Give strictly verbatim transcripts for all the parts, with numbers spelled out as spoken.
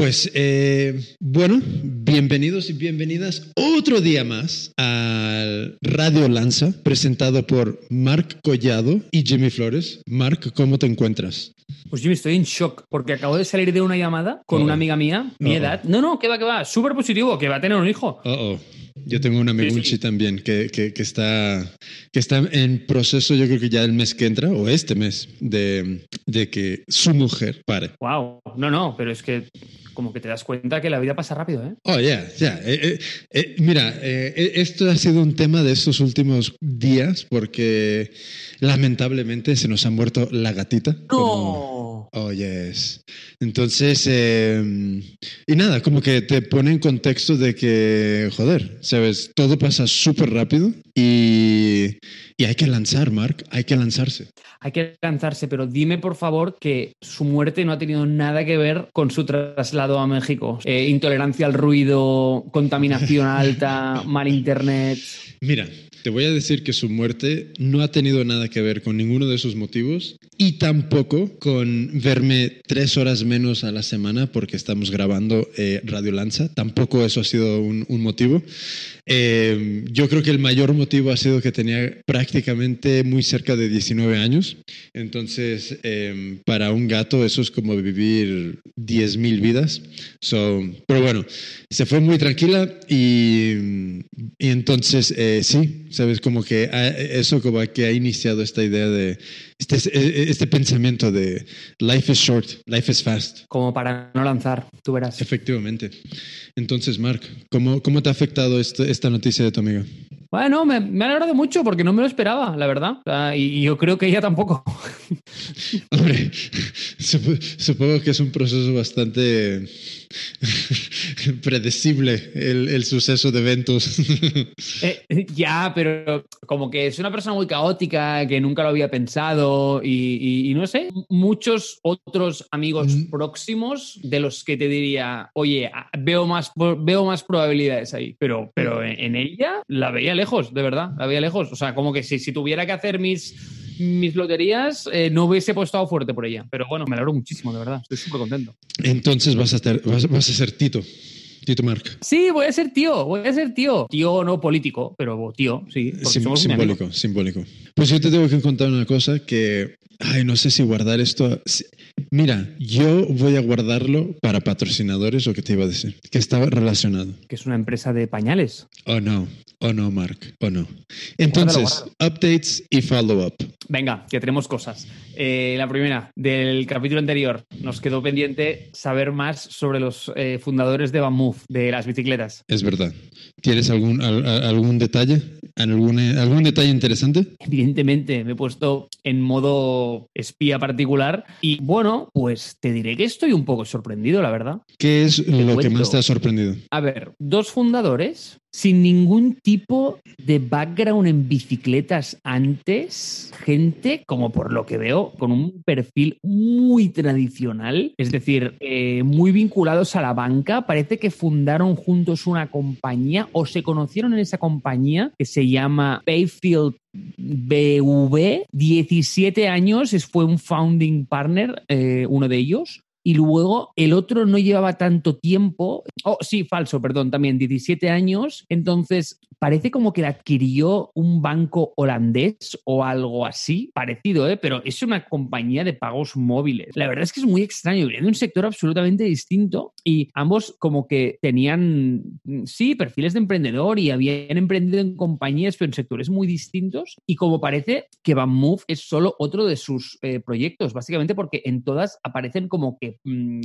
Pues eh, bueno, bienvenidos y bienvenidas otro día más al Radio Lanza, presentado por Marc Collado y Jimmy Flores. Marc, ¿cómo te encuentras? Pues Jimmy, estoy en shock porque acabo de salir de una llamada con Uh-oh. una amiga mía, mi Uh-oh. edad. No, no, que va, que va, súper positivo, que va a tener un hijo. Oh, oh. Yo tengo una amiguchi sí, sí. también que, que, que, está, que está en proceso, yo creo que ya el mes que entra, o este mes, de, de que su mujer pare. Wow, no, no, pero es que como que te das cuenta que la vida pasa rápido, ¿eh? Oh, ya, yeah, ya. Yeah. Eh, eh, eh, mira, eh, esto ha sido un tema de estos últimos días porque lamentablemente se nos ha muerto la gatita. ¡No! Como... Oh, yes. Entonces, eh, y nada, como que te pone en contexto de que, joder, ¿sabes? Todo pasa súper rápido y, y hay que lanzar, Marc, hay que lanzarse. Hay que lanzarse, pero dime por favor que su muerte no ha tenido nada que ver con su traslado a México. Eh, intolerancia al ruido, contaminación alta, mal internet. Mira, te voy a decir que su muerte no ha tenido nada que ver con ninguno de esos motivos y tampoco con verme tres horas menos a la semana porque estamos grabando eh, Radio Lanza. Tampoco eso ha sido un, un motivo. Eh, yo creo que el mayor motivo ha sido que tenía prácticamente muy cerca de diecinueve años. Entonces, eh, para un gato eso es como vivir diez mil vidas. So, pero bueno, se fue muy tranquila y, y entonces eh, sí, sabes, como que ha, eso como que ha iniciado esta idea de este, este pensamiento de life is short, life is fast. Como para no lanzar, tú verás. Efectivamente. Entonces, Marc, ¿cómo, cómo te ha afectado esto, esta noticia de tu amiga? Bueno, me, me ha alegrado mucho porque no me lo esperaba, la verdad. O sea, y, y yo creo que ella tampoco. Hombre, supongo que es un proceso bastante predecible el, el suceso de eventos. Eh, ya, pero como que es una persona muy caótica, que nunca lo había pensado y, y, y no sé, muchos otros amigos mm. próximos de los que te diría, oye, veo más, veo más probabilidades ahí, pero, pero en, en ella la veía lejos, de verdad, la veía lejos. O sea, como que si, si tuviera que hacer mis... mis loterías, eh, no hubiese apostado fuerte por ella. Pero bueno, me alegro muchísimo, de verdad. Estoy súper contento. Entonces vas a, ter, vas, vas a ser Tito. Tito Marc. Sí, voy a ser tío, voy a ser tío. Tío no político, pero tío, sí. Sim, simbólico, simbólico. Pues yo te tengo que contar una cosa que... Ay, no sé si guardar esto... Mira, yo voy a guardarlo para patrocinadores, o que te iba a decir, que estaba relacionado. Que es una empresa de pañales. Oh, no. Oh, no, Marc. Oh, no. Entonces, guárdalo, guárdalo. Updates y follow-up. Venga, que tenemos cosas. Eh, la primera, del capítulo anterior, nos quedó pendiente saber más sobre los eh, fundadores de Bamove, de las bicicletas. Es verdad. ¿Tienes algún, al, algún detalle? ¿Algún, ¿Algún detalle interesante? Evidentemente, me he puesto en modo espía particular y bueno, pues te diré que estoy un poco sorprendido, la verdad. ¿Qué es te lo cuento. que más te ha sorprendido? A ver, dos fundadores sin ningún tipo de background en bicicletas antes, gente, como por lo que veo, con un perfil muy tradicional, es decir, eh, muy vinculados a la banca. Parece que fundaron juntos una compañía o se conocieron en esa compañía que se llama Payfield B V. diecisiete años, fue un founding partner, eh, uno de ellos. Y luego el otro no llevaba tanto tiempo. Oh, sí, falso, perdón, también diecisiete años. Entonces, parece como que la adquirió un banco holandés o algo así, parecido, ¿eh? Pero es una compañía de pagos móviles. La verdad es que es muy extraño, viene de un sector absolutamente distinto y ambos como que tenían, sí, perfiles de emprendedor y habían emprendido en compañías, pero en sectores muy distintos. Y como parece que Bamove es solo otro de sus eh, proyectos, básicamente porque en todas aparecen como que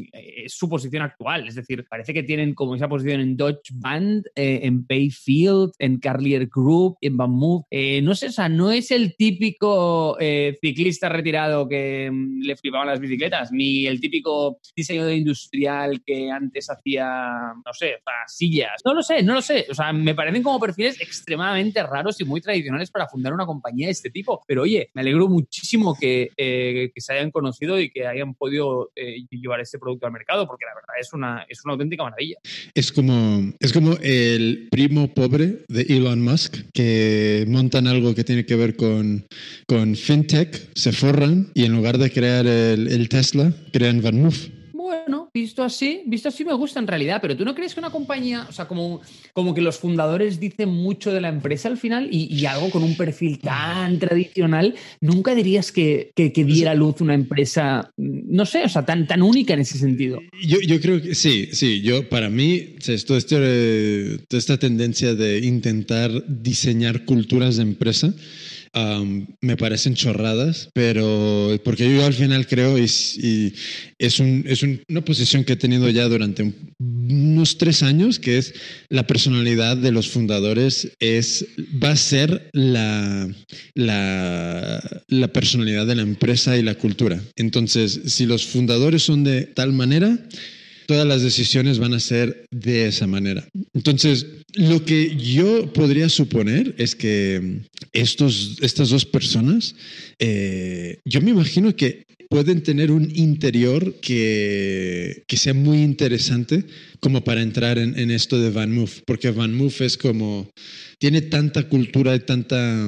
es su posición actual, es decir, parece que tienen como esa posición en Deutsche Bank, eh, en Payfield, en Carlier Group, en Bamove, eh, no sé, o sea, no es el típico eh, ciclista retirado que mm, le flipaban las bicicletas, ni el típico diseñador industrial que antes hacía, no sé, o sea, sillas, no lo sé, no lo sé, o sea, me parecen como perfiles extremadamente raros y muy tradicionales para fundar una compañía de este tipo, pero oye, me alegro muchísimo que, eh, que se hayan conocido y que hayan podido eh, llevar este producto al mercado, porque la verdad es una, es una auténtica maravilla. Es como, es como el primo pobre de Elon Musk, que montan algo que tiene que ver con, con fintech, se forran y en lugar de crear el, el Tesla, crean Bamove. Bueno, visto así, visto así me gusta en realidad, pero ¿tú no crees que una compañía, o sea, como, como que los fundadores dicen mucho de la empresa al final y, y algo con un perfil tan tradicional, nunca dirías que, que, que diera luz una empresa, no sé, o sea, tan, tan única en ese sentido? Yo, yo creo que sí, sí, yo para mí, esto, esto, toda esta tendencia de intentar diseñar culturas de empresa, Um, me parecen chorradas, pero porque yo al final creo y, y es, un, es un, una posición que he tenido ya durante un, unos tres años, que es la personalidad de los fundadores es, va a ser la, la, la personalidad de la empresa y la cultura. Entonces, si los fundadores son de tal manera, todas las decisiones van a ser de esa manera. Entonces, lo que yo podría suponer es que estos, estas dos personas, eh, yo me imagino que pueden tener un interior que, que sea muy interesante como para entrar en, en esto de VanMoof, porque VanMoof es como, tiene tanta cultura y tanta,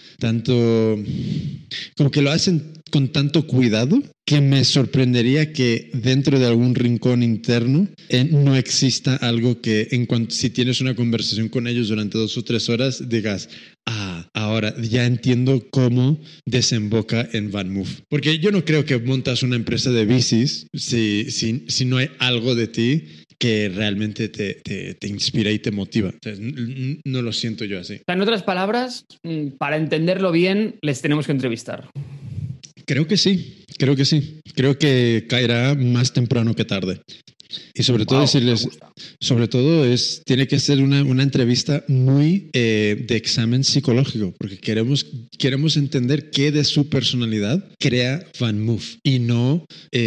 tanto, como que lo hacen con tanto cuidado que me sorprendería que dentro de algún rincón interno eh, no exista algo que en cuanto, si tienes una conversación con ellos durante dos o tres horas, digas, ah, ahora ya entiendo cómo desemboca en VanMoof. Porque yo no creo que montas una empresa de bicis si, si, si no hay algo de ti que realmente te, te, te inspira y te motiva. O sea, no, no lo siento yo así. En otras palabras, para entenderlo bien, les tenemos que entrevistar. Creo que sí, creo que sí. Creo que caerá más temprano que tarde. Y sobre todo wow, decirles, sobre todo es, tiene que ser una, una entrevista muy eh, de examen psicológico, porque queremos, queremos entender qué de su personalidad crea VanMoof y no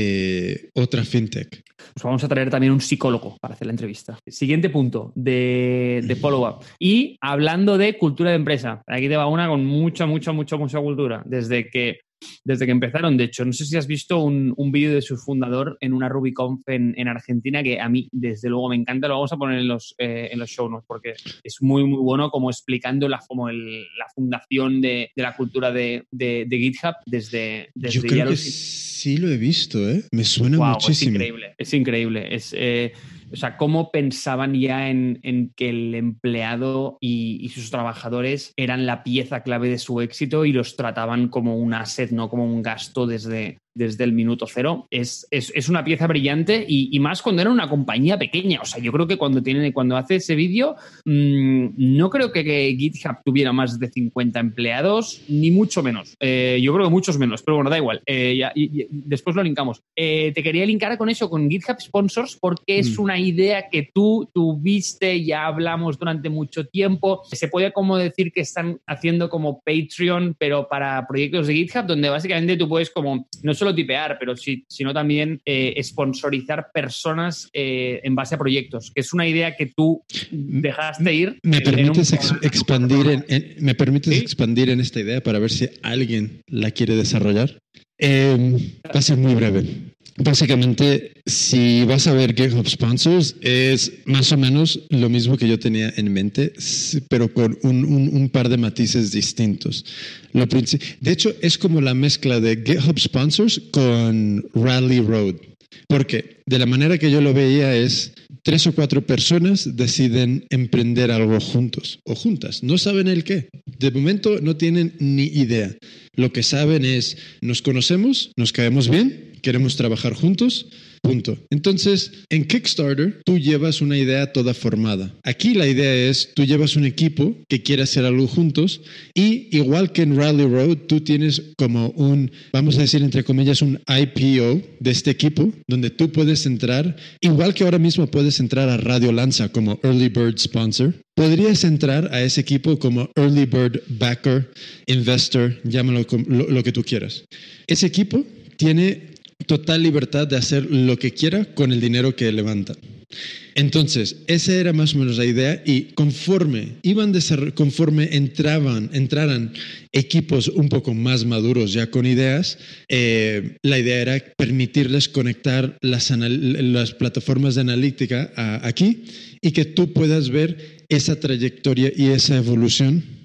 eh, otra fintech. Pues vamos a traer también un psicólogo para hacer la entrevista. Siguiente punto de, de follow-up. Y hablando de cultura de empresa, aquí te va una con mucha, mucha, mucha, mucha cultura. Desde que Desde que empezaron, de hecho, no sé si has visto un, un vídeo de su fundador en una RubyConf en, en Argentina que a mí, desde luego, me encanta. Lo vamos a poner en los, eh, en los show notes porque es muy, muy bueno como explicando la, como el, la fundación de, de la cultura de, de, de GitHub desde, desde Yo creo ya que los... sí lo he visto, ¿eh? Me suena wow, muchísimo. Es increíble, es increíble. Es... Eh, O sea, cómo pensaban ya en, en que el empleado y, y sus trabajadores eran la pieza clave de su éxito y los trataban como un asset, no como un gasto desde, desde el minuto cero. Es, es, es una pieza brillante y, y más cuando era una compañía pequeña. O sea, yo creo que cuando, tiene, cuando hace ese vídeo, mmm, no creo que, que GitHub tuviera más de cincuenta empleados, ni mucho menos. Eh, yo creo que muchos menos, pero bueno, da igual. Eh, ya, y, y después lo linkamos. Eh, te quería linkar con eso, con GitHub Sponsors, porque es mm. una idea que tú tuviste, ya hablamos durante mucho tiempo. Se puede como decir que están haciendo como Patreon, pero para proyectos de GitHub, donde básicamente tú puedes como, no solo tipear, pero sí, sino también eh, sponsorizar personas eh, en base a proyectos, que es una idea que tú dejaste ir. ¿Me en, permites en un... ex expandir en, en, ¿me permites ¿Sí? expandir en esta idea para ver si alguien la quiere desarrollar? Eh, va a ser muy breve. Básicamente, si vas a ver GitHub Sponsors, es más o menos lo mismo que yo tenía en mente, pero con un, un, un par de matices distintos. Lo de hecho, es como la mezcla de GitHub Sponsors con Rally Road. Porque de la manera que yo lo veía es tres o cuatro personas deciden emprender algo juntos o juntas. No saben el qué. De momento no tienen ni idea. Lo que saben es nos conocemos, nos caemos bien, queremos trabajar juntos, punto. Entonces, en Kickstarter, tú llevas una idea toda formada. Aquí la idea es, tú llevas un equipo que quiere hacer algo juntos y igual que en Rally Road, tú tienes como un, vamos a decir entre comillas, un I P O de este equipo, donde tú puedes entrar, igual que ahora mismo puedes entrar a Radio Lanza como Early Bird Sponsor, podrías entrar a ese equipo como Early Bird Backer, Investor, llámalo lo, lo que tú quieras. Ese equipo tiene total libertad de hacer lo que quiera con el dinero que levanta. Entonces, esa era más o menos la idea y conforme iban conforme entraban, entraran equipos un poco más maduros ya con ideas, eh, la idea era permitirles conectar las, las plataformas de analítica a, aquí y que tú puedas ver esa trayectoria y esa evolución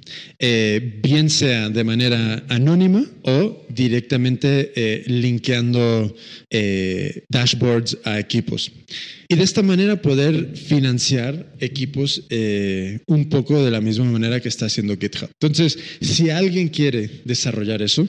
eh, bien sea de manera anónima o directamente eh, linkeando eh, dashboards a equipos. Y de esta manera poder financiar equipos eh, un poco de la misma manera que está haciendo GitHub. Entonces, si alguien quiere desarrollar eso,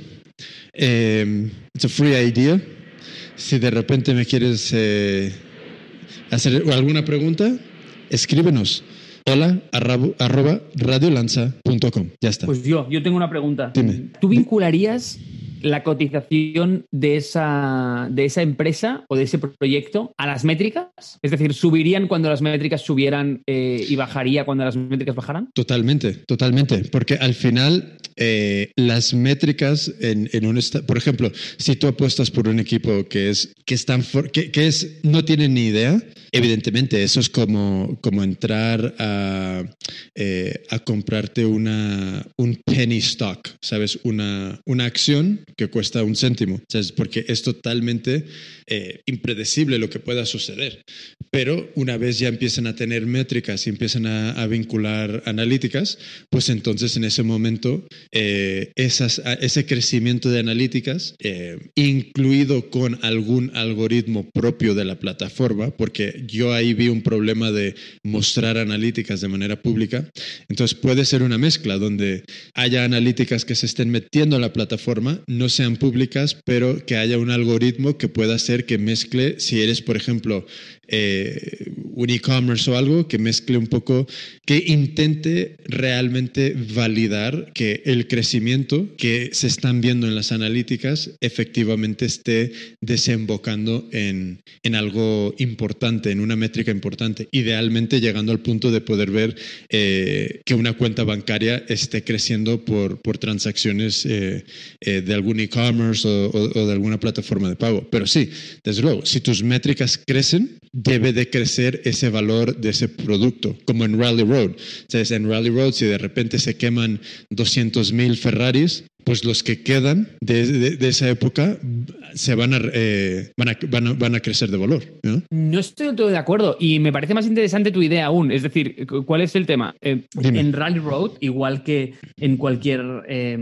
eh, it's a free idea. Si de repente me quieres eh, hacer alguna pregunta, escríbenos. Hola, arroba, arroba radiolanza punto com. Ya está. Pues yo, yo tengo una pregunta. Dime. ¿Tú vincularías la cotización de esa, de esa empresa o de ese proyecto a las métricas? Es decir, ¿subirían cuando las métricas subieran eh, y bajaría cuando las métricas bajaran? Totalmente, totalmente. Porque al final eh, las métricas en, en un... Esta- por ejemplo, si tú apuestas por un equipo que es que, están for- que, que es no tienen ni idea, evidentemente eso es como, como entrar a, eh, a comprarte una, un penny stock, ¿sabes? Una, una acción que cuesta un céntimo, ¿sabes? Porque es totalmente eh, impredecible lo que pueda suceder. Pero una vez ya empiezan a tener métricas y empiezan a, a vincular analíticas, pues entonces en ese momento eh, esas, ese crecimiento de analíticas, eh, incluido con algún algoritmo propio de la plataforma, porque yo ahí vi un problema de mostrar analíticas de manera pública, entonces puede ser una mezcla donde haya analíticas que se estén metiendo a la plataforma, no sean públicas, pero que haya un algoritmo que pueda hacer que mezcle, si eres, por ejemplo, eh, un e-commerce o algo, que mezcle un poco, que intente realmente validar que el crecimiento que se están viendo en las analíticas efectivamente esté desembocando en, en algo importante, en una métrica importante, idealmente llegando al punto de poder ver eh, que una cuenta bancaria esté creciendo por, por transacciones eh, eh, de algún e-commerce o, o, o de alguna plataforma de pago. Pero sí, desde luego, si tus métricas crecen, debe de crecer ese valor de ese producto, como en Rally Road. Entonces, en Rally Road, si de repente se queman doscientos mil Ferraris, pues los que quedan de, de, de esa época se van a, eh, van, a, van, a, van a crecer de valor, ¿no? No estoy del todo de acuerdo y me parece más interesante tu idea aún. Es decir, ¿cuál es el tema? Eh, en Rally Road, igual que en cualquier eh,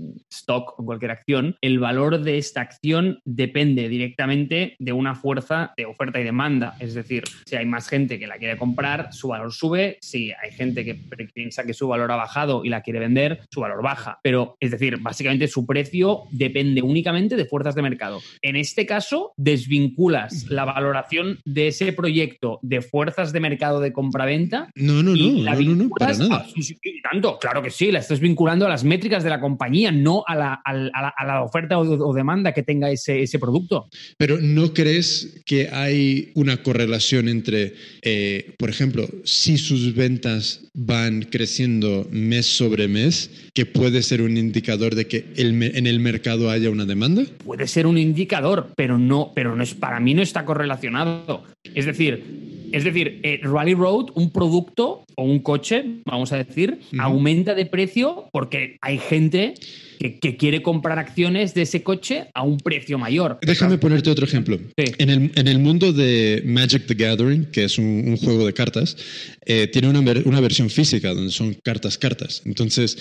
stock o cualquier acción, el valor de esta acción depende directamente de una fuerza de oferta y demanda. Es decir, si hay más gente que la quiere comprar, su valor sube. Si hay gente que piensa que su valor ha bajado y la quiere vender, su valor baja. Pero, es decir, básicamente su precio depende únicamente de fuerzas de mercado. En este caso, desvinculas la valoración de ese proyecto de fuerzas de mercado de compraventa. No, no, y no, la no, no, no, para nada. A, sí, sí, y tanto, claro que sí, la estás vinculando a las métricas de la compañía, no a la, a la, a la oferta o, o demanda que tenga ese, ese producto. Pero ¿no crees que hay una correlación entre, eh, por ejemplo, si sus ventas van creciendo mes sobre mes, que puede ser un indicador de que el, en el mercado haya una demanda? Puede ser un indicador, pero no, pero no es, para mí no está correlacionado. Es decir, es decir, eh, Rally Road, un producto o un coche, vamos a decir, uh-huh. aumenta de precio porque hay gente que, que quiere comprar acciones de ese coche a un precio mayor. Déjame ponerte otro ejemplo. Sí. En, el, en el mundo de Magic the Gathering, que es un, un juego de cartas, eh, tiene una, una versión física donde son cartas, cartas. Entonces,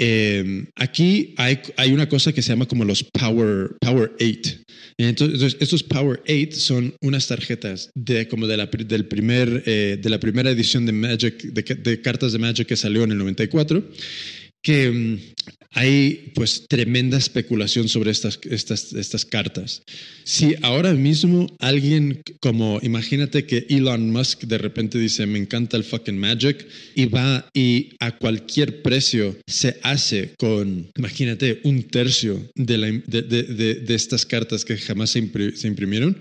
eh, aquí hay, hay una cosa que se llama como los Power, Power eight. Entonces, estos Power eight son unas tarjetas de, como de la, del primer, eh, de la primera edición de Magic, de, de cartas de Magic que salió en el noventa y cuatro, que um, hay pues tremenda especulación sobre estas, estas, estas cartas. Si ahora mismo alguien como, imagínate que Elon Musk de repente dice, me encanta el fucking Magic, y va y a cualquier precio se hace con, imagínate, un tercio de, la, de, de, de, de estas cartas que jamás se, impri, se imprimieron,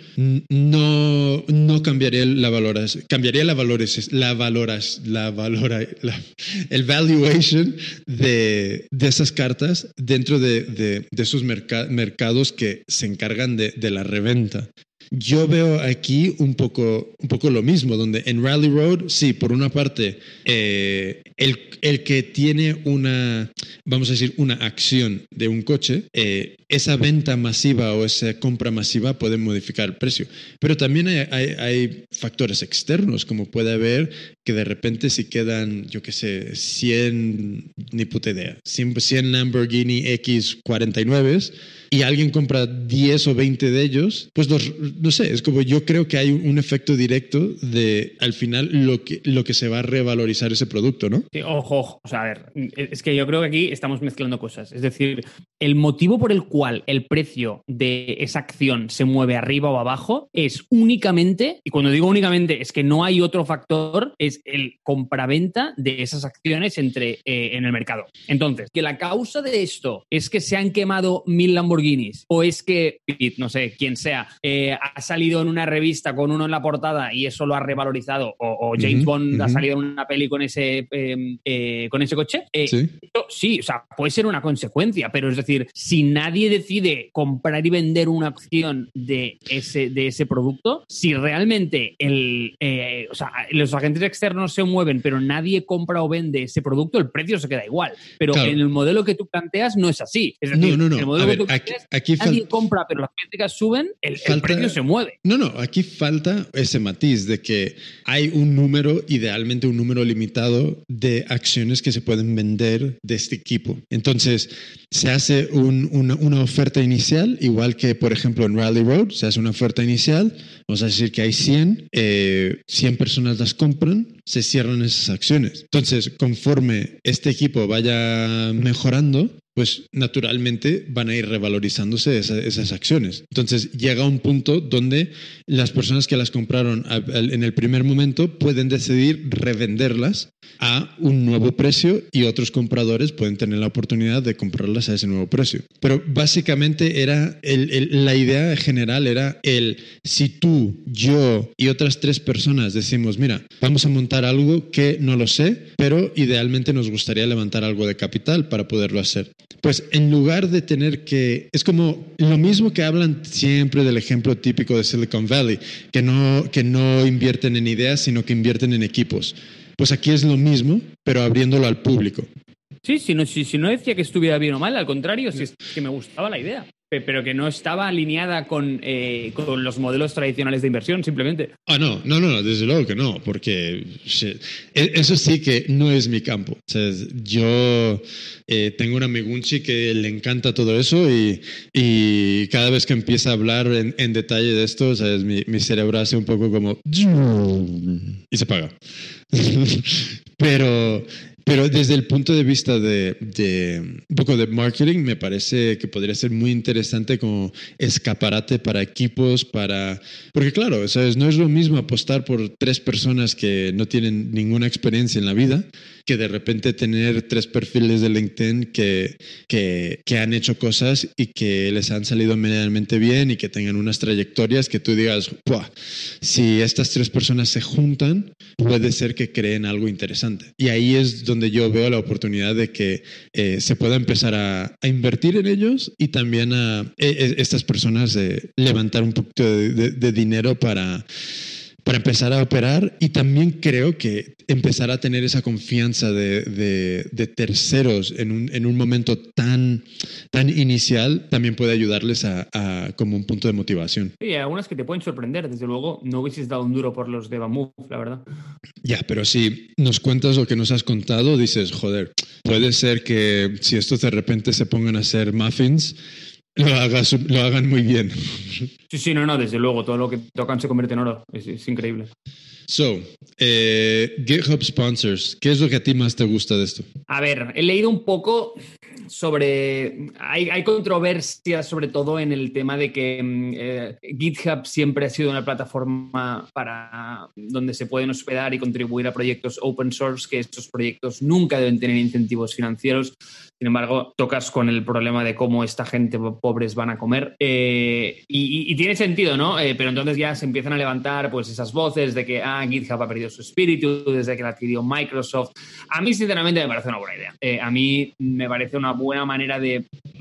no, no cambiaría la valoración, cambiaría la valores, la valoras, la valora, la, el valuation de, de esas cartas dentro de, de, de esos merc- mercados que se encargan de, de la reventa. Yo veo aquí un poco, un poco lo mismo, donde en Rally Road, sí, por una parte, eh, el, el que tiene una, vamos a decir, una acción de un coche, eh, esa venta masiva o esa compra masiva puede modificar el precio. Pero también hay, hay, hay factores externos, como puede haber que de repente si quedan, yo qué sé, cien, ni puta idea, cien, cien Lamborghini X cuarenta y nueve y alguien compra diez o veinte de ellos, pues los, no sé, es como yo creo que hay un efecto directo de al final lo que, lo que se va a revalorizar ese producto, ¿no? Sí, ojo, ojo, o sea, a ver, es que yo creo que aquí estamos mezclando cosas. Es decir, el motivo por el cual el precio de esa acción se mueve arriba o abajo es únicamente, y cuando digo únicamente es que no hay otro factor, es el compraventa de esas acciones entre, eh, en el mercado. Entonces, que la causa de esto es que se han quemado mil Lamborghinis o es que, no sé, quien sea, eh, ha salido en una revista con uno en la portada y eso lo ha revalorizado, o, o James uh-huh, Bond uh-huh. ha salido en una peli con ese, eh, eh, con ese coche. Eh, ¿Sí? Esto, sí, o sea, puede ser una consecuencia, pero es decir, si nadie decide comprar y vender una acción de ese, de ese producto, si realmente el, eh, o sea, los agentes externos se mueven, pero nadie compra o vende ese producto, el precio se queda igual. Pero claro, en el modelo que tú planteas no es así. Es decir, no, no, no. el modelo A que ver, tú aquí, planteas, aquí nadie fal- compra, pero las métricas suben, el, falta, el precio se mueve. No, no, aquí falta ese matiz de que hay un número, idealmente un número limitado de acciones que se pueden vender de este equipo. Entonces, se hace un, una, una oferta inicial, igual que, por ejemplo, en Rally Road, se hace una oferta inicial, vamos a decir que hay cien, eh, cien personas las compran, se cierran esas acciones. Entonces, conforme este equipo vaya mejorando, pues naturalmente van a ir revalorizándose esa, esas acciones. Entonces llega un punto donde las personas que las compraron a, a, en el primer momento pueden decidir revenderlas a un nuevo precio y otros compradores pueden tener la oportunidad de comprarlas a ese nuevo precio. Pero básicamente era el, el, la idea general era el si tú, yo y otras tres personas decimos, mira, vamos a montar algo que no lo sé, pero idealmente nos gustaría levantar algo de capital para poderlo hacer. Pues en lugar de tener que... Es como lo mismo que hablan siempre del ejemplo típico de Silicon Valley, que no, que no invierten en ideas, sino que invierten en equipos. Pues aquí es lo mismo, pero abriéndolo al público. Sí, si no, si, si no decía que estuviera bien o mal, al contrario, si es que me gustaba la idea, pero que no estaba alineada con, eh, con los modelos tradicionales de inversión, simplemente. Ah, no, no, no, desde luego que no, porque eso sí que no es mi campo. O sea, yo eh, tengo un amiguchi que le encanta todo eso y, y cada vez que empieza a hablar en, en detalle de esto, ¿sabes? Mi, mi cerebro hace un poco como... y se apaga. Pero... Pero desde el punto de vista de, de un poco de marketing, me parece que podría ser muy interesante como escaparate para equipos, para... Porque claro, ¿sabes? No es lo mismo apostar por tres personas que no tienen ninguna experiencia en la vida que de repente tener tres perfiles de LinkedIn que, que, que han hecho cosas y que les han salido medianamente bien y que tengan unas trayectorias que tú digas, ¡buah! Si estas tres personas se juntan, puede ser que creen algo interesante. Y ahí es donde yo veo la oportunidad de que eh, se pueda empezar a, a invertir en ellos y también a eh, estas personas eh, levantar un poquito de, de, de dinero para... para empezar a operar y también creo que empezar a tener esa confianza de, de, de terceros en un, en un momento tan, tan inicial también puede ayudarles a, a como un punto de motivación. Sí, algunas que te pueden sorprender, desde luego no hubieses dado un duro por los de Bamboo, la verdad. Ya, pero si nos cuentas lo que nos has contado, dices, joder, puede ser que si estos de repente se pongan a hacer muffins, Lo, hagas, lo hagan muy bien. Sí, sí, no, no, desde luego, todo lo que tocan se convierte en oro, es, es increíble. So, eh, GitHub Sponsors, ¿qué es lo que a ti más te gusta de esto? A ver, he leído un poco sobre... Hay, hay controversias sobre todo en el tema de que eh, GitHub siempre ha sido una plataforma para donde se pueden hospedar y contribuir a proyectos open source, que estos proyectos nunca deben tener incentivos financieros. Sin embargo, tocas con el problema de cómo esta gente pobres van a comer. Eh, y, y tiene sentido, ¿no? Eh, pero entonces ya se empiezan a levantar pues esas voces de que ah, GitHub ha perdido su espíritu desde que la adquirió Microsoft. A mí, sinceramente, me parece una buena idea. Eh, a mí me parece una buena manera de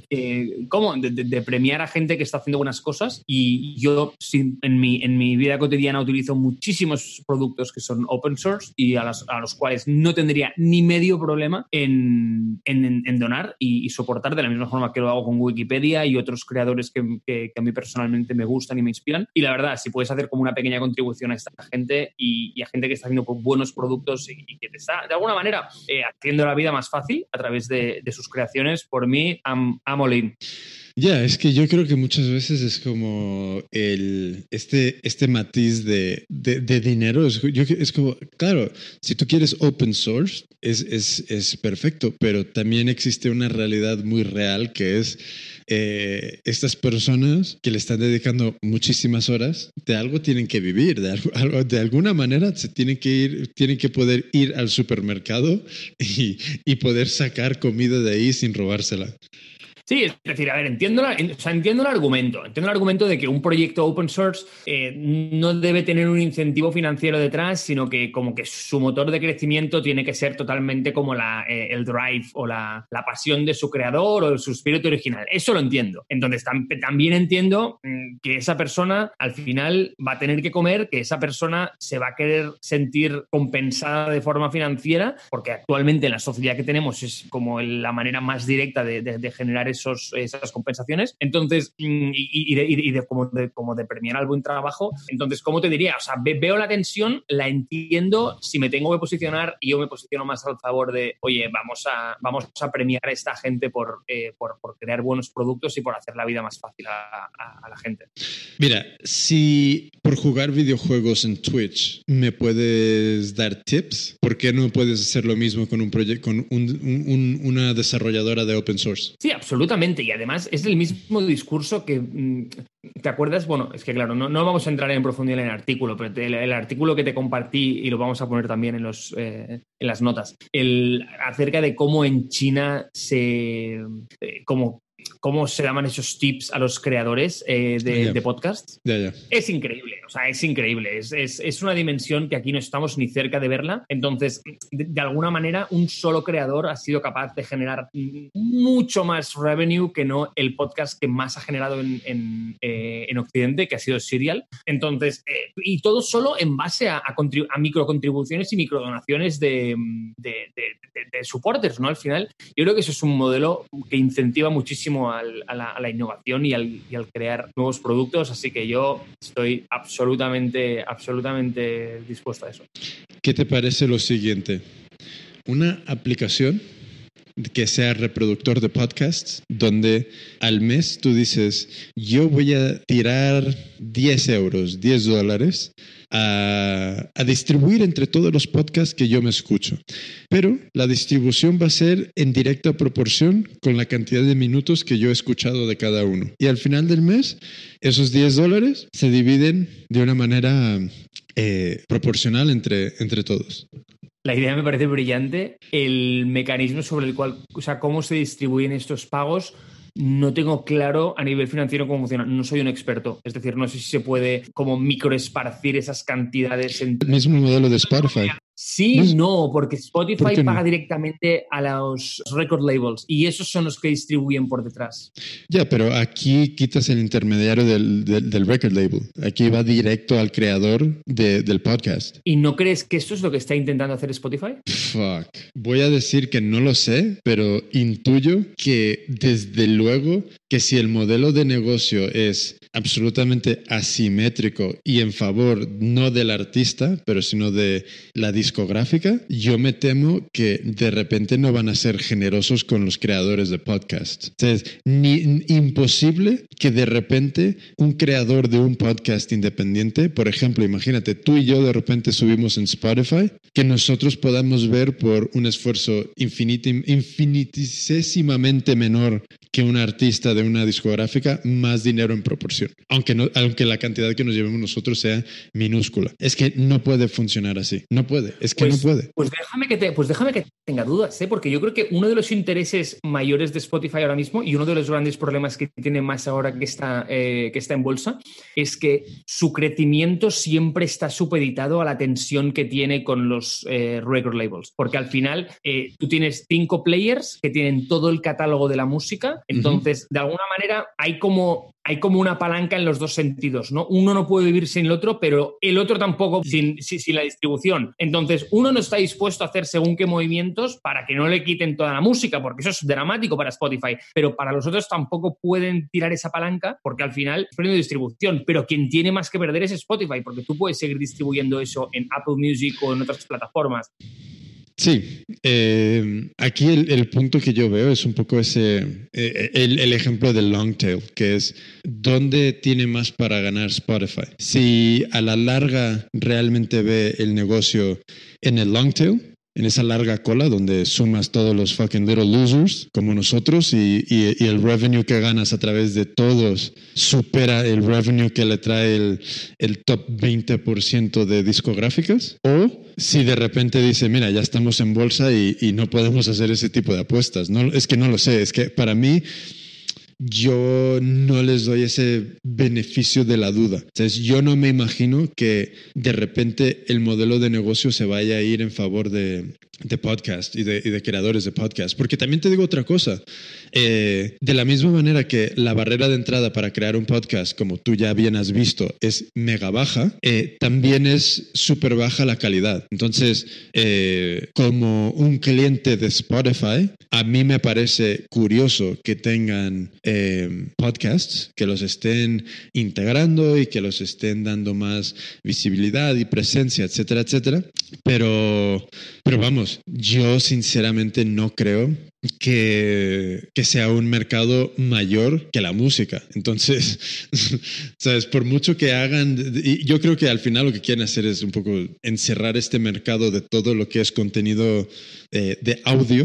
eh, ¿cómo? De, de, de premiar a gente que está haciendo buenas cosas. Y yo sin, en, mi, en mi vida cotidiana utilizo muchísimos productos que son open source y a, las, a los cuales no tendría ni medio problema en, en, en donar y, y soportar, de la misma forma que lo hago con Wikipedia y otros creadores que, que, que a mí personalmente me gustan y me inspiran. Y la verdad, si puedes hacer como una pequeña contribución a esta gente y, y a gente que está haciendo buenos productos y, y que te está, de alguna manera, eh, haciendo la vida más fácil a través de, de sus creaciones, por mí, I'm, I'm all in. Ya, yeah, es que yo creo que muchas veces es como el, este, este matiz de, de, de dinero. Es, yo, es como, claro, si tú quieres open source, es, es, es perfecto, pero también existe una realidad muy real que es eh, estas personas que le están dedicando muchísimas horas, de algo tienen que vivir, de, algo, de alguna manera se tienen que ir, tienen que poder ir al supermercado y, y poder sacar comida de ahí sin robársela. Sí, es decir, a ver, entiendo, la, o sea, entiendo el argumento. Entiendo el argumento de que un proyecto open source eh, no debe tener un incentivo financiero detrás, sino que como que su motor de crecimiento tiene que ser totalmente como la, eh, el drive o la, la pasión de su creador o de su espíritu original. Eso lo entiendo. Entonces, tam, también entiendo mmm, que esa persona al final va a tener que comer, que esa persona se va a querer sentir compensada de forma financiera, porque actualmente en la sociedad que tenemos es como el, la manera más directa de, de, de generar eso. Esos, esas compensaciones. Entonces, y, y, de, y de, como, de, como de premiar al buen trabajo. Entonces, ¿cómo te diría? O sea, ve, veo la tensión, la entiendo. Si me tengo que posicionar, y yo me posiciono más al favor de, oye, vamos a, vamos a premiar a esta gente por, eh, por, por crear buenos productos y por hacer la vida más fácil a, a, a la gente. Mira, si por jugar videojuegos en Twitch me puedes dar tips, ¿por qué no puedes hacer lo mismo con un proyecto, con un, un, una desarrolladora de open source? Sí, absolutamente. Y además es el mismo discurso que... ¿Te acuerdas? Bueno, es que claro, no, no vamos a entrar en profundidad en el artículo, pero el, el artículo que te compartí, y lo vamos a poner también en, los, eh, en las notas, el, acerca de cómo en China se... Eh, como cómo se daban esos tips a los creadores eh, de, yeah. de podcasts. Yeah, yeah. Es increíble, o sea, es increíble. Es, es, es una dimensión que aquí no estamos ni cerca de verla. Entonces, de, de alguna manera, un solo creador ha sido capaz de generar mucho más revenue que no el podcast que más ha generado en, en, eh, en Occidente, que ha sido Serial. Entonces, eh, y todo solo en base a, a, contribu- a microcontribuciones y microdonaciones de, de, de, de, de supporters, ¿no? Al final, yo creo que eso es un modelo que incentiva muchísimo Al, a, la, a la innovación y al, y al crear nuevos productos, así que yo estoy absolutamente, absolutamente dispuesto a eso. ¿Qué te parece lo siguiente? Una aplicación que sea reproductor de podcasts, donde al mes tú dices, yo voy a tirar diez euros, diez dólares a, a distribuir entre todos los podcasts que yo me escucho. Pero la distribución va a ser en directa proporción con la cantidad de minutos que yo he escuchado de cada uno. Y al final del mes, esos diez dólares se dividen de una manera eh, proporcional entre, entre todos. La idea me parece brillante. El mecanismo sobre el cual, o sea, cómo se distribuyen estos pagos, no tengo claro a nivel financiero cómo funciona. No soy un experto. Es decir, no sé si se puede como microesparcir esas cantidades. En... El mismo modelo de Spotify. Sí, ¿No? no, porque Spotify ¿Por qué no? paga directamente a los record labels y esos son los que distribuyen por detrás. Ya, pero aquí quitas el intermediario del, del, del record label. Aquí va directo al creador de, del podcast. ¿Y no crees que esto es lo que está intentando hacer Spotify? Fuck. Voy a decir que no lo sé, pero intuyo que desde luego que si el modelo de negocio es absolutamente asimétrico y en favor no del artista, pero sino de la discográfica, yo me temo que de repente no van a ser generosos con los creadores de podcasts. O sea, es ni, imposible que de repente un creador de un podcast independiente, por ejemplo, imagínate, tú y yo de repente subimos en Spotify, que nosotros podamos ver por un esfuerzo infinitim, infinitísimamente menor que un artista de una discográfica más dinero en proporción, aunque, no, aunque la cantidad que nos llevemos nosotros sea minúscula. Es que no puede funcionar así, no puede. Es que pues, no puede. Pues déjame que, te, pues déjame que tenga dudas, ¿eh? Porque yo creo que uno de los intereses mayores de Spotify ahora mismo y uno de los grandes problemas que tiene más ahora que está, eh, que está en bolsa es que su crecimiento siempre está supeditado a la tensión que tiene con los eh, record labels. Porque al final eh, tú tienes cinco players que tienen todo el catálogo de la música, entonces uh-huh. de alguna manera hay como... Hay como una palanca en los dos sentidos, ¿no? Uno no puede vivir sin el otro, pero el otro tampoco sin, sin, sin la distribución. Entonces, uno no está dispuesto a hacer según qué movimientos para que no le quiten toda la música, porque eso es dramático para Spotify, pero para los otros tampoco pueden tirar esa palanca porque al final es premio de distribución, pero quien tiene más que perder es Spotify, porque tú puedes seguir distribuyendo eso en Apple Music o en otras plataformas. Sí, eh, aquí el, el punto que yo veo es un poco ese, eh, el, el ejemplo del long tail, que es dónde tiene más para ganar Spotify. Si a la larga realmente ve el negocio en el long tail, en esa larga cola donde sumas todos los fucking little losers como nosotros y, y, y el revenue que ganas a través de todos supera el revenue que le trae el, el top veinte por ciento de discográficas, o si de repente dice, mira, ya estamos en bolsa y, y no podemos hacer ese tipo de apuestas. No, es que no lo sé, es que para mí yo no les doy ese beneficio de la duda. Entonces, yo no me imagino que de repente el modelo de negocio se vaya a ir en favor de, de podcast y de, y de creadores de podcast. Porque también te digo otra cosa. Eh, de la misma manera que la barrera de entrada para crear un podcast, como tú ya bien has visto, es mega baja, eh, también es súper baja la calidad. Entonces, eh, como un cliente de Spotify, a mí me parece curioso que tengan eh, podcasts que los estén integrando y que los estén dando más visibilidad y presencia, etcétera, etcétera. Pero, pero vamos, yo sinceramente no creo que, que sea un mercado mayor que la música. Entonces, ¿sabes? Por mucho que hagan, y yo creo que al final lo que quieren hacer es un poco encerrar este mercado de todo lo que es contenido eh, de audio,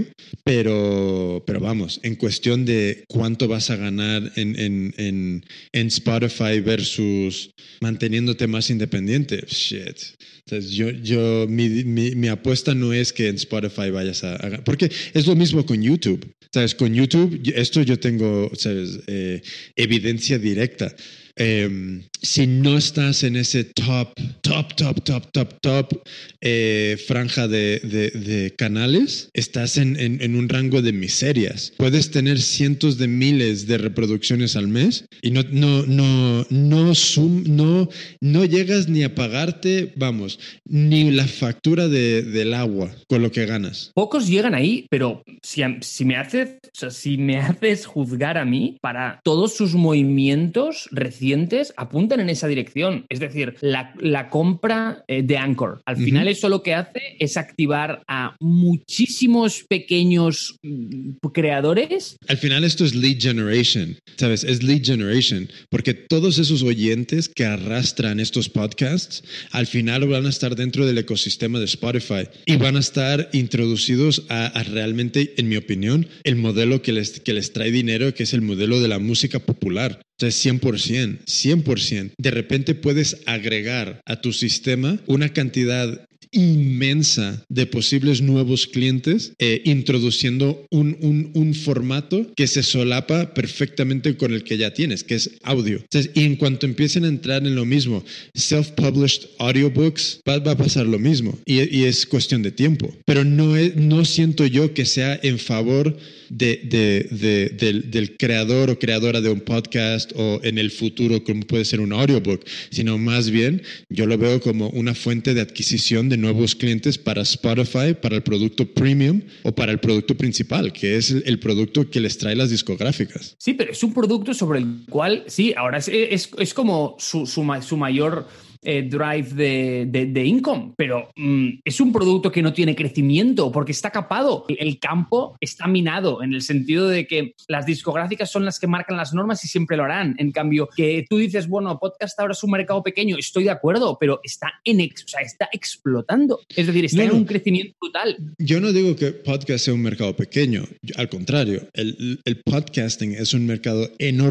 pero, pero vamos, en cuestión de cuánto vas a ganar en, en, en, en Spotify versus manteniéndote más independiente, shit. Entonces, yo, yo mi, mi, mi apuesta no es que en Spotify vayas a, a... Porque es lo mismo con YouTube. ¿Sabes? Con YouTube, esto yo tengo, ¿sabes? Eh, evidencia directa. Eh, si no estás en ese top, top, top, top, top, top eh, franja de, de, de canales, estás en, en, en un rango de miserias. Puedes tener cientos de miles de reproducciones al mes y no, no, no, no, sum, no, no llegas ni a pagarte, vamos, ni la factura de, del agua con lo que ganas. Pocos llegan ahí, pero si, si, me haces, o sea, si me haces juzgar a mí, para todos sus movimientos recientes apuntan en esa dirección. Es decir, la, la compra eh, de Anchor. Al uh-huh. final eso lo que hace es activar a muchísimos pequeños mm, creadores. Al final esto es lead generation, ¿sabes? Es lead generation, porque todos esos oyentes que arrastran estos podcasts, al final van a estar dentro del ecosistema de Spotify y van a estar introducidos a, a realmente, en mi opinión, el modelo que les, que les trae dinero, que es el modelo de la música popular. Entonces, cien por ciento, cien por ciento. De repente puedes agregar a tu sistema una cantidad inmensa de posibles nuevos clientes, eh, introduciendo un, un, un formato que se solapa perfectamente con el que ya tienes, que es audio. Entonces, y en cuanto empiecen a entrar en lo mismo, self-published audiobooks, va, va a pasar lo mismo. Y, y es cuestión de tiempo. Pero no, es, no siento yo que sea en favor de, de, de, del, del creador o creadora de un podcast o en el futuro como puede ser un audiobook, sino más bien yo lo veo como una fuente de adquisición de nuevos clientes para Spotify, para el producto premium o para el producto principal, que es el, el producto que les trae las discográficas. Sí, pero es un producto sobre el cual, sí, ahora es, es, es como su, su, su mayor... Eh, drive de, de, de income, pero mm, es un producto que no tiene crecimiento porque está capado. El, el campo está minado en el sentido de que las discográficas son las que marcan las normas y siempre lo harán. En cambio, que tú dices, bueno, podcast ahora es un mercado pequeño, estoy de acuerdo, pero está, en ex, o sea, está explotando. Es decir, está no, en un crecimiento brutal. Yo no digo que podcast sea un mercado pequeño, al contrario, el, el podcasting es un mercado enorme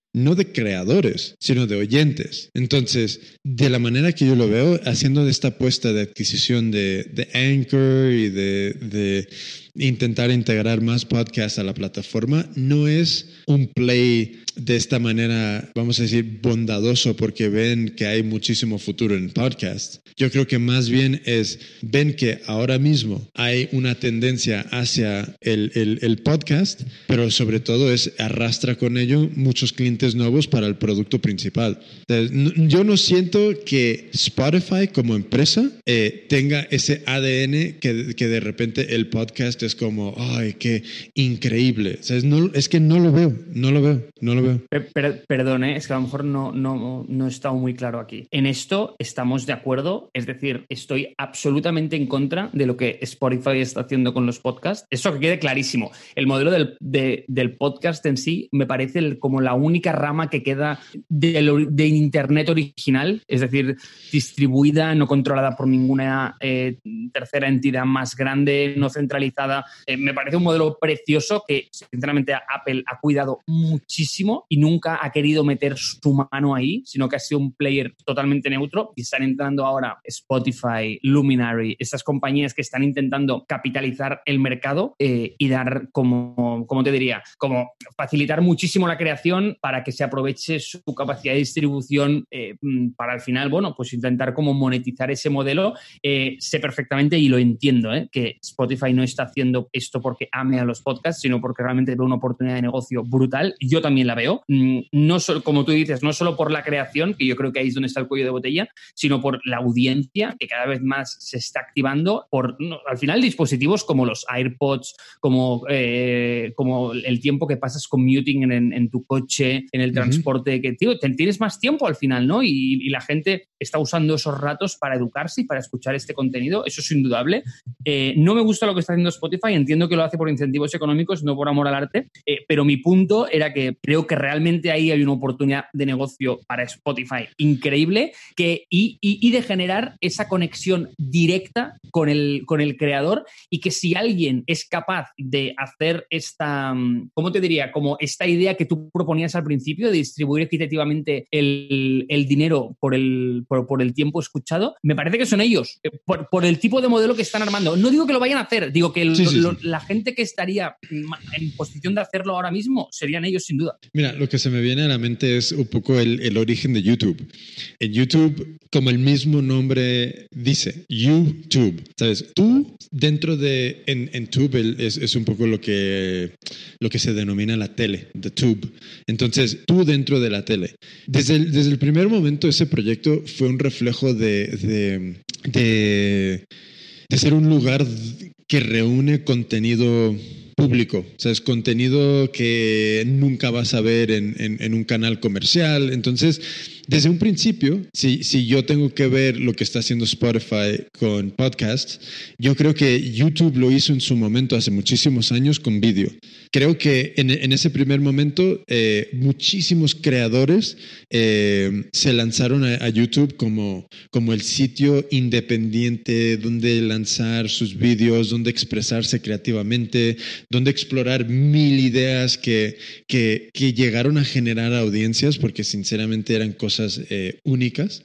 no de creadores, sino de oyentes. Entonces, de la manera que yo lo veo, haciendo esta apuesta de adquisición de, de Anchor y de, de intentar integrar más podcasts a la plataforma, no es un play de esta manera, vamos a decir, bondadoso porque ven que hay muchísimo futuro en podcast. Yo creo que más bien es, ven que ahora mismo hay una tendencia hacia el, el, el podcast, pero sobre todo es arrastra con ello muchos clientes nuevos para el producto principal. Entonces, no, yo no siento que Spotify como empresa eh, tenga ese A D N que, que de repente el podcast es como, ay, qué increíble. O sea, es, no, es que no lo veo, no lo veo, no lo veo. Per, per, perdón, ¿eh? Es que a lo mejor no, no, no he estado muy claro aquí. En esto estamos de acuerdo, es decir, estoy absolutamente en contra de lo que Spotify está haciendo con los podcasts. Eso que quede clarísimo. El modelo del, de, del podcast en sí me parece el, como la única rama que queda de, de Internet original, es decir, distribuida, no controlada por ninguna eh, tercera entidad más grande, no centralizada. Eh, me parece un modelo precioso que, sinceramente, Apple ha cuidado muchísimo y nunca ha querido meter su mano ahí, sino que ha sido un player totalmente neutro, y están entrando ahora Spotify, Luminary, estas compañías que están intentando capitalizar el mercado eh, y dar como, como te diría, como facilitar muchísimo la creación para que se aproveche su capacidad de distribución eh, para al final, bueno, pues intentar como monetizar ese modelo. Eh, sé perfectamente y lo entiendo, ¿eh? que Spotify no está haciendo esto porque ame a los podcasts, sino porque realmente ve una oportunidad de negocio brutal. Yo también la veo. No solo, como tú dices, no solo por la creación, que yo creo que ahí es donde está el cuello de botella, sino por la audiencia que cada vez más se está activando por, no, al final, dispositivos como los AirPods, como, eh, como el tiempo que pasas commuting en, en, en tu coche, en el transporte, uh-huh. que tío, te, tienes más tiempo al final, ¿no? Y, y la gente está usando esos ratos para educarse y para escuchar este contenido. Eso es indudable. Eh, no me gusta lo que está haciendo Spotify. Entiendo que lo hace por incentivos económicos, no por amor al arte, eh, pero mi punto era que creo que realmente ahí hay una oportunidad de negocio para Spotify increíble que, y, y, y de generar esa conexión directa con el, con el creador, y que si alguien es capaz de hacer esta, ¿cómo te diría? Como esta idea que tú proponías al principio de distribuir equitativamente el, el dinero por el, por, por el tiempo escuchado, me parece que son ellos, por, por el tipo de modelo que están armando. No digo que lo vayan a hacer, digo que sí, sí, lo, sí. la gente que estaría en posición de hacerlo ahora mismo serían ellos, sin duda. Mira, lo que se me viene a la mente es un poco el, el origen de YouTube. En YouTube, como el mismo nombre dice, YouTube, ¿sabes? Tú dentro de, en, en Tube es, es un poco lo que, lo que se denomina la tele, the Tube. Entonces, tú dentro de la tele. Desde el, desde el primer momento ese proyecto fue un reflejo de, de, de, de ser un lugar que reúne contenido público, o sea, es contenido que nunca vas a ver en, en, en un canal comercial. Entonces, desde un principio, si, si yo tengo que ver lo que está haciendo Spotify con podcasts, yo creo que YouTube lo hizo en su momento hace muchísimos años con vídeo. Creo que en, en ese primer momento eh, muchísimos creadores eh, se lanzaron a, a YouTube como, como el sitio independiente donde lanzar sus vídeos, donde expresarse creativamente, donde explorar mil ideas que, que, que llegaron a generar audiencias porque sinceramente eran cosas eh, únicas.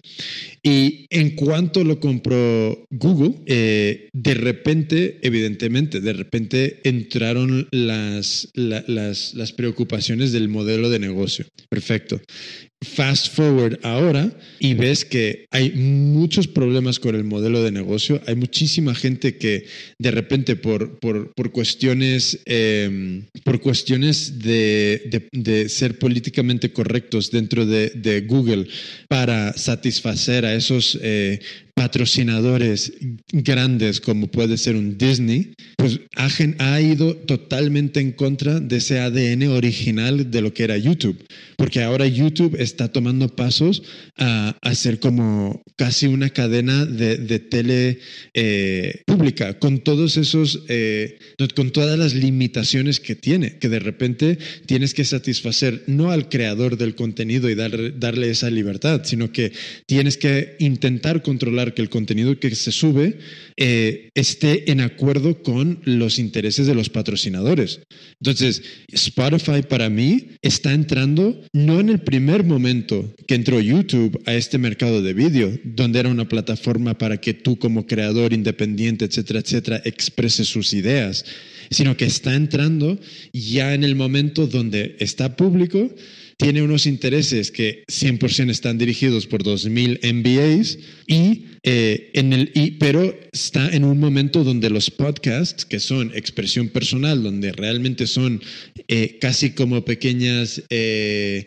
Y en cuanto lo compró Google, eh, de repente, evidentemente, de repente entraron las, la, las, las preocupaciones del modelo de negocio. Perfecto. Fast forward ahora y ves que hay muchos problemas con el modelo de negocio. Hay muchísima gente que de repente por, por, por cuestiones, eh, por cuestiones de, de, de ser políticamente correctos dentro de, de Google para satisfacer a esos eh, patrocinadores grandes como puede ser un Disney, pues ha, ha ido totalmente en contra de ese A D N original de lo que era YouTube, porque ahora YouTube está tomando pasos a, a ser como casi una cadena de, de tele eh, pública, con todos esos, eh, con todas las limitaciones que tiene, que de repente tienes que satisfacer no al creador del contenido y dar, darle esa libertad, sino que tienes que intentar controlar controlar que el contenido que se sube eh, esté en acuerdo con los intereses de los patrocinadores. Entonces, Spotify para mí está entrando no en el primer momento que entró YouTube a este mercado de vídeo, donde era una plataforma para que tú como creador independiente, etcétera, etcétera, expreses sus ideas, sino que está entrando ya en el momento donde está público, tiene unos intereses que cien por ciento están dirigidos por dos mil M B As y, eh, en el, y pero está en un momento donde los podcasts, que son expresión personal, donde realmente son eh, casi como pequeñas eh,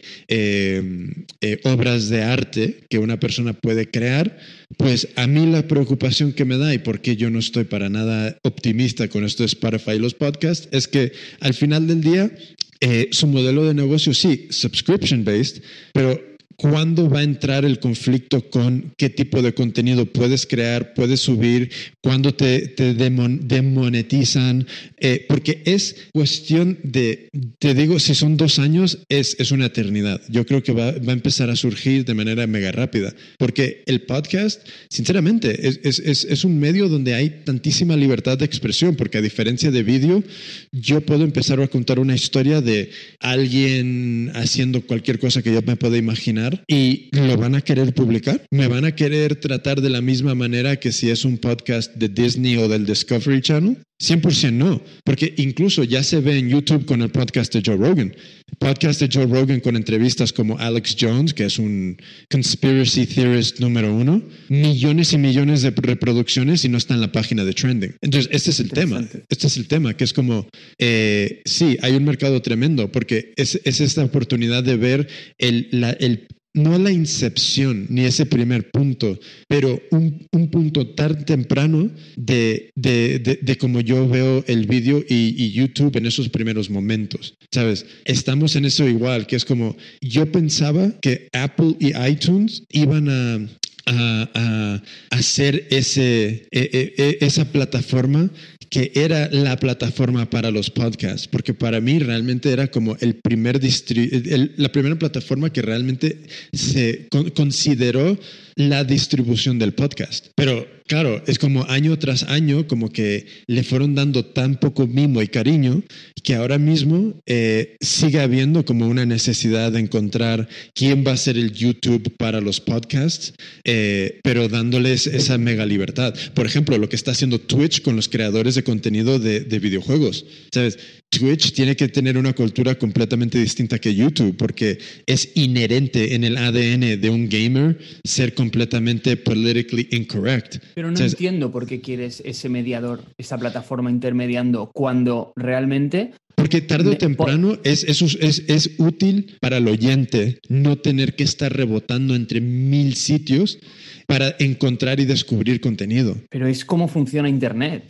eh, eh, obras de arte que una persona puede crear, pues a mí la preocupación que me da y por qué yo no estoy para nada optimista con esto de Spotify y los podcasts es que al final del día Eh, su modelo de negocio, sí, subscription-based, pero ¿cuándo va a entrar el conflicto con qué tipo de contenido puedes crear, puedes subir, cuándo te, te demon, demonetizan? Eh, porque es cuestión de, te digo, si son dos años, es, es una eternidad. Yo creo que va, va a empezar a surgir de manera mega rápida, porque el podcast, sinceramente, es, es, es, es un medio donde hay tantísima libertad de expresión, porque a diferencia de vídeo, yo puedo empezar a contar una historia de alguien haciendo cualquier cosa que yo me pueda imaginar y lo van a querer publicar. Me van a querer tratar de la misma manera que si es un podcast de Disney o del Discovery Channel. cien por ciento no, porque incluso ya se ve en YouTube con el podcast de Joe Rogan. Podcast de Joe Rogan con entrevistas como Alex Jones, que es un conspiracy theorist número uno, millones y millones de reproducciones y no está en la página de Trending. Entonces, este es el tema. Este es el tema, que es como, eh, sí, hay un mercado tremendo, porque es, es esta oportunidad de ver el, la, el no la incepción ni ese primer punto, pero un, un punto tan temprano de, de, de, de como yo veo el vídeo y, y YouTube en esos primeros momentos, ¿sabes? Estamos en eso igual, que es como yo pensaba que Apple y iTunes iban a... A, a, a hacer ese, e, e, esa plataforma que era la plataforma para los podcasts, porque para mí realmente era como el primer distri- el, la primera plataforma que realmente se con- consideró la distribución del podcast. Pero claro, es como año tras año como que le fueron dando tan poco mimo y cariño que ahora mismo eh, sigue habiendo como una necesidad de encontrar quién va a ser el YouTube para los podcasts, eh, pero dándoles esa mega libertad. Por ejemplo, lo que está haciendo Twitch con los creadores de contenido de, de videojuegos, ¿sabes? Twitch tiene que tener una cultura completamente distinta que YouTube, porque es inherente en el A D N de un gamer ser completamente politically incorrect. Pero no ¿sabes? entiendo por qué quieres ese mediador, esa plataforma intermediando, cuando realmente... Porque tarde o temprano es, es, es, es útil para el oyente no tener que estar rebotando entre mil sitios para encontrar y descubrir contenido. Pero es cómo funciona Internet.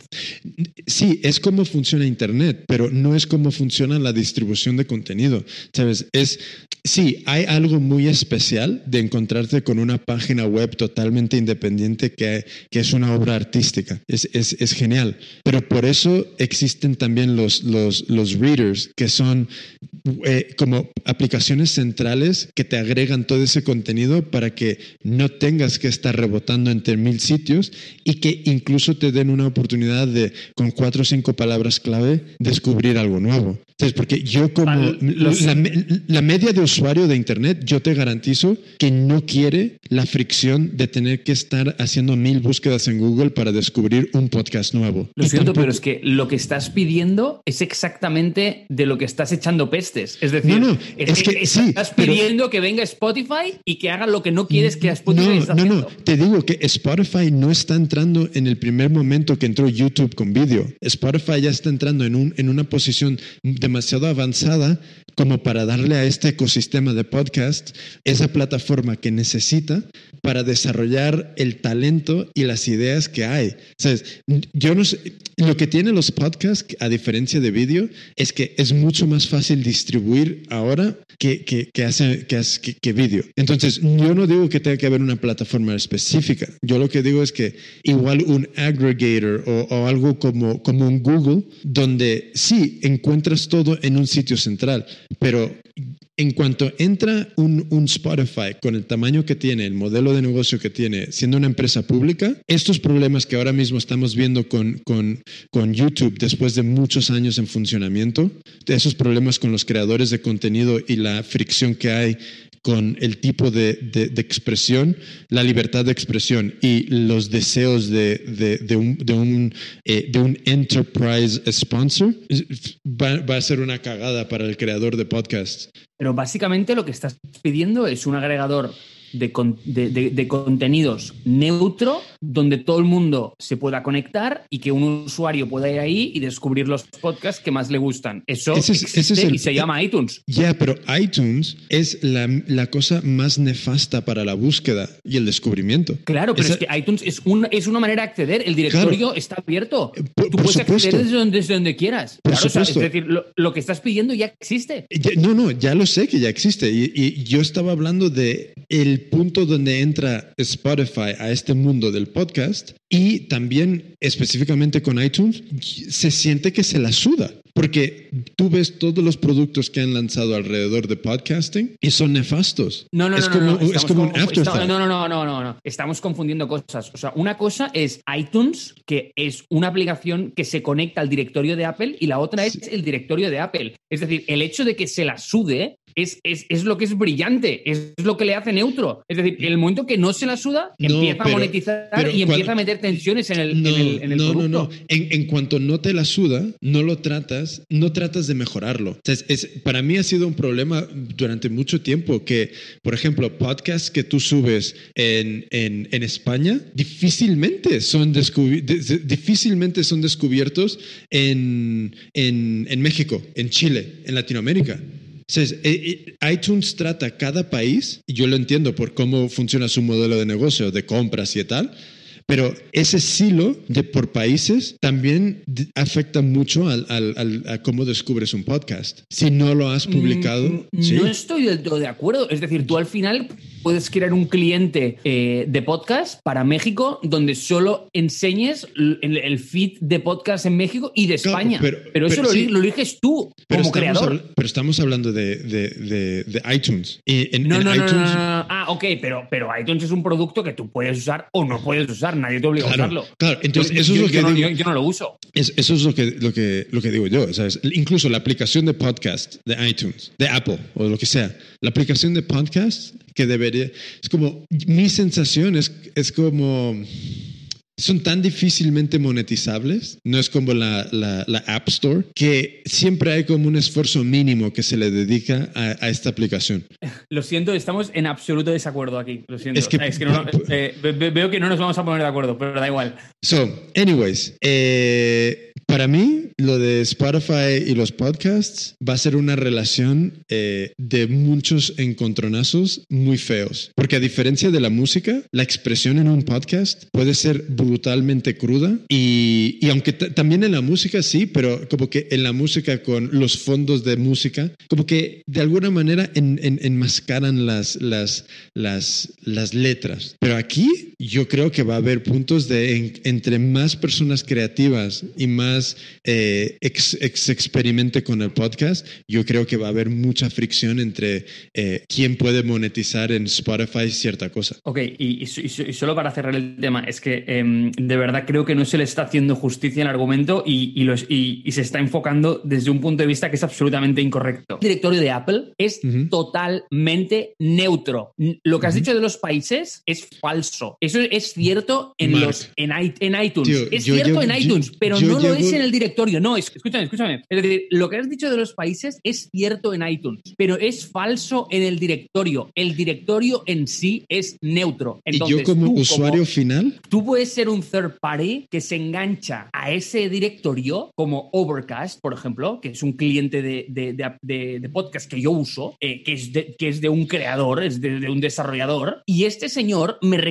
Sí, es cómo funciona Internet, pero no es cómo funciona la distribución de contenido. ¿Sabes? Es, sí, hay algo muy especial de encontrarte con una página web totalmente independiente que, que es una obra artística. Es, es, es genial. Pero por eso existen también los, los, los readers, que son eh, como aplicaciones centrales que te agregan todo ese contenido para que no tengas que estar rebotando entre mil sitios y que incluso te den una oportunidad de, con cuatro o cinco palabras clave, descubrir algo nuevo. Entonces, porque yo como Los... la, la media de usuario de Internet, yo te garantizo que no quiere la fricción de tener que estar haciendo mil búsquedas en Google para descubrir un podcast nuevo. Lo y siento, tampoco... pero es que lo que estás pidiendo es exactamente de lo que estás echando pestes. Es decir, no, no, es, es que, que sí, estás pidiendo pero... que venga Spotify y que haga lo que no quieres que Spotify no, esté no, haciendo. No, te digo que Spotify no está entrando en el primer momento que entró YouTube con vídeo. Spotify ya está entrando en, un, en una posición demasiado avanzada como para darle a este ecosistema de podcast esa plataforma que necesita para desarrollar el talento y las ideas que hay. ¿Sabes? Yo no sé, lo que tienen los podcasts, a diferencia de vídeo, es que es mucho más fácil distribuir ahora que, que, que, hace, que, que, que vídeo. Entonces, yo no digo que tenga que haber una plataforma específica. Yo lo que digo es que igual un aggregator o, o algo como, como un Google, donde sí encuentras todo en un sitio central, pero en cuanto entra un, un Spotify con el tamaño que tiene, el modelo de negocio que tiene, siendo una empresa pública, estos problemas que ahora mismo estamos viendo con, con, con YouTube después de muchos años en funcionamiento, esos problemas con los creadores de contenido y la fricción que hay con el tipo de, de, de expresión, la libertad de expresión y los deseos de, de, de, un, de, un, eh, de un enterprise sponsor, va, va a ser una cagada para el creador de podcasts. Pero básicamente lo que estás pidiendo es un agregador de, con, de, de, de contenidos neutro donde todo el mundo se pueda conectar y que un usuario pueda ir ahí y descubrir los podcasts que más le gustan. Eso ese es, existe ese es el, y se llama iTunes. Ya, yeah, pero iTunes es la, la cosa más nefasta para la búsqueda y el descubrimiento. Claro, pero Esa, es que iTunes es, un, es una manera de acceder. El directorio claro, está abierto. Por, Tú por puedes supuesto. acceder desde donde, desde donde quieras. Por Claro, o sea, es supuesto. decir, lo, lo que estás pidiendo ya existe. Ya, no, no, ya lo sé que ya existe. Y, y yo estaba hablando de el punto donde entra Spotify a este mundo del podcast y también específicamente con iTunes se siente que se la suda. Porque tú ves todos los productos que han lanzado alrededor de podcasting y son nefastos. No, no, es no, como, no, no. es como un Estamos, afterthought. no, no, no, no, no, no. Estamos confundiendo cosas. O sea, una cosa es iTunes, que es una aplicación que se conecta al directorio de Apple, y la otra es el directorio de Apple. Es decir, el hecho de que se la sude es, es, es lo que es brillante, es lo que le hace neutro. Es decir, el momento que no se la suda, No, empieza pero, a monetizar pero y empieza cuando, a meter tensiones en el, no, en el, en el no, producto. No, no, en, en cuanto no te la suda, no lo tratas, no tratas de mejorarlo. O sea, es, es, para mí ha sido un problema durante mucho tiempo que, por ejemplo, podcasts que tú subes en, en, en España difícilmente son, descubi- de, difícilmente son descubiertos en, en, en México, en Chile, en Latinoamérica. O sea, iTunes trata cada país, y yo lo entiendo por cómo funciona su modelo de negocio, de compras y tal, pero ese silo de por países también afecta mucho al, al, al, a cómo descubres un podcast. Si no lo has publicado... Mm, ¿sí? No estoy del todo de acuerdo. Es decir, tú al final puedes crear un cliente eh, de podcast para México donde solo enseñes el, el feed de podcast en México y de España. Claro, pero, pero eso pero lo, sí, lo eliges tú pero como creador. Habl- pero estamos hablando de, de, de, de iTunes. Y en, no, en no, iTunes... no, no, no, no. Ah, ok, pero, pero iTunes es un producto que tú puedes usar o no puedes usar. Nadie te obliga Claro, a usarlo. Claro, entonces yo, eso yo, es lo que yo, no, digo. yo, yo no lo uso. Es, eso es lo que, lo, que, lo que digo yo, ¿sabes? Incluso la aplicación de podcast de iTunes, de Apple o lo que sea, la aplicación de podcast que debería... Es como... Mi sensación es, es como... Son tan difícilmente monetizables, no es como la, la, la App Store, que siempre hay como un esfuerzo mínimo que se le dedica a, a esta aplicación. Lo siento, estamos en absoluto desacuerdo aquí. Lo siento. Es que, es que no, eh, veo que no nos vamos a poner de acuerdo, pero da igual. So, anyways, eh, para mí lo de Spotify y los podcasts va a ser una relación eh, de muchos encontronazos muy feos. Porque a diferencia de la música, la expresión en un podcast puede ser brutalmente cruda y, y aunque t- también en la música sí, pero como que en la música con los fondos de música, como que de alguna manera en, en, enmascaran las, las, las, las letras. Pero aquí yo creo que va a haber puntos de en, entre más personas creativas y más eh, ex, ex experimente con el podcast, yo creo que va a haber mucha fricción entre eh, quién puede monetizar en Spotify cierta cosa. Ok, y, y, y solo para cerrar el tema, es que eh, de verdad creo que no se le está haciendo justicia al argumento y, y, los, y, y se está enfocando desde un punto de vista que es absolutamente incorrecto. El directorio de Apple es uh-huh. totalmente neutro. Lo que has uh-huh. dicho de los países es falso. Eso es cierto en, los, en, en iTunes. Tío, es cierto llevo, en iTunes, yo, pero yo no llevo... lo es en el directorio. No, escúchame, escúchame. Es decir, lo que has dicho de los países es cierto en iTunes, pero es falso en el directorio. El directorio en sí es neutro. Entonces, ¿y yo como tú, usuario como, final? Tú puedes ser un third party que se engancha a ese directorio, como Overcast, por ejemplo, que es un cliente de, de, de, de, de podcast que yo uso, eh, que, es de, que es de un creador, es de, de un desarrollador, y este señor me recomienda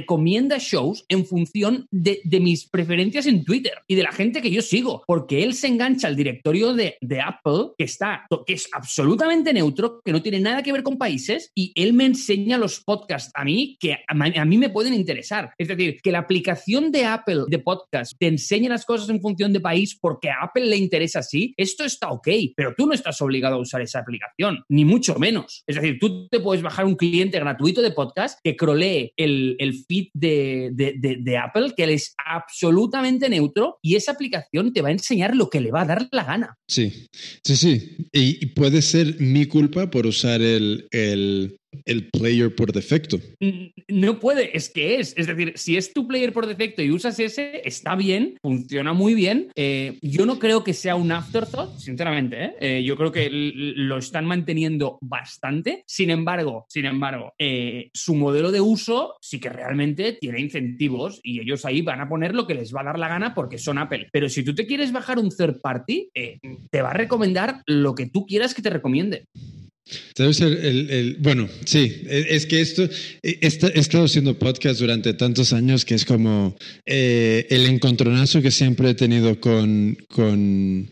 recomienda shows en función de, de mis preferencias en Twitter y de la gente que yo sigo, porque él se engancha al directorio de, de Apple, que, está, que es absolutamente neutro, que no tiene nada que ver con países, y él me enseña los podcasts a mí que a, a mí me pueden interesar. Es decir, que la aplicación de Apple de podcast te enseñe las cosas en función de país porque a Apple le interesa así, esto está ok, pero tú no estás obligado a usar esa aplicación, ni mucho menos. Es decir, tú te puedes bajar un cliente gratuito de podcast que crawlee el, el feed de, de, de, de Apple, que es absolutamente neutro, y esa aplicación te va a enseñar lo que le va a dar la gana. Sí, sí, sí. Y, y puede ser mi culpa por usar el, el, el player por defecto. No puede, es que es. Es decir, si es tu player por defecto y usas ese, está bien, funciona muy bien. Eh, yo no creo que sea un afterthought, sinceramente. ¿eh? Eh, yo creo que lo están manteniendo bastante. Sin embargo, sin embargo, eh, su modelo de uso sí que realmente tiene incentivos y ellos ahí van a poner lo que les va a dar la gana porque son Apple. Pero si tú te quieres bajar un third party, eh, te va a recomendar lo que tú quieras que te recomiende. ¿Sabes? El, el, el, bueno, sí, es que esto, esta, he estado haciendo podcast durante tantos años que es como eh, el encontronazo que siempre he tenido con, con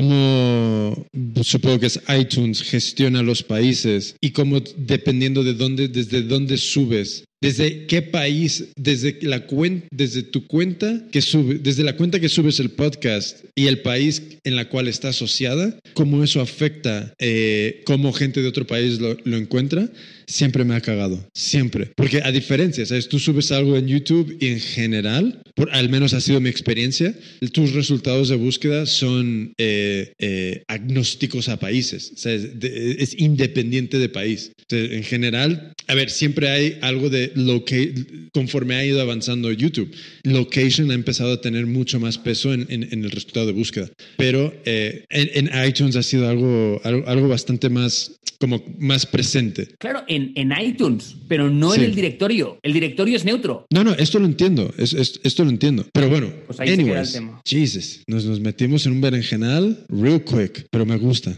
cómo, supongo que es iTunes, gestiona los países y cómo dependiendo de dónde, desde dónde subes. ¿Desde qué país, desde la cuenta, desde tu cuenta que sube, desde la cuenta que subes el podcast y el país en la cual está asociada, cómo eso afecta eh, cómo gente de otro país lo, lo encuentra? Siempre me ha cagado, siempre. Porque a diferencia, ¿sabes? Tú subes algo en YouTube y en general, por, al menos ha sido mi experiencia, tus resultados de búsqueda son eh, eh, agnósticos a países, ¿sabes? De, es independiente de país. Entonces, en general, a ver, siempre hay algo de location, conforme ha ido avanzando YouTube, location ha empezado a tener mucho más peso en, en, en el resultado de búsqueda. Pero eh, en, en iTunes ha sido algo, algo, algo bastante más, como más presente. Claro, en, en iTunes, pero no sí. en el directorio. El directorio es neutro. No, no, esto lo entiendo. Es, es, esto lo entiendo. Pero bueno, pues ahí anyways, se queda el tema. Jesus, nos, nos metimos en un berenjenal real quick, pero me gusta.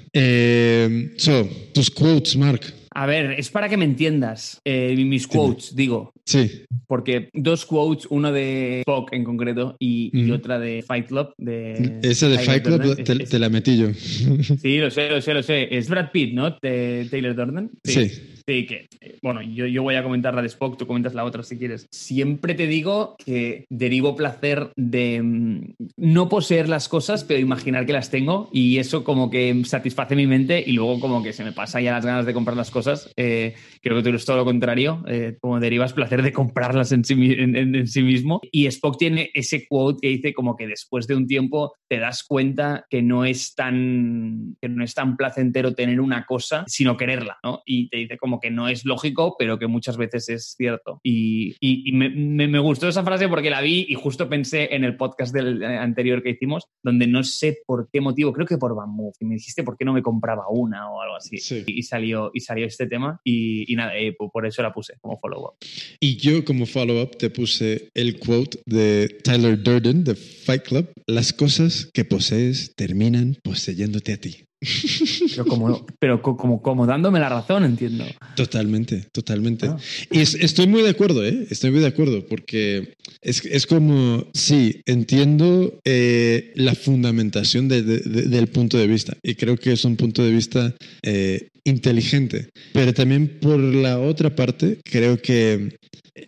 Eh, so, tus quotes, Mark. A ver, es para que me entiendas. Eh, mis quotes, sí. digo. Sí. Porque dos quotes, uno de Spock en concreto y, mm. y otra de Fight Club. De Esa de Fight Club te, te la metí yo. Sí, lo sé, lo sé, lo sé. Es Brad Pitt, ¿no? De Taylor Durden. Sí. sí. Sí, que, bueno, yo, yo voy a comentar la de Spock, tú comentas la otra si quieres. Siempre te digo que derivo placer de um, no poseer las cosas, pero imaginar que las tengo, y eso como que satisface mi mente y luego como que se me pasa ya las ganas de comprar las cosas. Eh, creo que tú eres todo lo contrario, eh, como derivas placer de comprarlas en sí, en, en, en sí mismo. Y Spock tiene ese quote que dice como que después de un tiempo te das cuenta que no es tan, que no es tan placentero tener una cosa, sino quererla, ¿no? Y te dice como que no es lógico, pero que muchas veces es cierto. Y, y, y me, me, me gustó esa frase porque la vi y justo pensé en el podcast del anterior que hicimos, donde no sé por qué motivo, creo que por Van Move, y me dijiste por qué no me compraba una o algo así. Sí. Y, salió, y salió este tema y, y nada, eh, por eso la puse como follow-up. Y yo como follow-up te puse el quote de Tyler Durden de Fight Club: las cosas que posees terminan poseyéndote a ti. Pero como, pero como, como dándome la razón, entiendo. Totalmente, totalmente. Ah. Y es, estoy muy de acuerdo, ¿eh? Estoy muy de acuerdo porque es, es como, sí, entiendo eh, la fundamentación de, de, de, del punto de vista y creo que es un punto de vista eh, inteligente, pero también por la otra parte creo que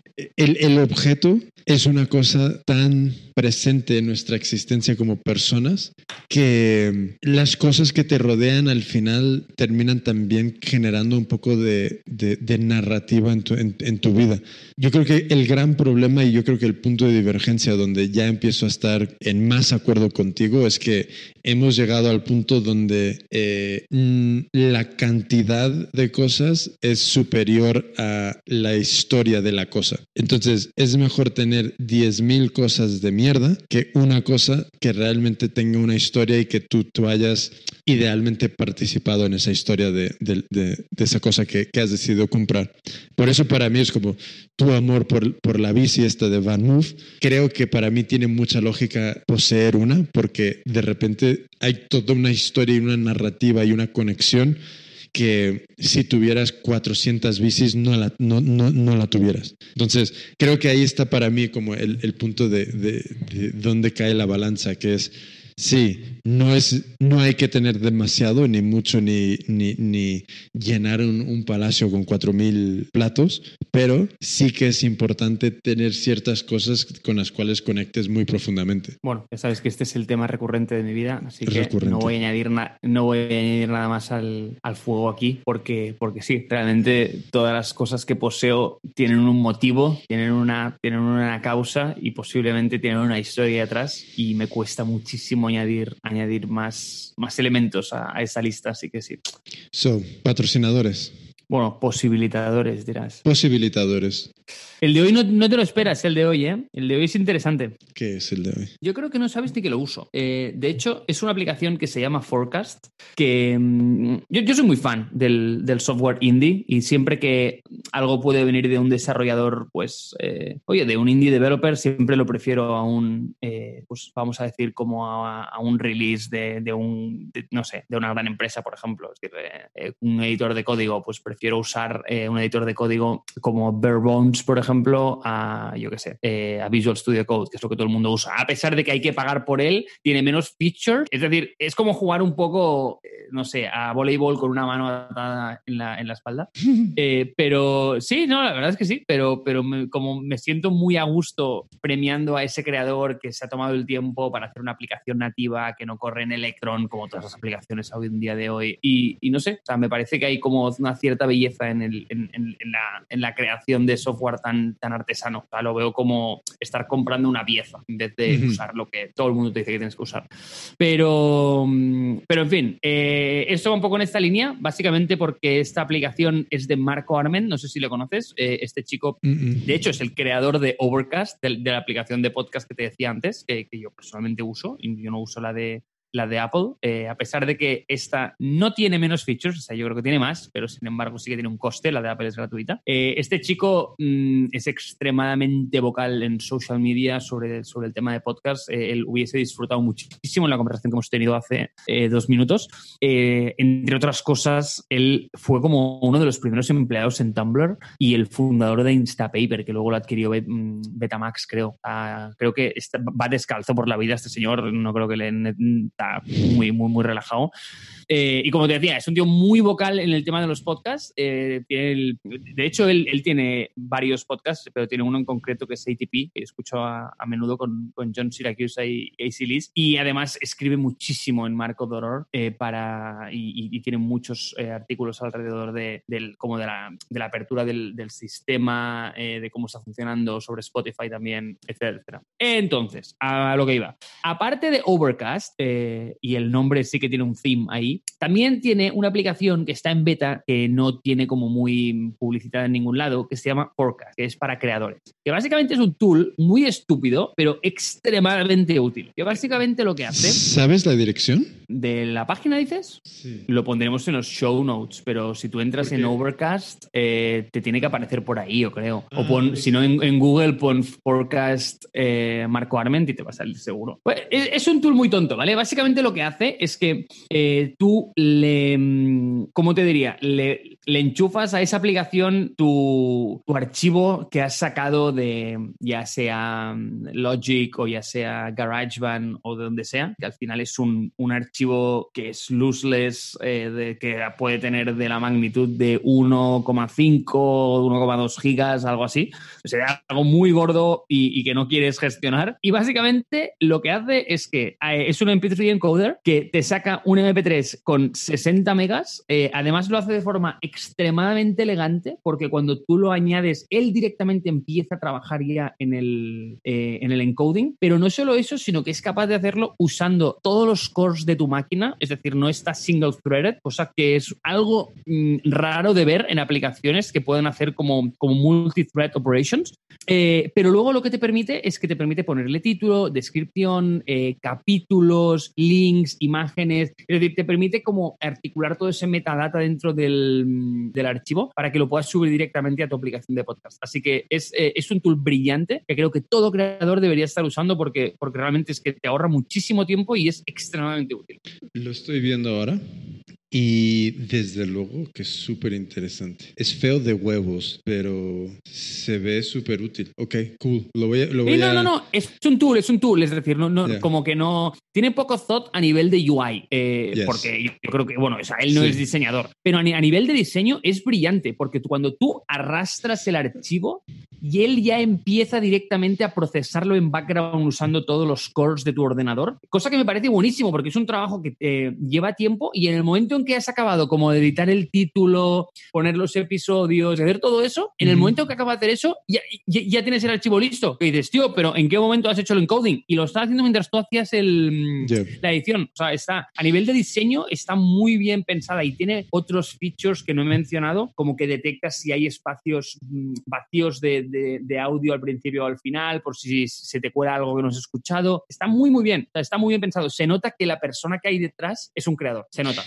el, el objeto es una cosa tan presente en nuestra existencia como personas que las cosas que te rodean al final terminan también generando un poco de, de, de narrativa en tu, en, en tu vida. Yo creo que el gran problema y yo creo que el punto de divergencia donde ya empiezo a estar en más acuerdo contigo es que hemos llegado al punto donde eh, la cantidad de cosas es superior a la historia de la cosa. Entonces es mejor tener diez mil cosas de mierda que una cosa que realmente tenga una historia y que tú, tú hayas idealmente participado en esa historia de, de, de, de esa cosa que, que has decidido comprar. Por eso para mí es como tu amor por, por la bici esta de Van Move. Creo que para mí tiene mucha lógica poseer una porque de repente hay toda una historia y una narrativa y una conexión que si tuvieras cuatrocientas bicis no la, no, no, no la tuvieras. Entonces, creo que ahí está para mí como el, el punto de, de, de dónde cae la balanza, que es, sí, no, es, no hay que tener demasiado, ni mucho, ni, ni, ni llenar un, un palacio con cuatro mil platos, pero sí que es importante tener ciertas cosas con las cuales conectes muy profundamente. Bueno, ya sabes que este es el tema recurrente de mi vida, así que Recurrente. no voy a añadir, na- no voy a añadir nada más al, al fuego aquí, porque, porque sí, realmente todas las cosas que poseo tienen un motivo, tienen una, tienen una causa y posiblemente tienen una historia detrás, y me cuesta muchísimo añadir, añadir más, más elementos a, a esa lista, así que sí. So, patrocinadores. Bueno, posibilitadores, dirás. Posibilitadores. El de hoy no, no te lo esperas, el de hoy, ¿eh? El de hoy es interesante. ¿Qué es el de hoy? Yo creo que no sabes ni que lo uso. Eh, de hecho, es una aplicación que se llama Forecast, que mmm, yo, yo soy muy fan del, del software indie, y siempre que algo puede venir de un desarrollador, pues, eh, oye, de un indie developer, siempre lo prefiero a un, eh, pues vamos a decir, como a, a un release de, de un, de, no sé, de una gran empresa, por ejemplo. Es decir, eh, un editor de código, pues prefiero usar eh, un editor de código como Barebones, por ejemplo, a, yo qué sé, eh, a Visual Studio Code, que es lo que todo el mundo usa. A pesar de que hay que pagar por él, tiene menos features. Es decir, es como jugar un poco, eh, no sé, a voleibol con una mano atada en la, en la espalda. Eh, pero sí, no, la verdad es que sí, pero, pero me, como me siento muy a gusto premiando a ese creador que se ha tomado el tiempo para hacer una aplicación nativa que no corre en Electron, como todas las aplicaciones hoy en día de hoy. Y, y no sé, o sea, me parece que hay como una cierta belleza en, el, en, en, en, la, en la creación de software tan, tan artesano. O sea, lo veo como estar comprando una pieza en vez de uh-huh. usar lo que todo el mundo te dice que tienes que usar. Pero, pero en fin, eh, esto va un poco en esta línea, básicamente porque esta aplicación es de Marco Arment, no sé si lo conoces. Eh, este chico, uh-huh. de hecho, es el creador de Overcast, de, de la aplicación de podcast que te decía antes, que, que yo personalmente uso, y yo no uso la de la de Apple, eh, a pesar de que esta no tiene menos features, o sea, yo creo que tiene más, pero sin embargo sí que tiene un coste, la de Apple es gratuita. Eh, este chico mmm, es extremadamente vocal en social media sobre, sobre el tema de podcast. Eh, él hubiese disfrutado muchísimo en la conversación que hemos tenido hace eh, dos minutos. Eh, entre otras cosas, él fue como uno de los primeros empleados en Tumblr y el fundador de Instapaper, que luego lo adquirió Betamax, creo. Uh, creo que está, va descalzo por la vida este señor, no creo que le... está muy, muy, muy relajado. Eh, y como te decía, es un tío muy vocal en el tema de los podcasts. Eh, tiene el, de hecho, él, él tiene varios podcasts, pero tiene uno en concreto que es A T P, que escucho a, a menudo con, con John Siracusa y A C Liz. Y además escribe muchísimo en Marco Doror eh, para, y, y tiene muchos eh, artículos alrededor de, del, como de, la, de la apertura del, del sistema, eh, de cómo está funcionando, sobre Spotify también, etcétera, etcétera. Entonces, a lo que iba. Aparte de Overcast, eh, y el nombre sí que tiene un theme ahí, también tiene una aplicación que está en beta, que no tiene como muy publicitada en ningún lado, que se llama Forecast, que es para creadores. Que básicamente es un tool muy estúpido, pero extremadamente útil. Que básicamente lo que hace... ¿Sabes la dirección? ¿De la página dices? Sí. Lo pondremos en los show notes, pero si tú entras en Overcast, eh, te tiene que aparecer por ahí, yo creo. Ah, o pon, si no, en, en Google pon Forecast eh, Marco Arment y te va a salir seguro. Pues es, es un tool muy tonto, ¿vale? Básicamente lo que hace es que eh, tú le... ¿Cómo te diría? Le, le enchufas a esa aplicación tu, tu archivo que has sacado de ya sea Logic o ya sea GarageBand o de donde sea, que al final es un, un archivo que es lossless, eh, de, que puede tener de la magnitud de uno coma cinco o uno coma dos gigas, algo así. O sea, algo muy gordo y, y que no quieres gestionar. Y básicamente lo que hace es que eh, es un eme pe tres encoder que te saca un eme pe tres con sesenta megas. Eh, además lo hace de forma extremadamente elegante, porque cuando tú lo añades, él directamente empieza a trabajar ya en el, eh, en el encoding. Pero no solo eso, sino que es capaz de hacerlo usando todos los cores de tu máquina, es decir, no está single threaded, cosa que es algo mmm, raro de ver en aplicaciones que pueden hacer como, como multi-thread operations. Eh, pero luego lo que te permite es que te permite ponerle título, descripción, eh, capítulos, links, imágenes. Es decir, te permite como articular todo ese metadata dentro del, del archivo para que lo puedas subir directamente a tu aplicación de podcast. Así que es, eh, es un tool brillante que creo que todo creador debería estar usando porque, porque realmente es que te ahorra muchísimo tiempo y es extremadamente útil. Lo estoy viendo ahora Y desde luego que es súper interesante. Es feo de huevos, pero se ve súper útil. Ok, cool. Lo voy a... Lo voy Eh, no, a... no, no, es un tool, es un tool, es decir, no, no, Yeah. como que no... Tiene poco thought a nivel de U I, eh, Yes. porque yo, yo creo que, bueno, o sea, él no Sí. es diseñador, pero a, ni- a nivel de diseño es brillante, porque tú- cuando tú arrastras el archivo y él ya empieza directamente a procesarlo en background usando todos los cores de tu ordenador, cosa que me parece buenísimo, porque es un trabajo que eh, lleva tiempo y en el momento en que has acabado como de editar el título, poner los episodios, hacer todo eso, en el Ujú. momento que acaba de hacer eso, ya, ya, ya tienes el archivo listo. Y dices, tío, pero ¿en qué momento has hecho el encoding? Y lo estás haciendo mientras tú hacías el, Yeah. la edición. O sea, está a nivel de diseño, está muy bien pensada y tiene otros features que no he mencionado, como que detecta si hay espacios mm, vacíos de, de, de audio al principio o al final, por si se te cuela algo que no has escuchado. Está muy, muy bien. O sea, está muy bien pensado. Se nota que la persona que hay detrás es un creador. Se nota.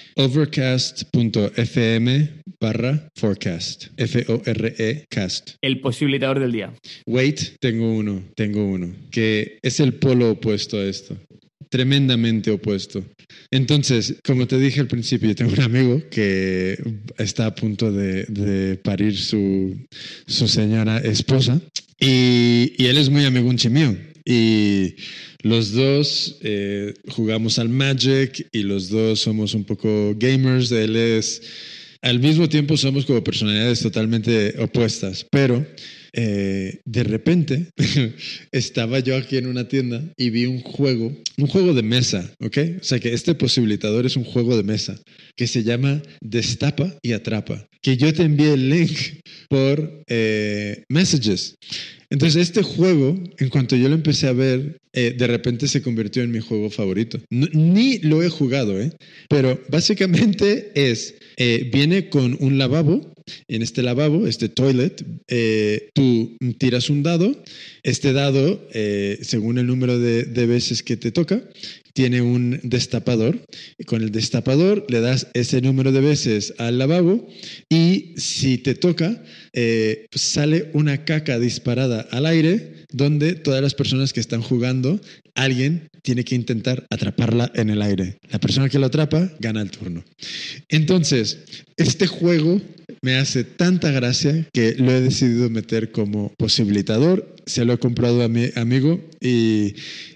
Overcast.fm barra forecast. F O R E cast. El posibilitador del día. Wait, tengo uno, tengo uno, que es el polo opuesto a esto. Tremendamente opuesto. Entonces, como te dije al principio, yo tengo un amigo que está a punto de, de parir su, su señora esposa y, y él es muy amiguchi mío. Y los dos eh, jugamos al Magic y los dos somos un poco gamers. Él es... Al mismo tiempo somos como personalidades totalmente opuestas, pero eh, de repente estaba yo aquí en una tienda y vi un juego, un juego de mesa, ¿ok? O sea que este posibilitador es un juego de mesa que se llama Destapa y Atrapa, que yo te envié el link por eh, Messages. Entonces este juego, en cuanto yo lo empecé a ver, eh, de repente se convirtió en mi juego favorito. No, ni lo he jugado, ¿eh? Pero básicamente es, eh, viene con un lavabo. En este lavabo, este toilet, eh, tú tiras un dado. Este dado, eh, según el número de, de veces que te toca, tiene un destapador. Y con el destapador le das ese número de veces al lavabo y si te toca, eh, pues sale una caca disparada al aire donde todas las personas que están jugando, alguien tiene que intentar atraparla en el aire. La persona que lo atrapa gana el turno. Entonces, este juego me hace tanta gracia que lo he decidido meter como posibilitador. Se lo he comprado a mi amigo y,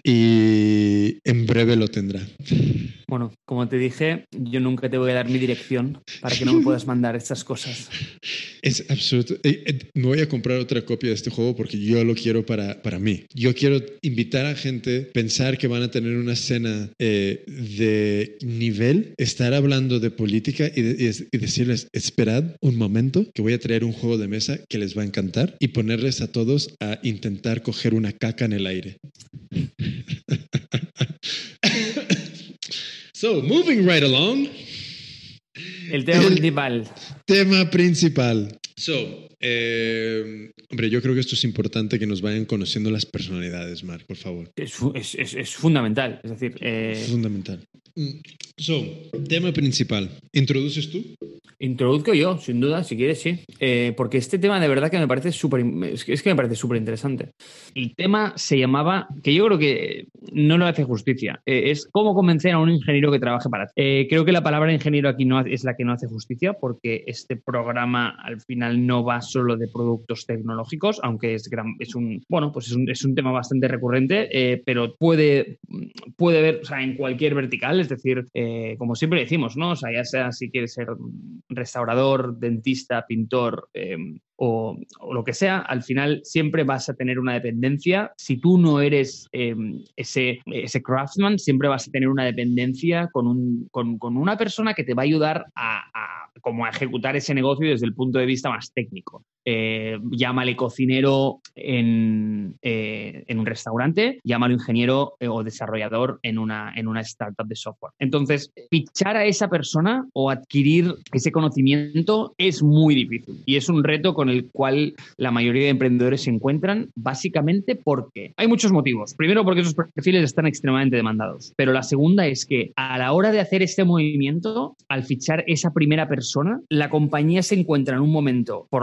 y en breve lo tendrá. Bueno, como te dije, yo nunca te voy a dar mi dirección para que no me puedas mandar estas cosas. Es absurdo. Eh, eh, me voy a comprar otra copia de este juego porque yo lo quiero para, para mí. Yo quiero invitar a gente, pensar que van a tener una cena eh, de nivel, estar hablando de política y, de, y, y decirles, esperad un momento que voy a traer un juego de mesa que les va a encantar y ponerles a todos a intentar coger una caca en el aire. So, moving right along. El tema El principal. Tema principal. So, eh, hombre, yo creo que esto es importante que nos vayan conociendo las personalidades, Marc, por favor. Es, fu- es, es, es fundamental. Es decir, eh, Fundamental. Mm, So, tema principal. ¿Introduces tú? introduzco yo, sin duda, si quieres, sí. Eh, porque este tema de verdad que me parece súper... in- Es que, es que me parece súper interesante. El tema se llamaba, que yo creo que no lo hace justicia, eh, es cómo convencer a un ingeniero que trabaje para ti. Eh, creo que la palabra ingeniero aquí no hace- es la que no hace justicia, porque este programa al final no va solo de productos tecnológicos, aunque es, gran, es un, bueno, pues es un, es un tema bastante recurrente, eh, pero puede, puede ver, o sea, en cualquier vertical, es decir, eh, como siempre decimos, ¿no? O sea, ya sea si quieres ser restaurador, dentista, pintor, eh, o, o lo que sea, al final siempre vas a tener una dependencia. Si tú no eres eh, ese, ese craftsman, siempre vas a tener una dependencia con, un, con, con una persona que te va a ayudar a, a, como a ejecutar ese negocio desde el punto de vista más técnico. Eh, llámale cocinero en, eh, en un restaurante, llámale ingeniero eh, o desarrollador en una, en una startup de software. Entonces, fichar a esa persona o adquirir ese conocimiento es muy difícil y es un reto con el cual la mayoría de emprendedores se encuentran, básicamente porque hay muchos motivos. Primero, porque esos perfiles están extremadamente demandados, pero la segunda es que a la hora de hacer este movimiento, al fichar esa primera persona, la compañía se encuentra en un momento, por lo general,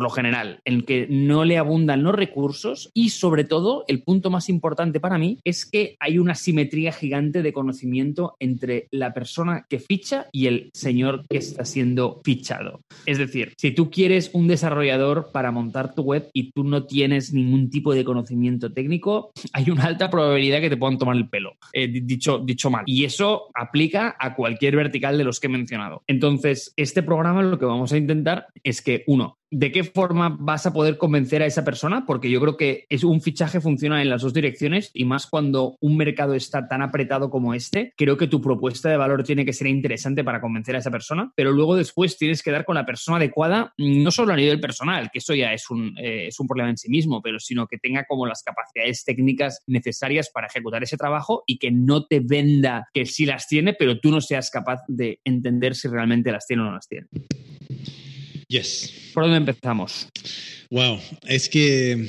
vertical en que no le abundan los recursos y, sobre todo, el punto más importante para mí es que hay una simetría gigante de conocimiento entre la persona que ficha y el señor que está siendo fichado. Es decir, si tú quieres un desarrollador para montar tu web y tú no tienes ningún tipo de conocimiento técnico, hay una alta probabilidad que te puedan tomar el pelo, eh, dicho, dicho mal. Y eso aplica a cualquier vertical de los que he mencionado. Entonces, este programa lo que vamos a intentar es que, uno, ¿de qué forma vas a poder convencer a esa persona? Porque yo creo que es un fichaje funciona en las dos direcciones y más cuando un mercado está tan apretado como este, creo que tu propuesta de valor tiene que ser interesante para convencer a esa persona, pero luego después tienes que dar con la persona adecuada, no solo a nivel personal, que eso ya es un, eh, es un problema en sí mismo, pero sino que tenga como las capacidades técnicas necesarias para ejecutar ese trabajo y que no te venda que sí las tiene, pero tú no seas capaz de entender si realmente las tiene o no las tiene. Yes. ¿Por dónde empezamos? Wow, es que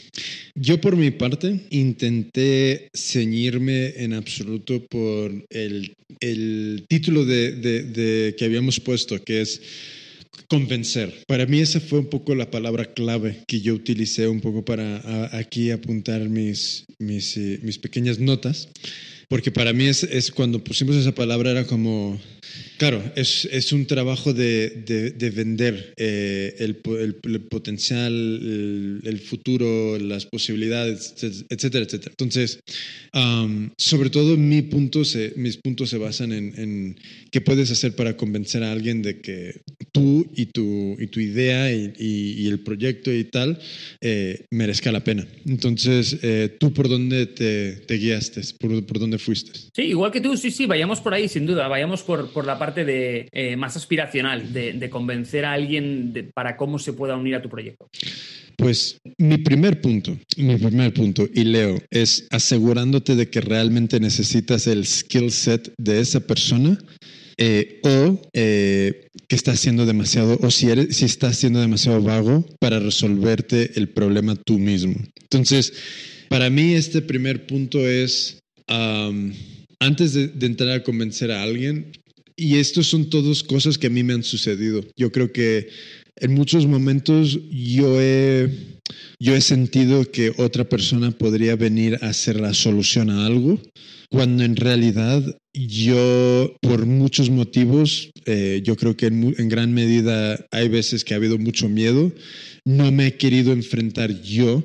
yo por mi parte intenté ceñirme en absoluto por el, el título de, de, de que habíamos puesto, que es convencer. Para mí esa fue un poco la palabra clave que yo utilicé un poco para a, aquí apuntar mis, mis, eh, mis pequeñas notas, porque para mí es, es cuando pusimos esa palabra era como... Claro, es, es un trabajo de, de, de vender eh, el, el, el potencial, el, el futuro, las posibilidades, etcétera, etcétera. Entonces, um, sobre todo mi punto se, mis puntos se basan en, en qué puedes hacer para convencer a alguien de que tú y tu, y tu idea y, y, y el proyecto y tal eh, merezca la pena. Entonces, eh, ¿tú por dónde te, te guiaste? ¿Por, por dónde fuiste? Sí, igual que tú, sí, sí, vayamos por ahí, sin duda. Vayamos por, por la parte de, eh, más aspiracional, de, de convencer a alguien de, para cómo se pueda unir a tu proyecto. Pues mi primer punto, mi primer punto, y leo, es asegurándote de que realmente necesitas el skill set de esa persona eh, o eh, que estás siendo demasiado, o si, eres, si estás siendo demasiado vago para resolverte el problema tú mismo. Entonces, para mí este primer punto es, um, antes de, de entrar a convencer a alguien, y estos son todas cosas que a mí me han sucedido. Yo creo que en muchos momentos yo he, yo he sentido que otra persona podría venir a ser la solución a algo, cuando en realidad yo, por muchos motivos, eh, yo creo que en, en gran medida hay veces que ha habido mucho miedo, no me he querido enfrentar yo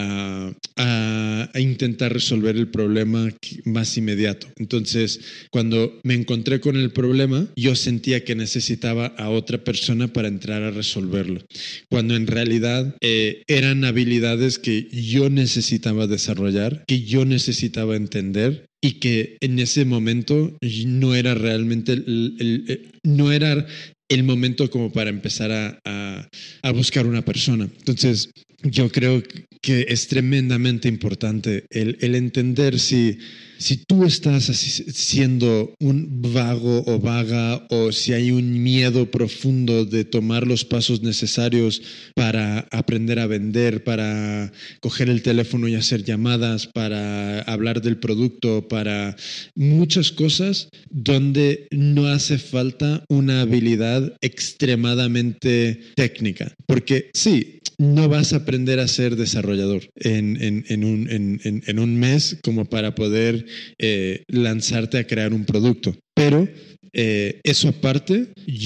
a, a, a intentar resolver el problema más inmediato. Entonces, cuando me encontré con el problema, yo sentía que necesitaba a otra persona para entrar a resolverlo, cuando en realidad eh, eran habilidades que yo necesitaba desarrollar, que yo necesitaba entender, y que en ese momento no era realmente el, el, el, no era el momento como para empezar a, a, a buscar una persona. Entonces, yo creo que es tremendamente importante el, el entender si, si tú estás así, siendo un vago o vaga, o si hay un miedo profundo de tomar los pasos necesarios para aprender a vender, para coger el teléfono y hacer llamadas, para hablar del producto, para muchas cosas donde no hace falta una habilidad extremadamente técnica. Porque sí, no vas a aprender a ser desarrollador en, en, en, un, en, en, en un mes como para poder eh, lanzarte a crear un producto. Pero eh, eso aparte,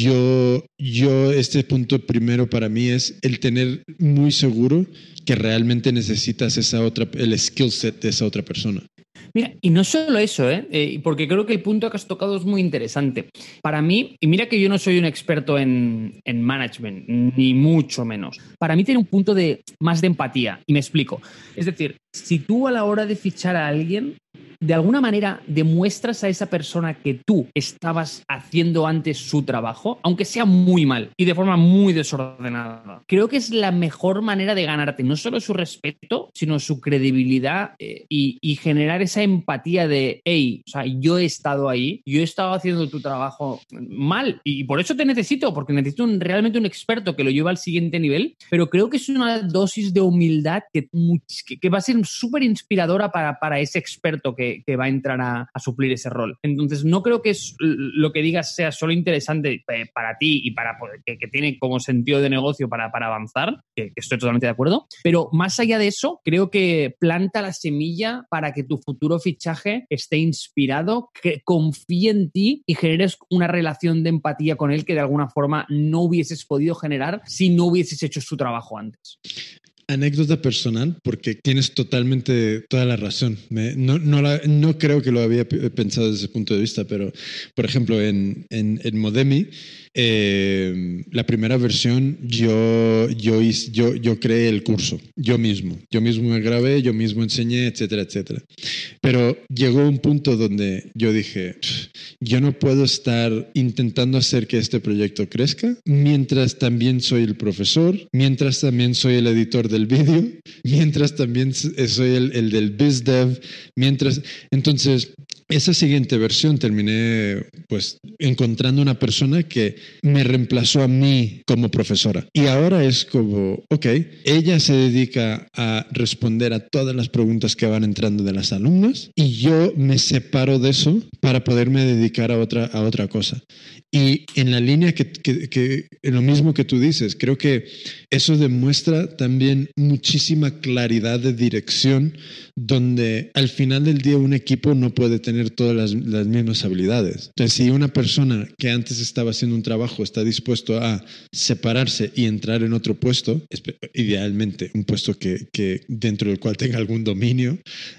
yo, yo este punto primero para mí es el tener muy seguro que realmente necesitas esa otra, el skill set de esa otra persona. Mira, y no solo eso, ¿eh? Eh, porque creo que el punto que has tocado es muy interesante. Para mí, y mira que yo no soy un experto en, en management, ni mucho menos. Para mí tiene un punto de más de empatía, y me explico. Es decir, si tú a la hora de fichar a alguien, de alguna manera demuestras a esa persona que tú estabas haciendo antes su trabajo, aunque sea muy mal y de forma muy desordenada. Creo que es la mejor manera de ganarte no solo su respeto, sino su credibilidad eh, y, y generar esa empatía de, hey, o sea, yo he estado ahí, yo he estado haciendo tu trabajo mal y por eso te necesito, porque necesito un, realmente un experto que lo lleve al siguiente nivel, pero creo que es una dosis de humildad que, que, que va a ser súper inspiradora para, para ese experto que que, que va a entrar a, a suplir ese rol. Entonces, no creo que es, lo que digas sea solo interesante para ti y para que, que tiene como sentido de negocio para, para avanzar, que, que estoy totalmente de acuerdo, pero más allá de eso, creo que planta la semilla para que tu futuro fichaje esté inspirado, que confíe en ti y generes una relación de empatía con él que de alguna forma no hubieses podido generar si no hubieses hecho su trabajo antes. Anécdota personal, porque tienes totalmente toda la razón. Me, no, no, la, no creo que lo había pensado desde ese punto de vista, pero, por ejemplo, en, en, en Modemi, eh, la primera versión, yo, yo, hice, yo, yo creé el curso, yo mismo. Yo mismo me grabé, yo mismo enseñé, etcétera, etcétera. Pero llegó un punto donde yo dije, yo no puedo estar intentando hacer que este proyecto crezca mientras también soy el profesor, mientras también soy el editor de del vídeo, mientras también soy el, el del BizDev, mientras... Entonces, esa siguiente versión terminé pues encontrando una persona que me reemplazó a mí como profesora. Y ahora es como, ok, ella se dedica a responder a todas las preguntas que van entrando de las alumnas y yo me separo de eso para poderme dedicar a otra, a otra cosa. Y en la línea que, que, que, en lo mismo que tú dices, creo que eso demuestra también muchísima claridad de dirección, donde al final del día un equipo no puede tener todas las, las mismas habilidades. Entonces, si una persona que antes estaba haciendo un trabajo está dispuesto a separarse y entrar en otro puesto, idealmente un puesto que, que dentro del cual tenga algún dominio,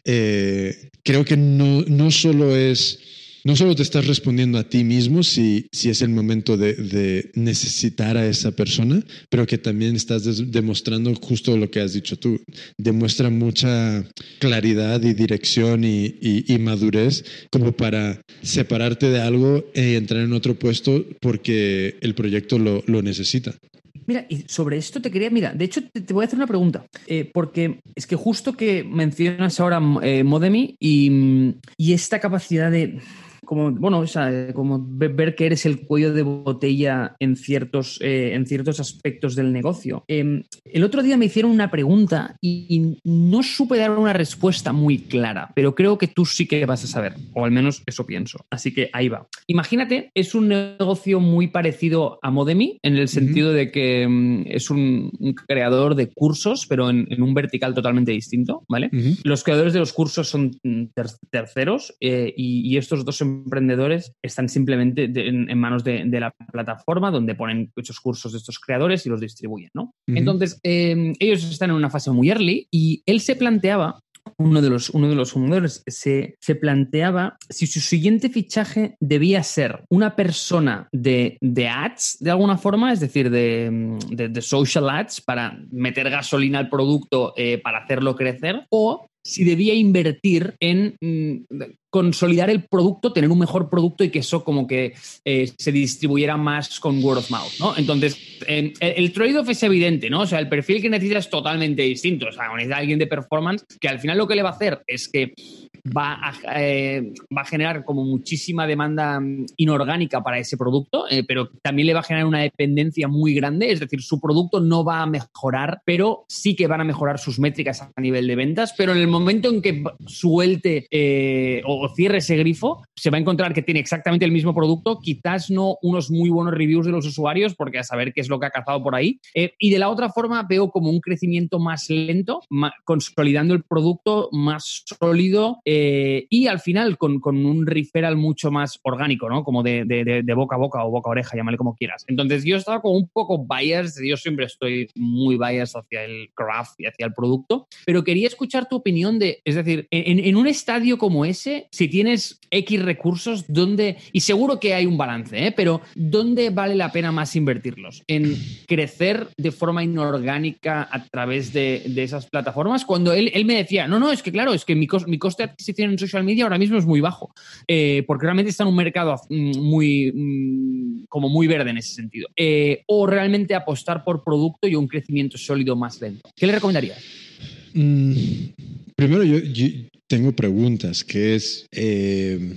eh, creo que no, no solo es... No solo te estás respondiendo a ti mismo si, si es el momento de, de necesitar a esa persona, pero que también estás des- demostrando justo lo que has dicho tú. Demuestra mucha claridad y dirección y, y, y madurez como para separarte de algo e entrar en otro puesto porque el proyecto lo, lo necesita. Mira, y sobre esto te quería, mira, de hecho te, te voy a hacer una pregunta, eh, porque es que justo que mencionas ahora eh, Modemi y, y esta capacidad de... Como, bueno, o sea, como ver que eres el cuello de botella en ciertos, eh, en ciertos aspectos del negocio. Eh, el otro día me hicieron una pregunta y, y no supe dar una respuesta muy clara, pero creo que tú sí que vas a saber, o al menos eso pienso. Así que ahí va. Imagínate, es un negocio muy parecido a Modemi, en el sentido uh-huh. de que um, es un, un creador de cursos, pero en, en un vertical totalmente distinto, ¿vale? Uh-huh. Los creadores de los cursos son ter- terceros eh, y, y estos dos emprendedores están simplemente de, en, en manos de, de la plataforma donde ponen muchos cursos de estos creadores y los distribuyen, ¿no? Uh-huh. Entonces, eh, ellos están en una fase muy early y él se planteaba, uno de los, uno de los fundadores se, se planteaba si su siguiente fichaje debía ser una persona de, de ads, de alguna forma, es decir, de, de, de social ads para meter gasolina al producto eh, para hacerlo crecer, o si debía invertir en mm, consolidar el producto, tener un mejor producto y que eso como que eh, se distribuyera más con word of mouth, ¿no? Entonces, eh, el trade-off es evidente, ¿no? O sea, el perfil que necesitas es totalmente distinto. O sea, necesitas a alguien de performance que al final lo que le va a hacer es que va a, eh, va a generar como muchísima demanda inorgánica para ese producto, eh, pero también le va a generar una dependencia muy grande. Es decir, su producto no va a mejorar, pero sí que van a mejorar sus métricas a nivel de ventas, pero en el momento en que suelte eh, o cierre ese grifo, se va a encontrar que tiene exactamente el mismo producto, quizás no unos muy buenos reviews de los usuarios, porque a saber qué es lo que ha cazado por ahí. Eh, y de la otra forma veo como un crecimiento más lento, más, consolidando el producto más sólido eh, y al final con, con un referral mucho más orgánico, ¿no? Como de, de, de, de boca a boca o boca a oreja, llámale como quieras. Entonces yo estaba como un poco biased, yo siempre estoy muy biased hacia el craft y hacia el producto, pero quería escuchar tu opinión de, es decir, en, en un estadio como ese, si tienes X recursos, ¿dónde? Y seguro que hay un balance, ¿eh? Pero ¿dónde vale la pena más invertirlos? ¿En crecer de forma inorgánica a través de, de esas plataformas? Cuando él, él me decía, no, no, es que claro, es que mi, cos, mi coste de adquisición en social media ahora mismo es muy bajo, eh, porque realmente está en un mercado muy, mm, como muy verde en ese sentido. Eh, o realmente apostar por producto y un crecimiento sólido más lento. ¿Qué le recomendarías? Mm, primero, yo, yo tengo preguntas, que es... Eh,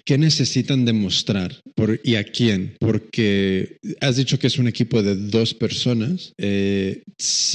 qué necesitan demostrar por, y a quién. Porque has dicho que es un equipo de dos personas. Eh,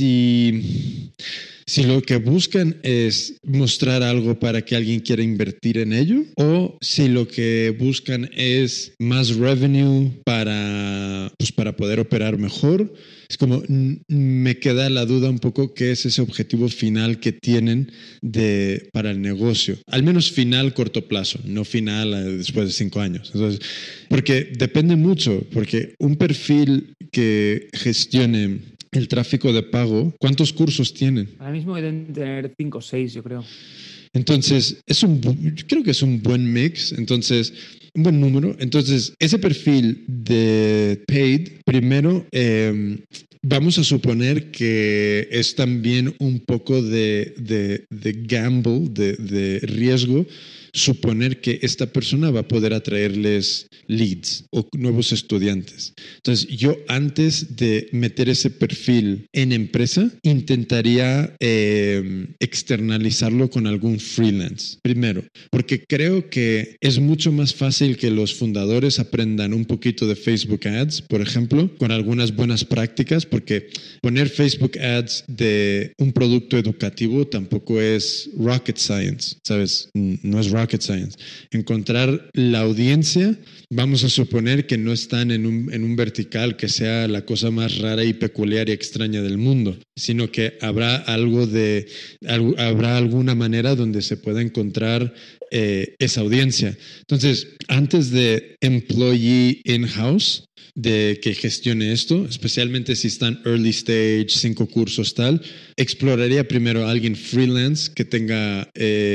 si... Si lo que buscan es mostrar algo para que alguien quiera invertir en ello, o si lo que buscan es más revenue para, pues para poder operar mejor, es como me queda la duda un poco qué es ese objetivo final que tienen de, para el negocio. Al menos final corto plazo, no final después de cinco años. Entonces, porque depende mucho, porque un perfil que gestione el tráfico de pago, ¿cuántos cursos tienen? Ahora mismo deben tener cinco o seis, yo creo. Entonces, es un, yo creo que es un buen mix. Entonces, un buen número. Entonces, ese perfil de paid, primero, eh, vamos a suponer que es también un poco de, de, de gamble, de, de riesgo, suponer que esta persona va a poder atraerles leads o nuevos estudiantes. Entonces, yo antes de meter ese perfil en empresa, intentaría eh, externalizarlo con algún freelance. Primero, porque creo que es mucho más fácil que los fundadores aprendan un poquito de Facebook Ads, por ejemplo, con algunas buenas prácticas, porque poner Facebook Ads de un producto educativo tampoco es rocket science, ¿sabes? No es rocket science. Encontrar la audiencia, vamos a suponer que no están en un, en un vertical que sea la cosa más rara y peculiar y extraña del mundo, sino que habrá algo de, habrá alguna manera donde se pueda encontrar eh, esa audiencia. Entonces, antes de employee in-house, de que gestione esto, especialmente si están early stage, cinco cursos, tal, exploraría primero a alguien freelance que tenga,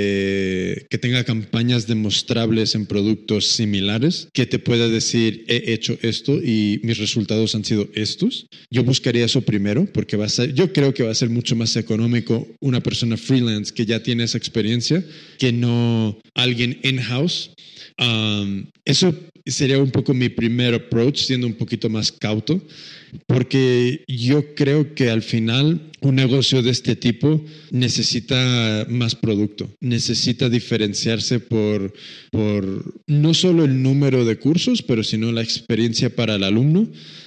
eh, que tenga campañas demostrables en productos similares, que te pueda decir, he hecho esto y mis resultados han sido estos. Yo buscaría eso primero, porque va a ser, yo creo que va a ser mucho más económico una persona freelance que ya tiene esa experiencia que no alguien in-house. Um, eso sería un poco mi primer approach, siendo un poquito más cauto, porque yo creo que al final un negocio de este tipo necesita más producto, necesita diferenciarse por, por no solo el número de cursos, pero sino la experiencia para el alumno.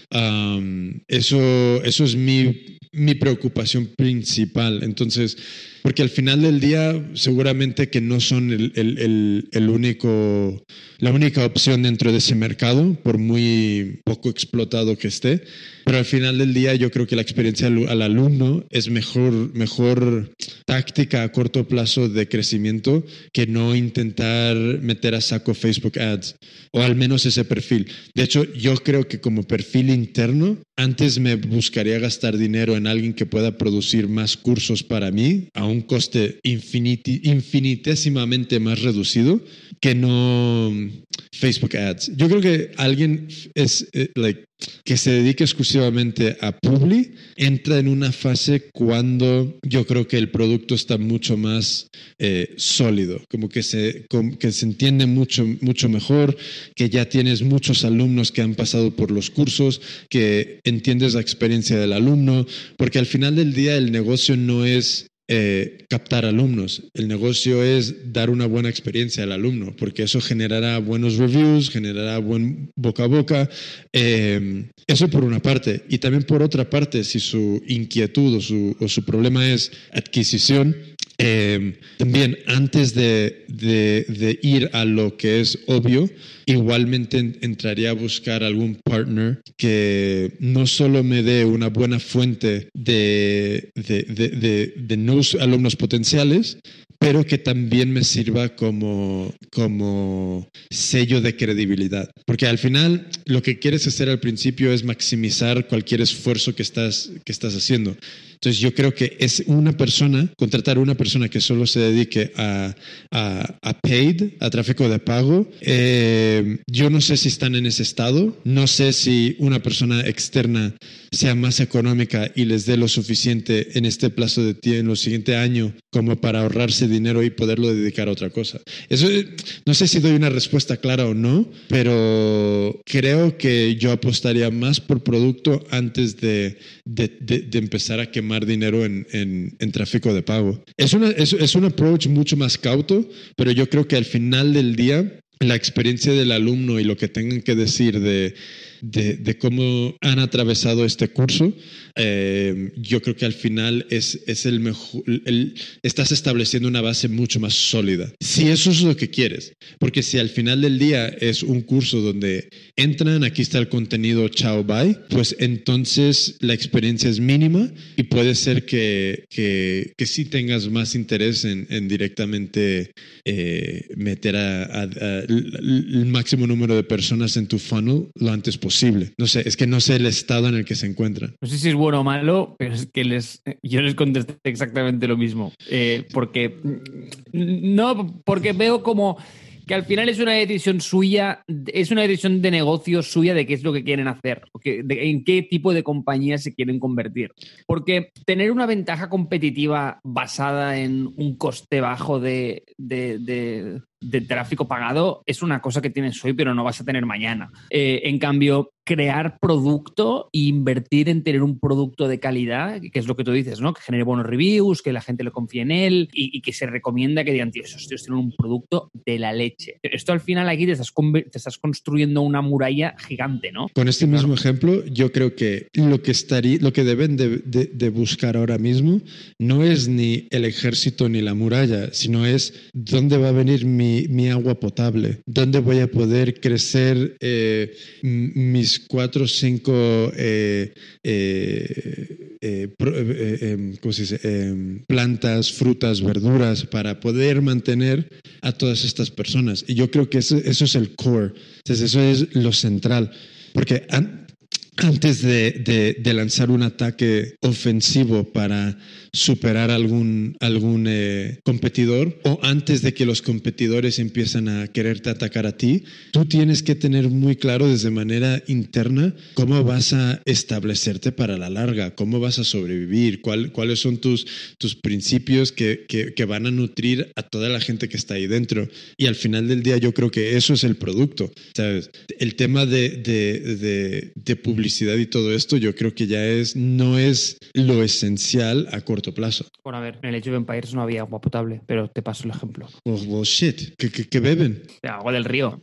Um, eso, eso es mi, mi preocupación principal. Entonces, porque al final del día seguramente que no son el, el, el, el único, la única opción dentro de ese mercado, por muy poco explotado que esté, pero al final del día yo creo que la experiencia al, al alumno es mejor, mejor táctica a corto plazo de crecimiento que no intentar meter a saco Facebook Ads, o al menos ese perfil. De hecho, yo creo que como perfil interno, antes me buscaría gastar dinero en alguien que pueda producir más cursos para mí a un coste infiniti, infinitésimamente más reducido que no Facebook Ads. Yo creo que alguien es eh, like, que se dedique exclusivamente a Publi entra en una fase cuando yo creo que el producto está mucho más eh, sólido, como que se, como que se entiende mucho, mucho mejor, que ya tienes muchos alumnos que han pasado por los cursos, que entiendes la experiencia del alumno, porque al final del día el negocio no es Eh, captar alumnos. El negocio es dar una buena experiencia al alumno, porque eso generará buenos reviews, generará buen boca a boca. Eh, eso por una parte. Y también por otra parte, si su inquietud o su, o su problema es adquisición, eh, también antes de, de, de ir a lo que es obvio, igualmente entraría a buscar algún partner que no solo me dé una buena fuente de, de, de, de, de nuevos alumnos potenciales, pero que también me sirva como, como sello de credibilidad. Porque al final lo que quieres hacer al principio es maximizar cualquier esfuerzo que estás, que estás haciendo. Entonces yo creo que es una persona, contratar a una persona que solo se dedique a, a, a paid, a tráfico de pago. Eh, yo no sé si están en ese estado, no sé si una persona externa sea más económica y les dé lo suficiente en este plazo de tiempo, en el siguiente año, como para ahorrarse dinero y poderlo dedicar a otra cosa. Eso, no sé si doy una respuesta clara o no, pero creo que yo apostaría más por producto antes de, de, de, de empezar a quemar dinero en, en, en tráfico de pago. Es, una, es, es un approach mucho más cauto, pero yo creo que al final del día la experiencia del alumno y lo que tengan que decir de, de, de cómo han atravesado este curso, eh, yo creo que al final es, es el mejor, el, estás estableciendo una base mucho más sólida. Si eso es lo que quieres, porque si al final del día es un curso donde entran, aquí está el contenido, chao, bye, pues entonces la experiencia es mínima y puede ser que, que, que sí tengas más interés en, en directamente eh, meter a, a, a el máximo número de personas en tu funnel lo antes posible. No sé, es que no sé el estado en el que se encuentran. No sé si es bueno o malo, pero es que les, yo les contesté exactamente lo mismo. Eh, porque no, porque veo como que al final es una decisión suya, es una decisión de negocio suya de qué es lo que quieren hacer, que, de, en qué tipo de compañía se quieren convertir. Porque tener una ventaja competitiva basada en un coste bajo de, de, de, de tráfico pagado es una cosa que tienes hoy, pero no vas a tener mañana. Eh, en cambio, crear producto e invertir en tener un producto de calidad, que es lo que tú dices, ¿no? Que genere buenos reviews, que la gente le confíe en él y, y que se recomienda que digan, tío, esos tíos tienen un producto de la leche. Esto al final aquí te estás, te estás construyendo una muralla gigante, ¿no? Con este claro. mismo ejemplo, yo creo que lo que, estaría, lo que deben de, de, de buscar ahora mismo no es ni el ejército ni la muralla, sino es dónde va a venir mi, mi agua potable, dónde voy a poder crecer eh, mis cuatro o cinco eh, eh, eh, pro, eh, eh, ¿cómo se dice? Eh, plantas, frutas, verduras para poder mantener a todas estas personas. Y yo creo que eso, eso es el core, entonces eso es lo central, porque an- antes de, de, de lanzar un ataque ofensivo para superar algún, algún eh, competidor o antes de que los competidores empiezan a quererte atacar a ti, tú tienes que tener muy claro desde manera interna cómo vas a establecerte para la larga, cómo vas a sobrevivir, cuál, cuáles son tus, tus principios que, que, que van a nutrir a toda la gente que está ahí dentro. Y al final del día yo creo que eso es el producto, ¿sabes? El tema de, de, de, de publicidad y todo esto yo creo que ya es, no es lo esencial a corto plazo. Bueno, a ver, en el Age of Empires no había agua potable, pero te paso el ejemplo. Oh, well, shit, ¿qué, qué, qué beben? De agua del río.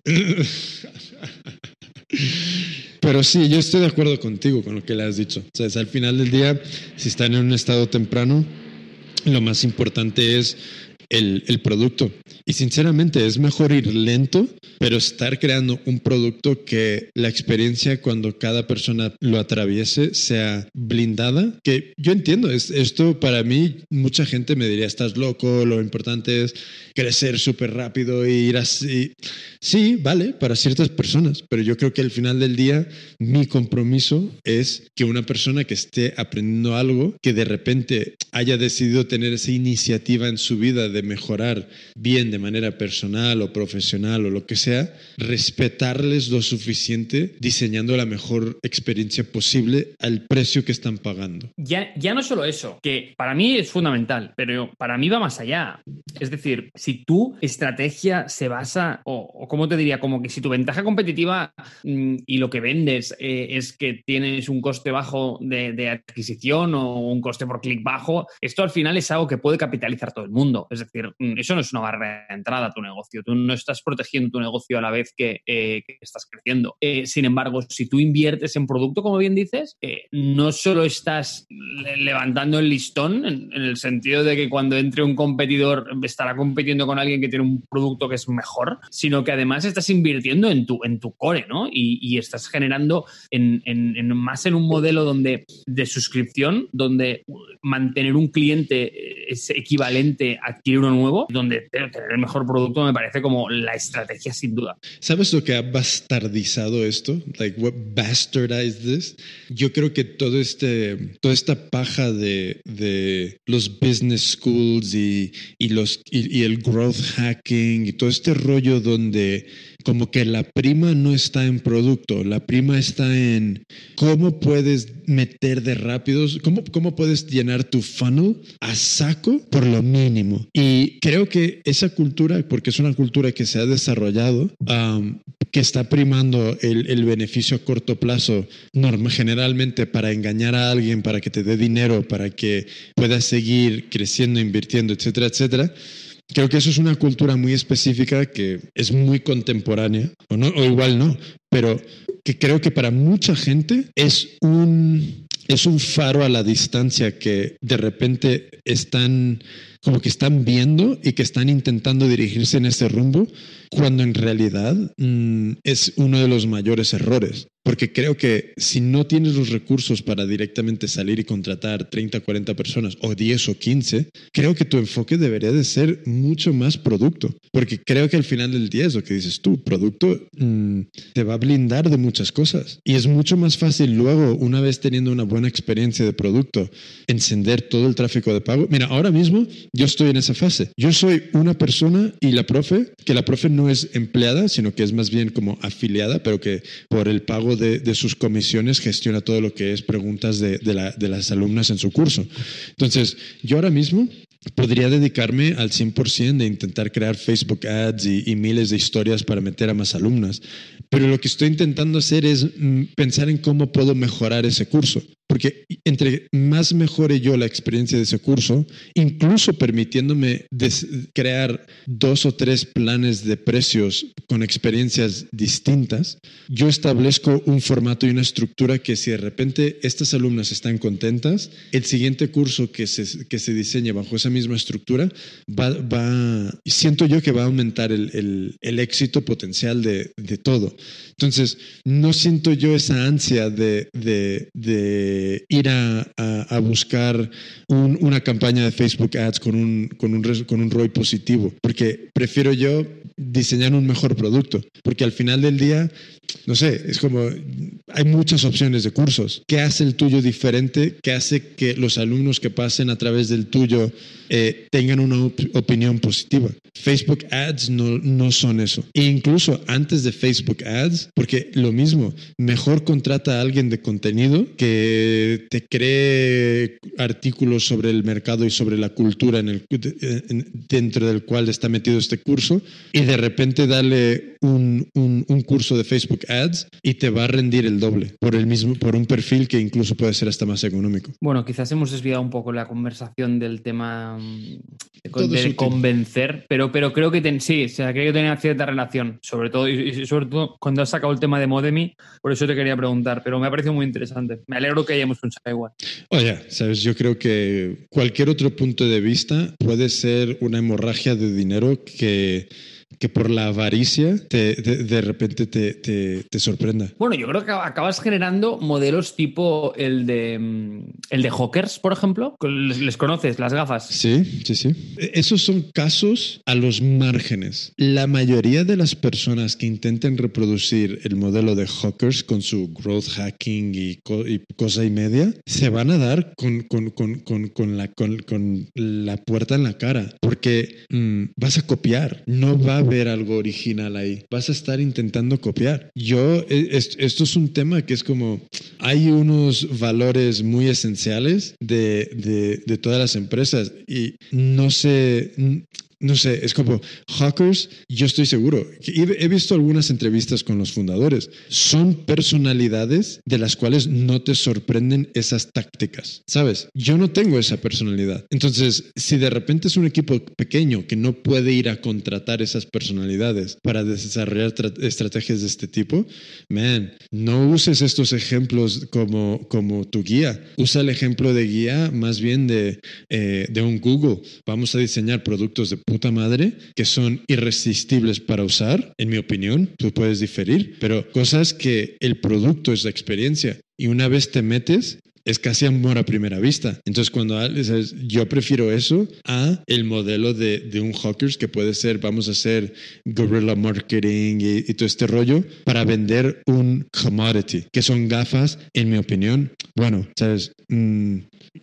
Pero sí, yo estoy de acuerdo contigo con lo que le has dicho. O sea, al final del día, si están en un estado temprano, lo más importante es el, el producto. Y sinceramente es mejor ir lento, pero estar creando un producto que la experiencia cuando cada persona lo atraviese sea blindada. Que yo entiendo, es, esto para mí mucha gente me diría, estás loco, lo importante es crecer súper rápido e ir así. Sí, vale, para ciertas personas, pero yo creo que al final del día mi compromiso es que una persona que esté aprendiendo algo, que de repente haya decidido tener esa iniciativa en su vida de mejorar bien de manera personal o profesional o lo que sea, respetarles lo suficiente diseñando la mejor experiencia posible al precio que están pagando. Ya, ya no solo eso, que para mí es fundamental, pero para mí va más allá. Es decir, si tu estrategia se basa, o, o como te diría, como que si tu ventaja competitiva mmm, y lo que vendes eh, es que tienes un coste bajo de, de adquisición o un coste por clic bajo, esto al final es algo que puede capitalizar todo el mundo. Es decir, eso no es una barrera de entrada a tu negocio. Tú no estás protegiendo tu negocio a la vez que, eh, que estás creciendo. Eh, sin embargo, si tú inviertes en producto, como bien dices, eh, no solo estás le- levantando el listón en, en el sentido de que cuando entre un competidor estará compitiendo con alguien que tiene un producto que es mejor, sino que además estás invirtiendo en tu, en tu core, ¿no? Y, y estás generando en, en, en más en un modelo donde de suscripción, donde mantener un cliente es equivalente a adquirir uno nuevo, donde tener el mejor producto me parece como la estrategia sin duda. ¿Sabes lo que ha bastardizado esto? Like, what bastardized this? Yo creo que todo este, toda esta paja de, de los business schools y, y, los, y, y el growth hacking y todo este rollo donde como que la prima no está en producto, la prima está en cómo puedes meter de rápidos, cómo, cómo puedes llenar tu funnel a saco por lo mínimo. Y creo que esa cultura, porque es una cultura que se ha desarrollado, um, que está primando el, el beneficio a corto plazo, norma, generalmente para engañar a alguien, para que te dé dinero, para que puedas seguir creciendo, invirtiendo, etcétera, etcétera. Creo que eso es una cultura muy específica que es muy contemporánea, o, no, o igual no, pero que creo que para mucha gente es un, es un faro a la distancia que de repente están, como que están viendo y que están intentando dirigirse en ese rumbo, cuando en realidad mmm, es uno de los mayores errores. Porque creo que si no tienes los recursos para directamente salir y contratar treinta, cuarenta personas o diez o quince, creo que tu enfoque debería de ser mucho más producto. Porque creo que al final del día es lo que dices tú, producto mmm, te va a blindar de muchas cosas. Y es mucho más fácil luego, una vez teniendo una buena experiencia de producto, encender todo el tráfico de pago. Mira, ahora mismo yo estoy en esa fase. Yo soy una persona y la profe, que la profe no es empleada, sino que es más bien como afiliada, pero que por el pago De, de sus comisiones gestiona todo lo que es preguntas de, de, la, de las alumnas en su curso. Entonces, yo ahora mismo podría dedicarme al cien por ciento de intentar crear Facebook Ads y, y miles de historias para meter a más alumnas. Pero lo que estoy intentando hacer es mm, pensar en cómo puedo mejorar ese curso. Porque entre más mejore yo la experiencia de ese curso, incluso permitiéndome des- crear dos o tres planes de precios con experiencias distintas, yo establezco un formato y una estructura que si de repente estas alumnas están contentas, el siguiente curso que se, que se diseñe bajo esa misma estructura va, va siento yo que va a aumentar el, el, el éxito potencial de, de todo. Entonces, no siento yo esa ansia de, de, de ir a, a, a buscar un, una campaña de Facebook Ads con un, con, un, con un R O I positivo, porque prefiero yo diseñar un mejor producto, porque al final del día, no sé, es como, hay muchas opciones de cursos. ¿Qué hace el tuyo diferente? ¿Qué hace que los alumnos que pasen a través del tuyo eh, tengan una op- opinión positiva? Facebook Ads no, no son eso. E incluso antes de Facebook Ads, porque lo mismo, mejor contrata a alguien de contenido que te cree artículos sobre el mercado y sobre la cultura en el, en, dentro del cual está metido este curso, y de repente dale un, un, un curso de Facebook Ads y te va a rendir el doble por el mismo, por un perfil que incluso puede ser hasta más económico. Bueno, quizás hemos desviado un poco la conversación del tema de, de convencer, pero, pero creo que ten, sí, o sea, creo que tenía cierta relación, sobre todo, y, y sobre todo cuando has sacado el tema de Modemy, por eso te quería preguntar, pero me ha parecido muy interesante. Me alegro que hayamos pensado igual. Oye, sabes, yo creo que cualquier otro punto de vista puede ser una hemorragia de dinero que que por la avaricia te, de, de repente te, te, te sorprenda. Bueno, yo creo que acabas generando modelos tipo el de el de Hawkers, por ejemplo. ¿Les, les conoces, las gafas? Sí, sí, sí. Esos son casos a los márgenes. La mayoría de las personas que intenten reproducir el modelo de Hawkers con su growth hacking y, co y cosa y media, se van a dar con, con, con, con, con, la, con, con la puerta en la cara, porque mmm, vas a copiar, no va a ver algo original ahí. Vas a estar intentando copiar. Yo, esto es un tema que es como, hay unos valores muy esenciales de, de, de todas las empresas y no sé... No sé, es como Hawkers, yo estoy seguro. He visto algunas entrevistas con los fundadores. Son personalidades de las cuales no te sorprenden esas tácticas, ¿sabes? Yo no tengo esa personalidad. Entonces, si de repente es un equipo pequeño que no puede ir a contratar esas personalidades para desarrollar estrategias de este tipo, man, no uses estos ejemplos como, como tu guía. Usa el ejemplo de guía más bien de, eh, de un Google. Vamos a diseñar productos de puta madre que son irresistibles para usar, en mi opinión. Tú puedes diferir, pero cosas que el producto es la experiencia y una vez te metes es casi amor a primera vista. Entonces, cuando ¿sabes? Yo prefiero eso a el modelo de, de un Hawkers que puede ser, vamos a hacer guerrilla marketing y, y todo este rollo para vender un commodity, que son gafas, en mi opinión. Bueno, ¿sabes? Mm,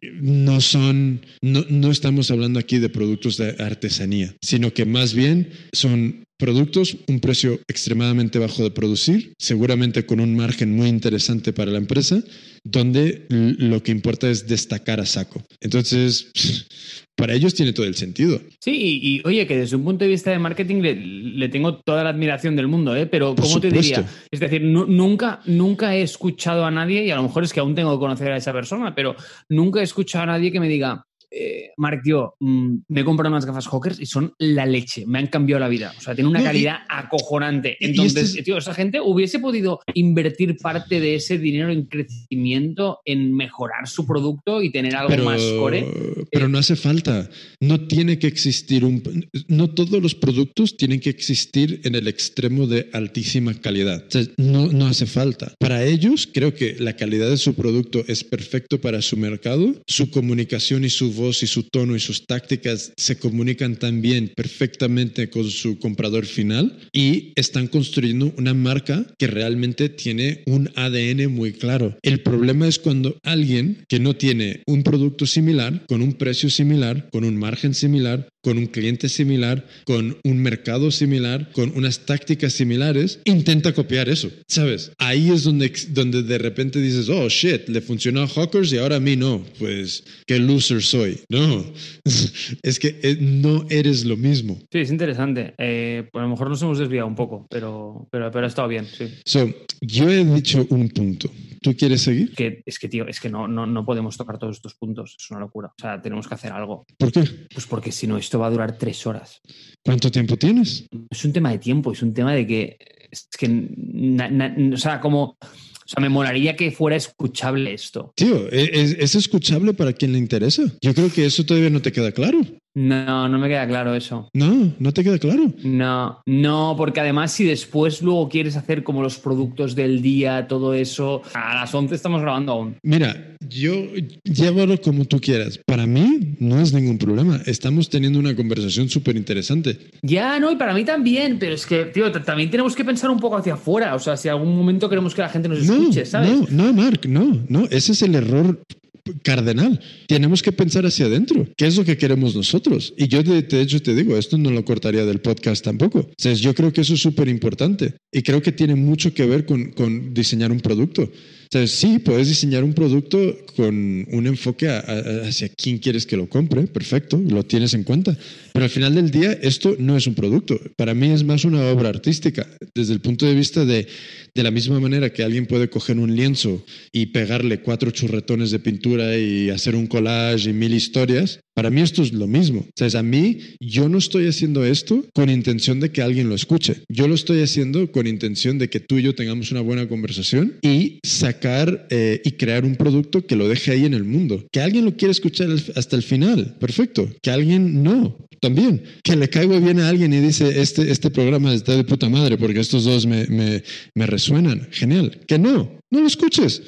no son, no, no estamos hablando aquí de productos de artesanía, sino que más bien son productos, un precio extremadamente bajo de producir, seguramente con un margen muy interesante para la empresa, donde lo que importa es destacar a saco. Entonces, para ellos tiene todo el sentido. Sí, y, y oye, que desde un punto de vista de marketing le, le tengo toda la admiración del mundo, ¿eh? Pero Por ¿cómo supuesto. te diría? Es decir, nu nunca, nunca he escuchado a nadie, y a lo mejor es que aún tengo que conocer a esa persona, pero nunca he escuchado a nadie que me diga, eh, Marc, yo mm, me he comprado unas gafas Hawkers y son la leche. Me han cambiado la vida. O sea, tienen una no, calidad y, acojonante. Y, Entonces, y es... tío, esa gente hubiese podido invertir parte de ese dinero en crecimiento, en mejorar su producto y tener algo pero, más core. Pero eh, no hace falta. No tiene que existir un... No todos los productos tienen que existir en el extremo de altísima calidad. O sea, no, no hace falta. Para ellos, creo que la calidad de su producto es perfecto para su mercado. Su comunicación y su voz y su tono y sus tácticas se comunican también perfectamente con su comprador final y están construyendo una marca que realmente tiene un A D N muy claro. El problema es cuando alguien que no tiene un producto similar, con un precio similar, con un margen similar, con un cliente similar, con un mercado similar, con unas tácticas similares, intenta copiar eso, ¿sabes? Ahí es donde, donde de repente dices, oh, shit, le funcionó a Hawkers y ahora a mí no. Pues, qué loser soy. No, es que no eres lo mismo. Sí, es interesante. Eh, pues a lo mejor nos hemos desviado un poco, pero, pero, pero ha estado bien, sí. So, yo he dicho un punto. ¿Tú quieres seguir? Que, es que, tío, es que no, no, no podemos tocar todos estos puntos. Es una locura. O sea, tenemos que hacer algo. ¿Por qué? Pues porque si no, esto va a durar tres horas. ¿Cuánto tiempo tienes? Es un tema de tiempo, es un tema de que... Es que... Na, na, o sea, como... O sea, me molaría que fuera escuchable esto. Tío, ¿es, es escuchable para quien le interesa? Yo creo que eso todavía no te queda claro. No, no me queda claro eso. No, no te queda claro. No, no, porque además si después luego quieres hacer como los productos del día, todo eso, a las once estamos grabando aún. Mira, yo llévalo como tú quieras. Para mí no es ningún problema. Estamos teniendo una conversación súper interesante. Ya, no, y para mí también, pero es que, tío, también tenemos que pensar un poco hacia afuera. O sea, si algún momento queremos que la gente nos escuche, no, ¿sabes? No, no, Marc, no, no. Ese es el error cardenal. Tenemos que pensar hacia adentro. ¿Qué es lo que queremos nosotros? Y yo de, de hecho te digo, esto no lo cortaría del podcast tampoco. O sea, yo creo que eso es súper importante y creo que tiene mucho que ver con, con diseñar un producto. O sea, sí, puedes diseñar un producto con un enfoque a, a, hacia quién quieres que lo compre, perfecto, lo tienes en cuenta. Pero al final del día, esto no es un producto. Para mí es más una obra artística, desde el punto de vista de, de la misma manera que alguien puede coger un lienzo y pegarle cuatro churretones de pintura y hacer un collage y mil historias. Para mí esto es lo mismo. O sea, a mí, yo no estoy haciendo esto con intención de que alguien lo escuche. Yo lo estoy haciendo con intención de que tú y yo tengamos una buena conversación y sacar eh, y crear un producto que lo deje ahí en el mundo. Que alguien lo quiera escuchar hasta el final, perfecto. Que alguien no, también. Que le caiga bien a alguien y dice, este, este programa está de puta madre porque estos dos me, me, me resuenan. Genial. Que no. No lo escuches.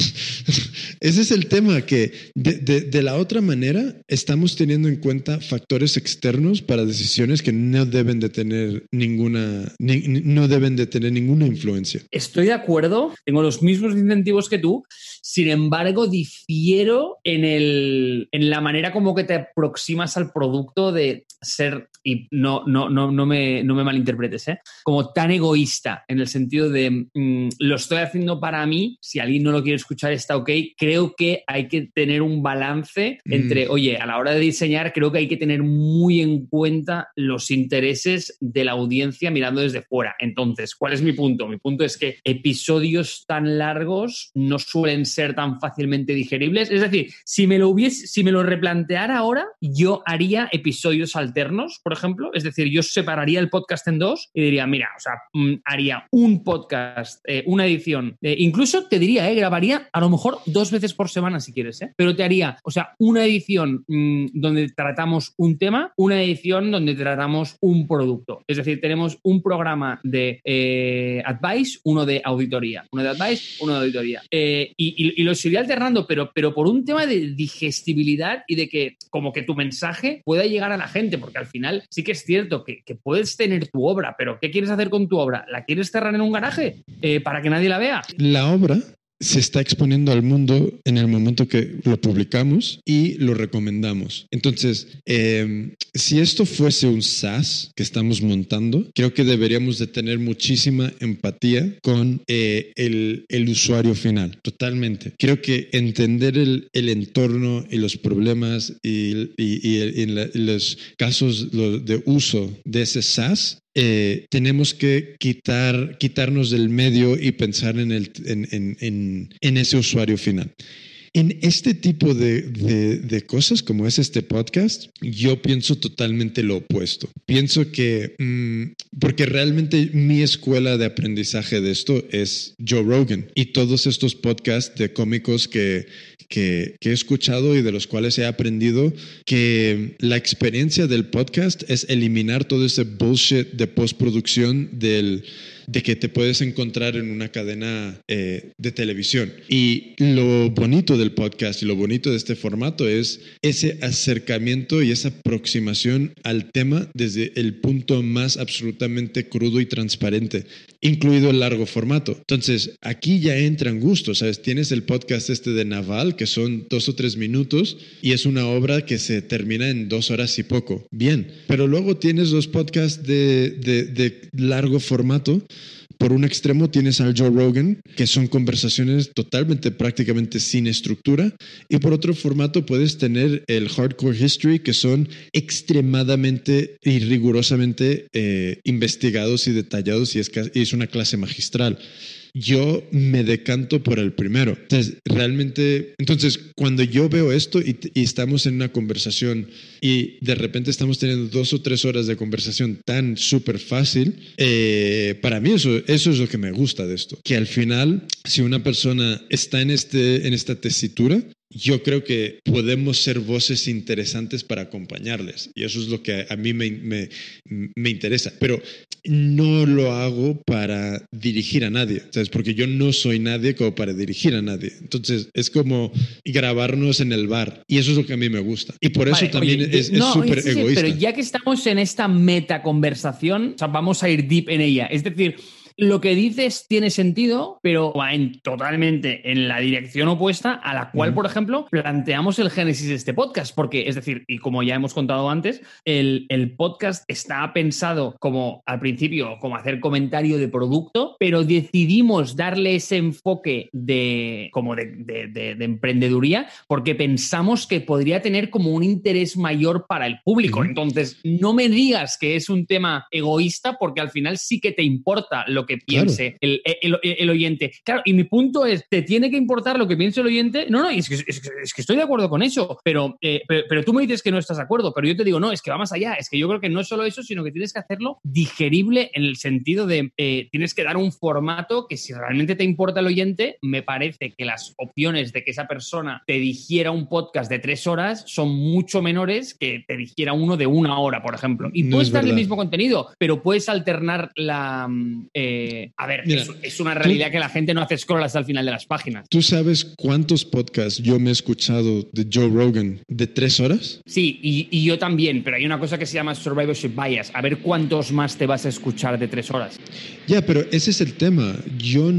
Ese es el tema, que de, de, de la otra manera estamos teniendo en cuenta factores externos para decisiones que no deben de tener ninguna, ni, no deben de tener ninguna influencia. Estoy de acuerdo, tengo los mismos incentivos que tú, sin embargo difiero en, el, en la manera como que te aproximas al producto de ser, y no, no, no, no, me, no me malinterpretes, ¿eh? Como tan egoísta, en el sentido de mmm, lo estoy haciendo para mí, si alguien no lo quiere escuchar está ok. Creo que hay que tener un balance entre, mm. oye, a la hora de diseñar creo que hay que tener muy en cuenta los intereses de la audiencia mirando desde fuera. Entonces, ¿cuál es mi punto? Mi punto es que episodios tan largos no suelen ser tan fácilmente digeribles. Es decir, si me lo hubiese, si me lo replanteara ahora, yo haría episodios alternos, por ejemplo. Es decir, yo separaría el podcast en dos y diría, mira, o sea, haría un podcast, eh, una edición, eh, incluso te diría, eh, grabaría a lo mejor dos veces por semana si quieres, eh, pero te haría, o sea, una edición mmm, donde tratamos un tema, una edición donde tratamos un producto. Es decir, tenemos un programa de eh, advice, uno de auditoría, uno de advice, uno de auditoría. Eh, y, y, y los iría alternando, pero, pero por un tema de digestibilidad y de que como que tu mensaje pueda llegar a la gente, porque al final sí que es cierto que, que puedes tener tu obra, pero ¿qué quieres hacer con tu obra? ¿La quieres cerrar en un garaje eh, para que nadie la vea? La obra se está exponiendo al mundo en el momento que lo publicamos y lo recomendamos. Entonces, eh, si esto fuese un SaaS que estamos montando, creo que deberíamos de tener muchísima empatía con eh, el, el usuario final, totalmente. Creo que entender el, el entorno y los problemas y, y, y, y, la, y los casos de uso de ese SaaS, Eh, tenemos que quitar, quitarnos del medio y pensar en, el, en, en, en, en ese usuario final. en este tipo de, de, de cosas, como es este podcast, yo pienso totalmente lo opuesto. Pienso que, mmm, porque realmente mi escuela de aprendizaje de esto es Joe Rogan y todos estos podcasts de cómicos que, que, que he escuchado y de los cuales he aprendido que la experiencia del podcast es eliminar todo ese bullshit de postproducción del... de que te puedes encontrar en una cadena eh, de televisión. Y lo bonito del podcast y lo bonito de este formato es ese acercamiento y esa aproximación al tema desde el punto más absolutamente crudo y transparente, incluido el largo formato. Entonces, aquí ya entran gustos, ¿sabes? Tienes el podcast este de Naval, que son dos o tres minutos, y es una obra que se termina en dos horas y poco. Bien, pero luego tienes los podcasts de, de, de largo formato. Por un extremo tienes al Joe Rogan, que son conversaciones totalmente, prácticamente sin estructura. Y por otro formato puedes tener el Hardcore History, que son extremadamente y rigurosamente eh, investigados y detallados y es, y es una clase magistral. Yo me decanto por el primero. Entonces, realmente, entonces, cuando yo veo esto y, y estamos en una conversación y de repente estamos teniendo dos o tres horas de conversación tan súper fácil, eh, para mí eso, eso es lo que me gusta de esto. Que al final, si una persona está en, este, en esta tesitura, yo creo que podemos ser voces interesantes para acompañarles. Y eso es lo que a mí me, me, me interesa. Pero no lo hago para dirigir a nadie, ¿sabes? Porque yo no soy nadie como para dirigir a nadie. Entonces, es como grabarnos en el bar. Y eso es lo que a mí me gusta. Y por eso vale, también oye, es súper no, sí, sí, egoísta. Pero ya que estamos en esta meta conversación, o sea, vamos a ir deep en ella. Es decir... Lo que dices tiene sentido, pero va en, totalmente en la dirección opuesta a la cual, uh-huh. por ejemplo, planteamos el génesis de este podcast. Porque, es decir, y como ya hemos contado antes, el, el podcast está pensado como, al principio, como hacer comentario de producto, pero decidimos darle ese enfoque de, como de, de, de, de emprendeduría porque pensamos que podría tener como un interés mayor para el público. Uh-huh. Entonces, no me digas que es un tema egoísta porque al final sí que te importa lo que que piense claro. el, el, el, el oyente. Claro, y mi punto es, ¿te tiene que importar lo que piense el oyente? No, no, es que, es, es que estoy de acuerdo con eso, pero, eh, pero, pero tú me dices que no estás de acuerdo, pero yo te digo, no, es que va más allá, es que yo creo que no es solo eso, sino que tienes que hacerlo digerible en el sentido de, eh, tienes que dar un formato que si realmente te importa el oyente, me parece que las opciones de que esa persona te digiera un podcast de tres horas son mucho menores que te digiera uno de una hora, por ejemplo. Y no puedes dar el mismo contenido, pero puedes alternar la... Eh, Eh, a ver, Mira, es, es una realidad tú, que la gente no hace scroll hasta el final de las páginas. ¿Tú sabes cuántos podcasts yo me he escuchado de Joe Rogan de tres horas? Sí, y, y yo también, pero hay una cosa que se llama survivorship bias. A ver cuántos más te vas a escuchar de tres horas. Ya, pero ese es el tema. Yo...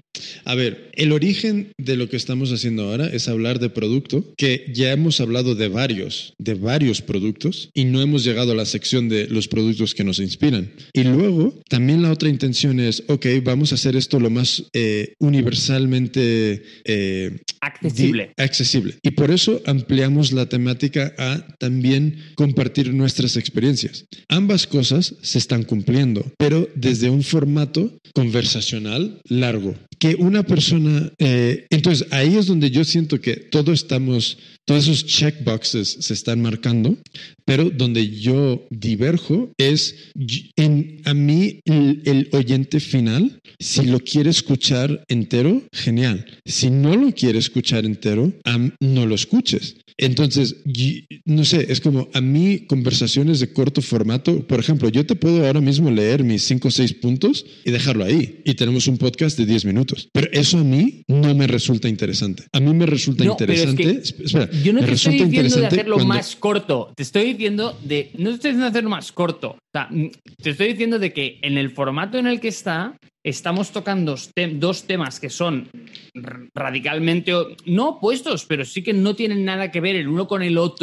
A ver, el origen de lo que estamos haciendo ahora es hablar de producto, que ya hemos hablado de varios, de varios productos y no hemos llegado a la sección de los productos que nos inspiran. Y luego, también la otra intención es, ok, vamos a hacer esto lo más eh, universalmente eh, accesible. Di- accesible. Y por eso ampliamos la temática a también compartir nuestras experiencias. Ambas cosas se están cumpliendo, pero desde un formato conversacional largo. Que una persona... Eh, entonces, ahí es donde yo siento que todos estamos... Todos esos checkboxes se están marcando, pero donde yo diverjo es en, a mí el, el oyente final, si lo quiere escuchar entero, genial. Si no lo quiere escuchar entero, um, no lo escuches. Entonces, no sé, es como a mí conversaciones de corto formato, por ejemplo, yo te puedo ahora mismo leer mis cinco o seis puntos y dejarlo ahí y tenemos un podcast de diez minutos. Pero eso a mí no me resulta interesante. A mí me resulta no, interesante... Pero es que espera, yo no te estoy diciendo de hacerlo cuando... más corto, te estoy diciendo de... No te estoy diciendo de hacerlo más corto. O sea, te estoy diciendo de que en el formato en el que está... Estamos tocando te- dos temas que son radicalmente, no opuestos, pero sí que no tienen nada que ver el uno con el otro,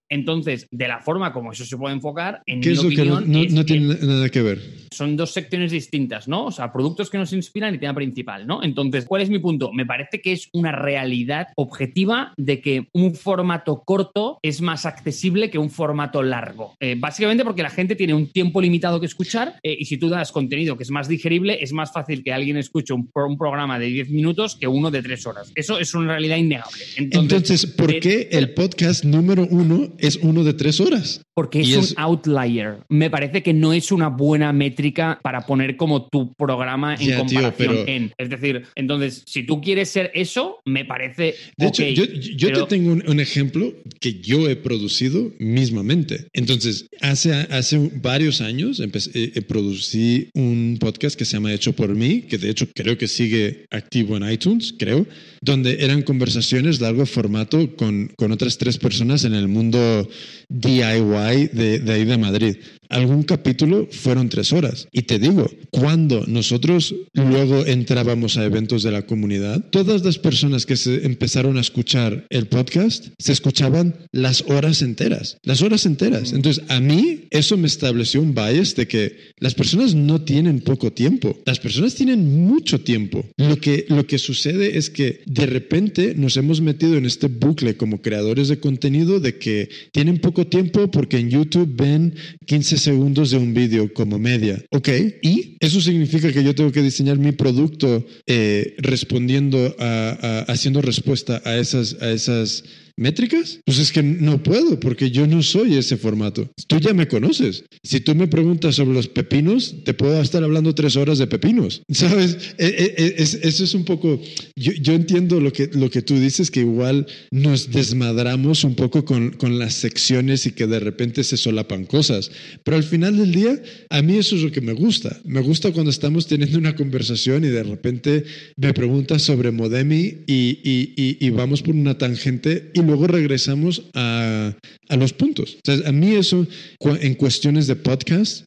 Entonces, de la forma como eso se puede enfocar, en ¿Qué mi es lo opinión, que no, no, es no tiene que nada que ver? son dos secciones distintas, ¿no? O sea, productos que nos inspiran y tema principal, ¿no? Entonces, ¿cuál es mi punto? Me parece que es una realidad objetiva de que un formato corto es más accesible que un formato largo. Eh, básicamente porque la gente tiene un tiempo limitado que escuchar eh, y si tú das contenido que es más digerible, es más fácil que alguien escuche un, un programa de diez minutos que uno de tres horas. Eso es una realidad innegable. Entonces, Entonces ¿por eh, qué el podcast número uno es uno de tres horas? Porque es, es un outlier. Me parece que no es una buena métrica para poner como tu programa en ya, comparación tío, pero... en. Es decir, entonces, si tú quieres ser eso, me parece. De okay, hecho, yo, yo pero... te tengo un, un ejemplo que yo he producido mismamente. Entonces, hace, hace varios años empecé, eh, producí un podcast que se llama Hecho por mí, que de hecho creo que sigue activo en iTunes, creo, donde eran conversaciones largo formato con, con otras tres personas en el mundo D I Y de, de ahí de Madrid. Algún capítulo fueron tres horas. Y te digo, cuando nosotros luego entrábamos a eventos de la comunidad, todas las personas que se empezaron a escuchar el podcast se escuchaban las horas enteras, las horas enteras. Entonces, a mí eso me estableció un bias de que las personas no tienen poco tiempo, las personas tienen mucho tiempo. Lo que, lo que sucede es que de repente nos hemos metido en este bucle como creadores de contenido de que tienen poco tiempo porque en YouTube ven quince segundos de un vídeo como media. Ok, y eso significa que yo tengo que diseñar mi producto eh, respondiendo a, a, haciendo respuesta a esas, a esas métricas. Pues es que no puedo porque yo no soy ese formato. Tú ya me conoces. Si tú me preguntas sobre los pepinos, te puedo estar hablando tres horas de pepinos. ¿Sabes? Es, es, eso es un poco... Yo, yo entiendo lo que, lo que tú dices, que igual nos desmadramos un poco con, con las secciones y que de repente se solapan cosas. Pero al final del día, a mí eso es lo que me gusta. Me gusta cuando estamos teniendo una conversación y de repente me preguntas sobre Modemi y, y, y, y vamos por una tangente y luego regresamos a, a los puntos. O sea, a mí eso, en cuestiones de podcast,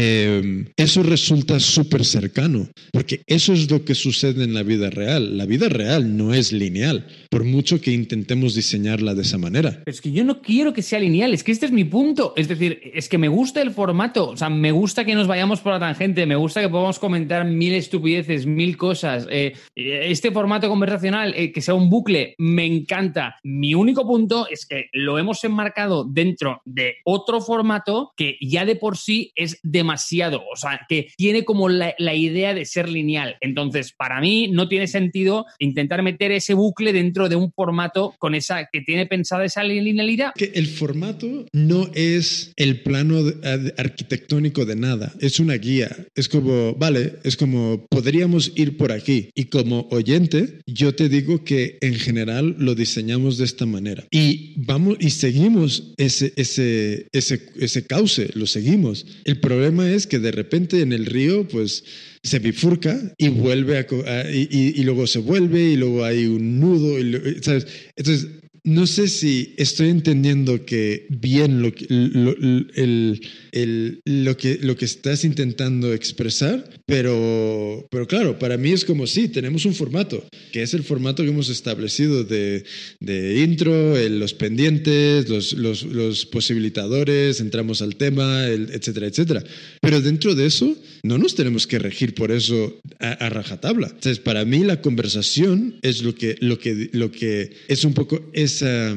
eh, eso resulta súper cercano, porque eso es lo que sucede en la vida real. La vida real no es lineal, por mucho que intentemos diseñarla de esa manera. Pero es que yo no quiero que sea lineal, es que este es mi punto. Es decir, es que me gusta el formato, o sea, me gusta que nos vayamos por la tangente, me gusta que podamos comentar mil estupideces, mil cosas. Eh, este formato conversacional, eh, que sea un bucle, me encanta. Mi único punto es que lo hemos enmarcado dentro de otro formato que ya de por sí es demasiado, o sea, que tiene como la, la idea de ser lineal. Entonces, para mí no tiene sentido intentar meter ese bucle dentro de un formato con esa que tiene pensada esa linealidad. Que el formato no es el plano de, arquitectónico de nada, es una guía. Es como, vale, es como podríamos ir por aquí. Y como oyente, yo te digo que en general lo diseñamos de esta manera. Y vamos y seguimos ese, ese, ese, ese cauce, lo seguimos. El problema es que de repente en el río, pues se bifurca y vuelve a, a y, y, y luego se vuelve y luego hay un nudo, y, ¿sabes? Entonces, no sé si estoy entendiendo que bien lo que, lo, el, el, lo que, lo que estás intentando expresar, pero, pero claro, para mí es como sí, tenemos un formato, que es el formato que hemos establecido de, de intro, el, los pendientes, los, los, los posibilitadores, entramos al tema, el, etcétera, etcétera. Pero dentro de eso, no nos tenemos que regir por eso a, a rajatabla. Entonces, para mí la conversación es lo que, lo que, lo que es un poco... Es Esa,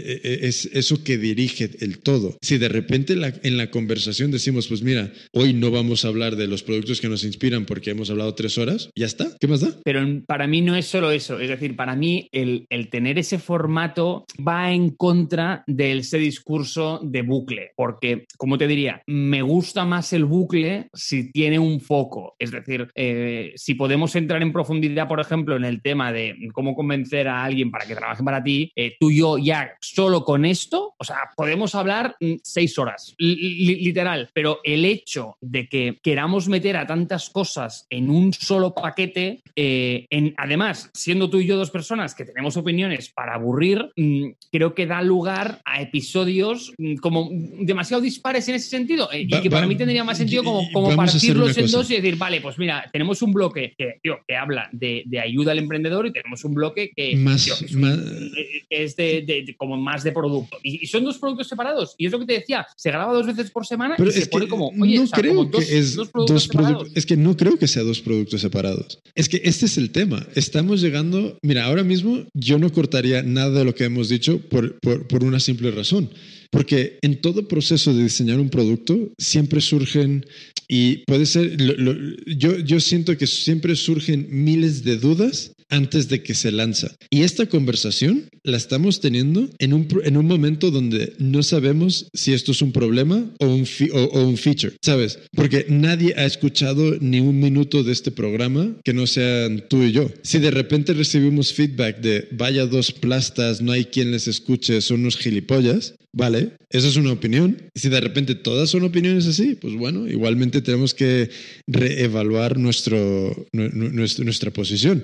es eso que dirige el todo. Si de repente la, en la conversación decimos, pues mira, hoy no vamos a hablar de los productos que nos inspiran porque hemos hablado tres horas, ya está, ¿qué más da? Pero para mí no es solo eso, es decir, para mí el, el tener ese formato va en contra de ese discurso de bucle, porque, como te diría, me gusta más el bucle si tiene un foco, es decir, eh, si podemos entrar en profundidad, por ejemplo, en el tema de cómo convencer a alguien para que trabaje para ti, eh, tú y yo ya solo con esto, o sea, podemos hablar mm, seis horas, li- literal, pero el hecho de que queramos meter a tantas cosas en un solo paquete, eh, en, además, siendo tú y yo dos personas que tenemos opiniones para aburrir, mmm, creo que da lugar a episodios mmm, como demasiado dispares en ese sentido, eh, va, y que para va, mí tendría más sentido como, como partirlos en dos y decir, vale, pues mira, tenemos un bloque que, tío, que habla de, de ayuda al emprendedor y tenemos un bloque que, más, tío, que es, más... un, es de, de, de como más de producto. Y, y son dos productos separados. Y es lo que te decía, se graba dos veces por semana Pero y se es pone que como, oye, no o sea, creo como dos, que es dos productos dos separados. productos. Es que no creo que sea dos productos separados. Es que este es el tema. Estamos llegando. Mira, ahora mismo yo no cortaría nada de lo que hemos dicho por, por, por una simple razón. Porque en todo proceso de diseñar un producto siempre surgen, y puede ser, lo, lo, yo, yo siento que siempre surgen miles de dudas antes de que se lanza. Y esta conversación la estamos teniendo en un, en un momento donde no sabemos si esto es un problema o un, fi, o, o un feature, ¿sabes? Porque nadie ha escuchado ni un minuto de este programa que no sean tú y yo. Si de repente recibimos feedback de vaya dos plastas, no hay quien les escuche, son unos gilipollas, vale, esa es una opinión. Y si de repente todas son opiniones así, pues bueno, igualmente tenemos que reevaluar nuestro, nuestro, nuestra posición.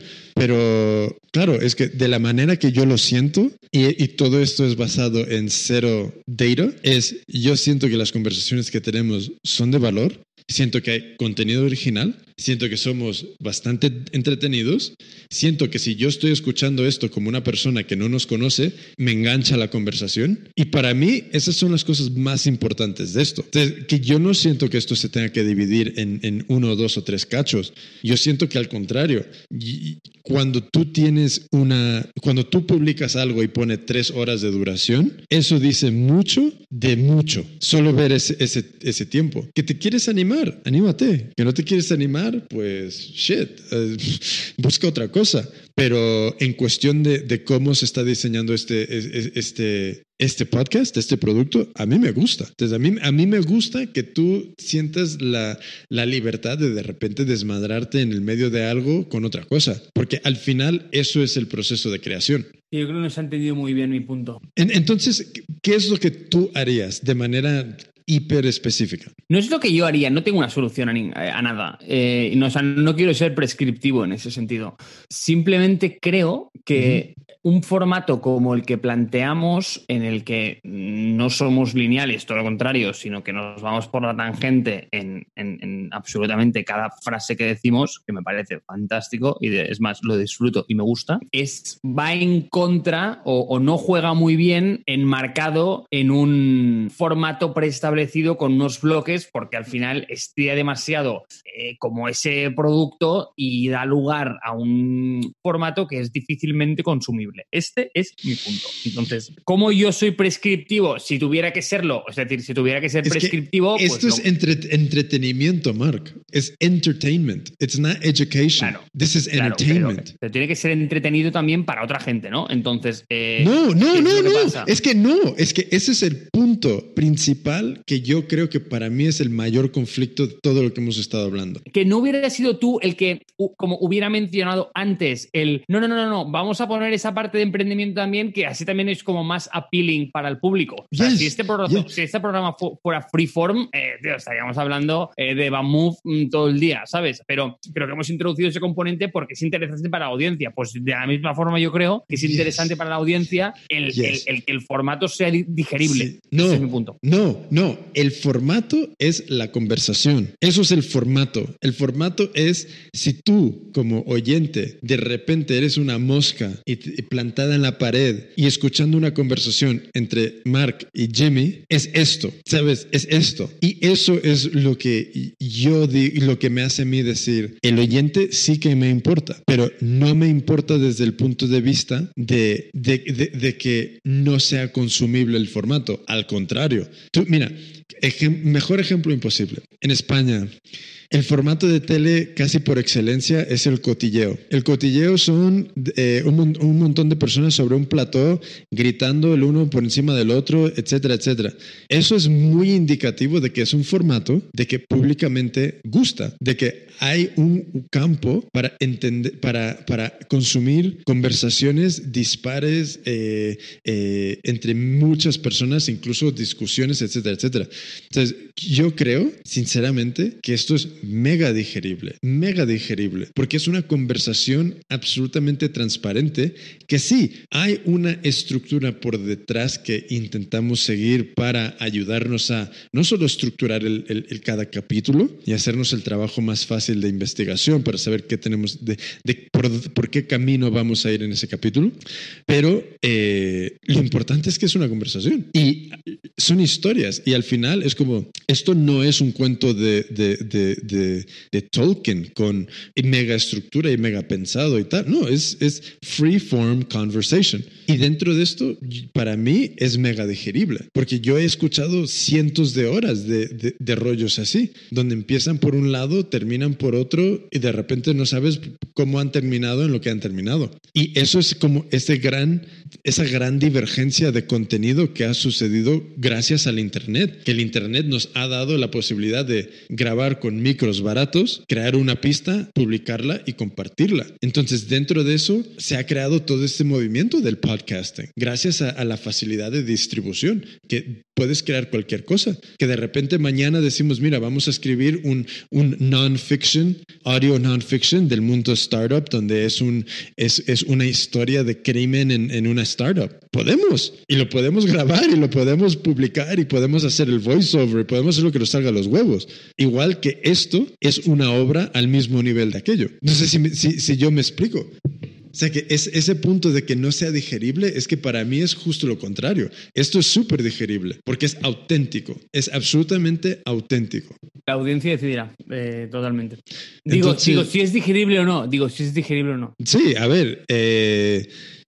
Pero claro, es que de la manera que yo lo siento, y, y todo esto es basado en cero data, es yo siento que las conversaciones que tenemos son de valor, siento que hay contenido original, siento que somos bastante entretenidos, siento que si yo estoy escuchando esto como una persona que no nos conoce, me engancha la conversación. Y para mí esas son las cosas más importantes de esto. Entonces, que yo no siento que esto se tenga que dividir en, en uno, dos o tres cachos. Yo siento que al contrario, y cuando tú tienes una, cuando tú publicas algo y pone tres horas de duración, eso dice mucho de mucho. Solo ver ese, ese, ese tiempo. Que te quieres animar, anímate. Que no te quieres animar, pues shit, uh, busca otra cosa. Pero en cuestión de, de cómo se está diseñando este, este, este podcast, este producto, a mí me gusta. Entonces, a mí, a mí me gusta que tú sientas la, la libertad de de repente desmadrarte en el medio de algo con otra cosa. Porque al final eso es el proceso de creación. Yo creo que no se ha entendido muy bien mi punto. En, entonces, ¿qué es lo que tú harías de manera hiper específica? No es lo que yo haría, no tengo una solución a, ni, a nada. Eh, no, o sea, no quiero ser prescriptivo en ese sentido. Simplemente creo que uh-huh. un formato como el que planteamos, en el que no somos lineales, todo lo contrario, sino que nos vamos por la tangente en, en, en absolutamente cada frase que decimos, que me parece fantástico y de, es más, lo disfruto y me gusta, es, va en contra o, o no juega muy bien enmarcado en un formato preestablecido con unos bloques, porque al final estira demasiado eh, como ese producto y da lugar a un formato que es difícilmente consumible. Este es mi punto. Entonces, ¿cómo yo soy prescriptivo? Si tuviera que serlo, es decir, si tuviera que ser es prescriptivo... Que esto pues es no. entre, entretenimiento, Mark. Es entertainment. It's not education. Claro, This is claro, entertainment. Pero, pero tiene que ser entretenido también para otra gente, ¿no? Entonces... Eh, no, no, no, no. Pasa? Es que no. Es que ese es el punto principal que yo creo que para mí es el mayor conflicto de todo lo que hemos estado hablando. Que no hubiera sido tú el que, como hubiera mencionado antes, el no, no, no, no, no, vamos a poner esa parte de emprendimiento también, que así también es como más appealing para el público. O sea, yes, si, este programa, yes. si este programa fuera freeform, eh, tío, estaríamos hablando eh, de Bamove mm, todo el día, ¿sabes? Pero creo que hemos introducido ese componente porque es interesante para la audiencia. Pues de la misma forma yo creo que es interesante yes. para la audiencia el, yes. el, el que el formato sea digerible. Sí. No, ese es mi punto. No, no. El formato es la conversación. Eso es el formato. El formato es si tú, como oyente, de repente eres una mosca y, y plantada en la pared y escuchando una conversación entre Mark y Jimmy, es esto, ¿sabes? Es esto. Y eso es lo que yo digo, lo que me hace a mí decir, el oyente sí que me importa, pero no me importa desde el punto de vista de, de, de, de que no sea consumible el formato. Al contrario. Tú, mira, ejem- mejor ejemplo imposible. En España, el formato de tele casi por excelencia es el cotilleo. El cotilleo son eh, un, un montón de personas sobre un plató gritando el uno por encima del otro, etcétera, etcétera. Eso es muy indicativo de que es un formato de que públicamente gusta, de que hay un campo para entender, para, para consumir conversaciones dispares eh, eh, entre muchas personas, incluso discusiones, etcétera, etcétera. Entonces, yo creo, sinceramente, que esto es mega digerible, mega digerible, porque es una conversación absolutamente transparente que sí, hay una estructura por detrás que intentamos seguir para ayudarnos a no solo estructurar el, el, el cada capítulo y hacernos el trabajo más fácil de investigación para saber qué tenemos, de, de por, por qué camino vamos a ir en ese capítulo, pero eh, lo importante es que es una conversación y son historias y al final es como, esto no es un cuento de, de, de, de, de Tolkien con mega estructura y mega pensado y tal, no, es, es free form conversation y dentro de esto para mí es mega digerible porque yo he escuchado cientos de horas de, de, de rollos así, donde empiezan por un lado, terminan por otro y de repente no sabes cómo han terminado en lo que han terminado. Y eso es como ese gran, esa gran divergencia de contenido que ha sucedido gracias al Internet, que el Internet nos ha dado la posibilidad de grabar con micros baratos, crear una pista, publicarla y compartirla. Entonces, dentro de eso se ha creado todo este movimiento del podcasting, gracias a, a la facilidad de distribución, que puedes crear cualquier cosa, que de repente mañana decimos, mira, vamos a escribir un, un non-fiction, audio non-fiction del mundo startup, donde es, un, es, es una historia de crimen en, en una startup. Podemos, y lo podemos grabar, y lo podemos publicar, y podemos hacer el voiceover, y podemos hacer lo que nos salga a los huevos. Igual que esto es una obra al mismo nivel de aquello. No sé si, si, si yo me explico. O sea, que es, ese punto de que no sea digerible es que para mí es justo lo contrario. Esto es súper digerible porque es auténtico, es absolutamente auténtico. La audiencia decidirá, eh, totalmente. Digo, Entonces, digo, si es digerible o no, digo, si es digerible o no. Sí, a ver, eh,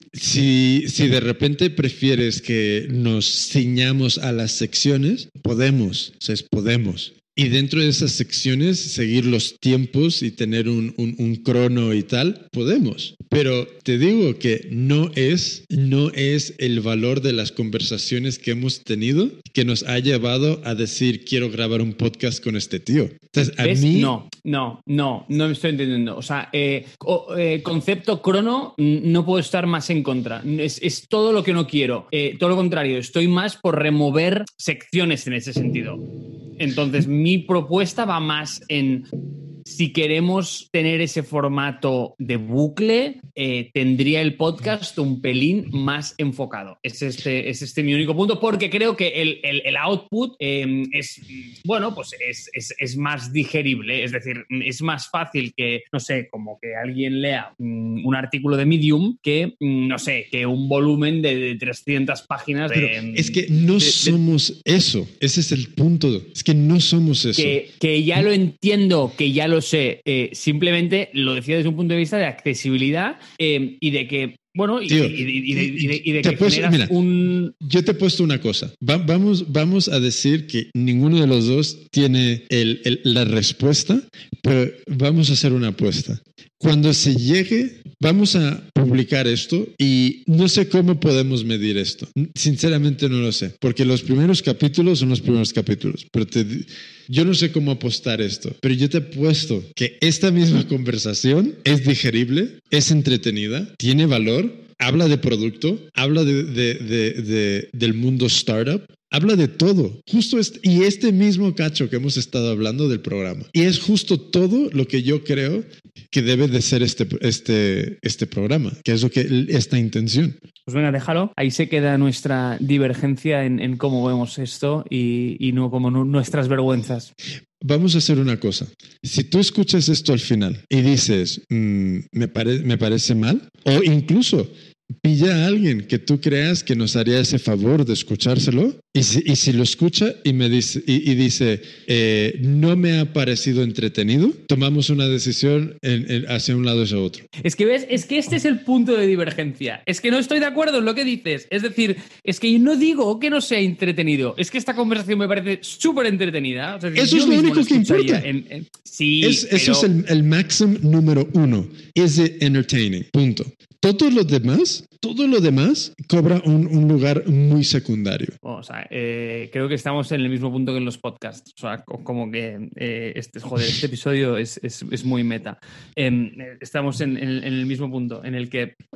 si, si de repente prefieres que nos ciñamos a las secciones, podemos, o sea, es podemos. Y dentro de esas secciones seguir los tiempos y tener un, un, un crono y tal, podemos. Pero te digo que no es, no es el valor de las conversaciones que hemos tenido que nos ha llevado a decir quiero grabar un podcast con este tío. Entonces, a ¿Ves? mí... No, no, no, no me estoy entendiendo. O sea, eh, o, eh, concepto crono, no puedo estar más en contra. Es, es todo lo que no quiero. Eh, todo lo contrario, estoy más por remover secciones en ese sentido. Entonces, mi propuesta va más en... Si queremos tener ese formato de bucle, eh, tendría el podcast un pelín más enfocado. Es este, es este mi único punto, porque creo que el, el, el output eh, es, bueno, pues es, es, es más digerible. Es decir, es más fácil que, no sé, como que alguien lea um, un artículo de Medium que, um, no sé, que un volumen de, de trescientas páginas. Pero de, es que no de, somos de, eso. Ese es el punto. Es que no somos eso. Que, que ya lo entiendo, que ya lo sé. Eh, simplemente lo decía desde un punto de vista de accesibilidad eh, y de que, bueno, y, Tío, y, y, y de, y de, y de que puesto, generas mira, un... Yo te he puesto una cosa. Va, vamos, vamos a decir que ninguno de los dos tiene el, el, la respuesta, pero vamos a hacer una apuesta. Cuando se llegue, vamos a publicar esto y no sé cómo podemos medir esto. Sinceramente no lo sé, porque los primeros capítulos son los primeros capítulos, pero te, yo no sé cómo apostar esto, pero yo te he puesto que esta misma conversación es digerible, es entretenida, tiene valor, habla de producto, habla de, de, de, de, del mundo startup, habla de todo, justo este, y este mismo cacho que hemos estado hablando del programa. Y es justo todo lo que yo creo que debe de ser este, este, este programa, que es lo que esta intención. Pues venga, déjalo. Ahí se queda nuestra divergencia en, en cómo vemos esto y, y no como no, nuestras vergüenzas. Vamos a hacer una cosa. Si tú escuchas esto al final y dices, mmm, me, pare- me parece mal, o incluso pilla a alguien que tú creas que nos haría ese favor de escuchárselo y si, y si lo escucha y me dice, y, y dice eh, no me ha parecido entretenido, tomamos una decisión en, en, hacia un lado o hacia otro. Es que ves, es que este es el punto de divergencia. Es que no estoy de acuerdo en lo que dices. Es decir, es que yo no digo que no sea entretenido. Es que esta conversación me parece súper entretenida. O sea, eso es lo único que importa. En, en... Sí, es, pero... Eso es el, el máximo número uno. Es entertaining. Punto. Todo lo demás, todo lo demás cobra un, un lugar muy secundario. O sea, eh, creo que estamos en el mismo punto que en los podcasts. O sea, como que eh, este, joder, este episodio es, es, es muy meta. Eh, estamos en, en, en el mismo punto en el que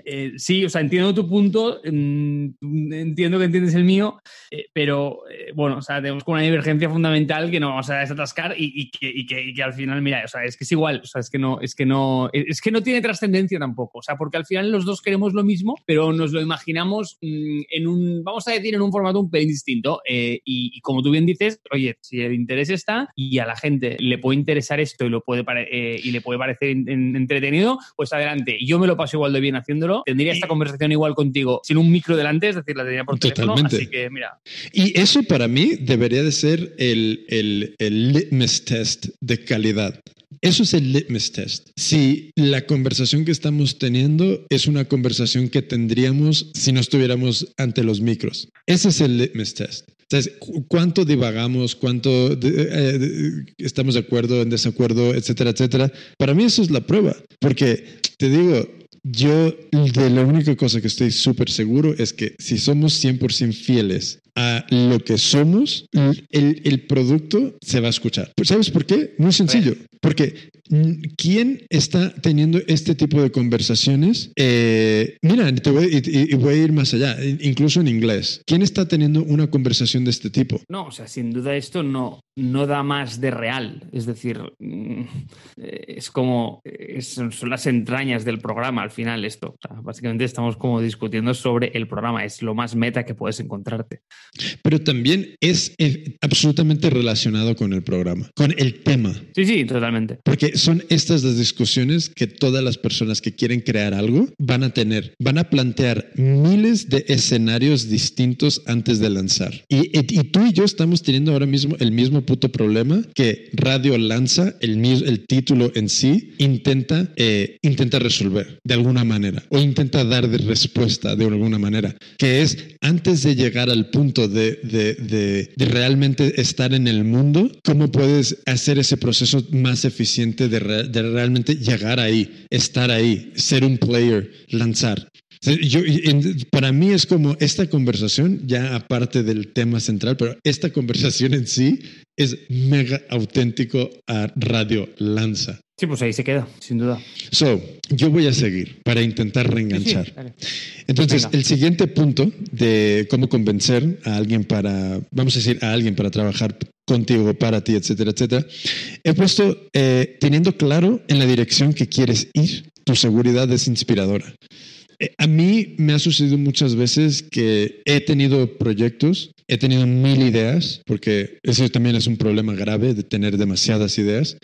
eh, sí, o sea, entiendo tu punto, mm, entiendo que entiendes el mío, eh, pero eh, bueno, o sea, tenemos como una divergencia fundamental que no vamos a desatascar y, y, que, y, que, y que al final, mira, o sea, es que es igual, o sea, es que no, es que no, es que no tiene trascendencia tampoco, o sea, porque al final los dos queremos lo mismo, pero nos lo imaginamos mm, en un, vamos a decir, en un formato un pelín distinto, eh, y, y como tú bien dices, oye, si el interés está y a la gente le puede interesar esto y, lo puede pare- eh, y le puede parecer en, en, entretenido, pues adelante. Yo me lo paso igual de bien haciéndolo. Tendría esta conversación igual contigo sin un micro delante, es decir, la tendría por teléfono. Totalmente. Así que, mira. Y eso para mí debería de ser el, el, el litmus test de calidad. Eso es el litmus test. Si la conversación que estamos teniendo es una conversación que tendríamos si no estuviéramos ante los micros. Ese es el litmus test. Entonces, ¿cuánto divagamos? ¿Cuánto de, eh, de, estamos de acuerdo, en desacuerdo, etcétera, etcétera? Para mí eso es la prueba. Porque, te digo, yo de la única cosa que estoy súper seguro es que si somos cien por ciento fieles a lo que somos, el, el producto se va a escuchar. ¿Sabes por qué? Muy sencillo. Porque ¿quién está teniendo este tipo de conversaciones? Eh, mira, te voy, y, y voy a ir más allá, incluso en inglés. ¿Quién está teniendo una conversación de este tipo? No, o sea, sin duda esto no, no da más de real. Es decir, es como, es, son las entrañas del programa al final esto. O sea, básicamente estamos como discutiendo sobre el programa. Es lo más meta que puedes encontrarte. Pero también es eh, absolutamente relacionado con el programa, con el tema. Sí, sí, totalmente. Porque son estas las discusiones que todas las personas que quieren crear algo van a tener. Van a plantear miles de escenarios distintos antes de lanzar. Y, y, y tú y yo estamos teniendo ahora mismo el mismo puto problema que Radio lanza, el, el título en sí, intenta, eh, intenta resolver de alguna manera o intenta dar de respuesta de alguna manera, que es antes de llegar al punto de, de, de, de realmente estar en el mundo, ¿cómo puedes hacer ese proceso más eficiente de, re, de realmente llegar ahí, estar ahí, ser un player, lanzar? Yo, para mí es como esta conversación, ya aparte del tema central, pero esta conversación en sí es mega auténtico a Radio Lanza. Sí, pues ahí se queda, sin duda. So, yo voy a seguir para intentar reenganchar. Sí, sí, vale. Entonces, Venga. El siguiente punto de cómo convencer a alguien para, vamos a decir, a alguien para trabajar contigo, para ti, etcétera, etcétera, he puesto eh, teniendo claro en la dirección que quieres ir, tu seguridad es inspiradora. A mí me ha sucedido muchas veces que he tenido proyectos, he tenido mil ideas, porque eso también es un problema grave de tener demasiadas ideas.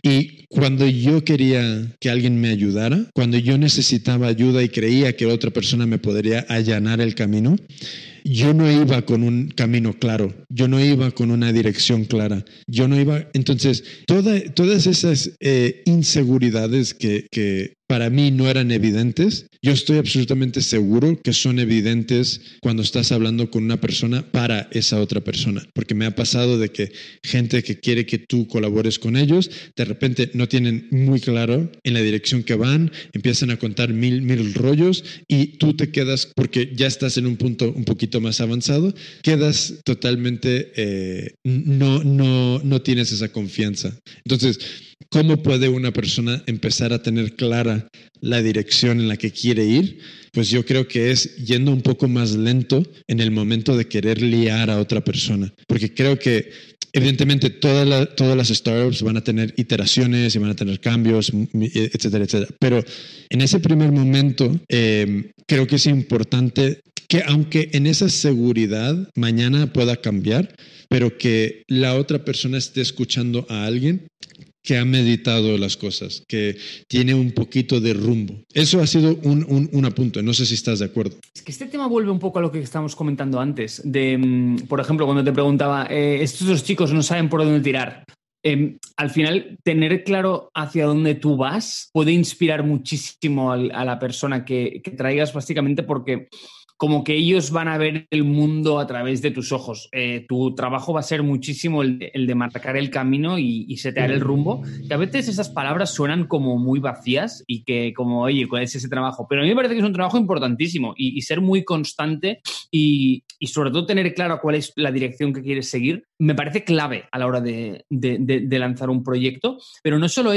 Y cuando yo quería que alguien me ayudara, cuando yo necesitaba ayuda y creía que otra persona me podría allanar el camino, yo no iba con un camino claro, yo no iba con una dirección clara, yo no iba... Entonces, toda, todas esas eh, inseguridades que, que para mí no eran evidentes, yo estoy absolutamente seguro que son evidentes cuando estás hablando con una persona para esa otra persona, porque me ha pasado de que gente que quiere que tú colabores con ellos, de repente no tienen muy claro en la dirección que van, empiezan a contar mil, mil rollos y tú te quedas, porque ya estás en un punto un poquito más avanzado, quedas totalmente, eh, no, no, no tienes esa confianza. Entonces, ¿cómo puede una persona empezar a tener clara la dirección en la que quiere ir? Pues yo creo que es yendo un poco más lento en el momento de querer liar a otra persona, porque creo que evidentemente toda la, todas las startups van a tener iteraciones y van a tener cambios, etcétera, etcétera. Pero en ese primer momento eh, creo que es importante que aunque en esa seguridad mañana pueda cambiar, pero que la otra persona esté escuchando a alguien que ha meditado las cosas, que tiene un poquito de rumbo. Eso ha sido un, un, un apunte, no sé si estás de acuerdo. Es que este tema vuelve un poco a lo que estábamos comentando antes, de, por ejemplo, cuando te preguntaba, eh, estos dos chicos no saben por dónde tirar. Eh, al final, tener claro hacia dónde tú vas puede inspirar muchísimo a, a la persona que, que traigas, básicamente porque como que ellos van a ver el mundo a través de tus ojos. Eh, tu trabajo va a ser muchísimo el de, el de marcar el camino y, y setear el rumbo, que a veces esas palabras suenan como muy vacías y que como, oye, ¿cuál es ese trabajo? Pero a mí me parece que es un trabajo importantísimo y, y ser muy constante y, y sobre todo tener claro cuál es la dirección que quieres seguir, me parece clave a la hora de, de, de, de lanzar un proyecto. Pero no solo eso,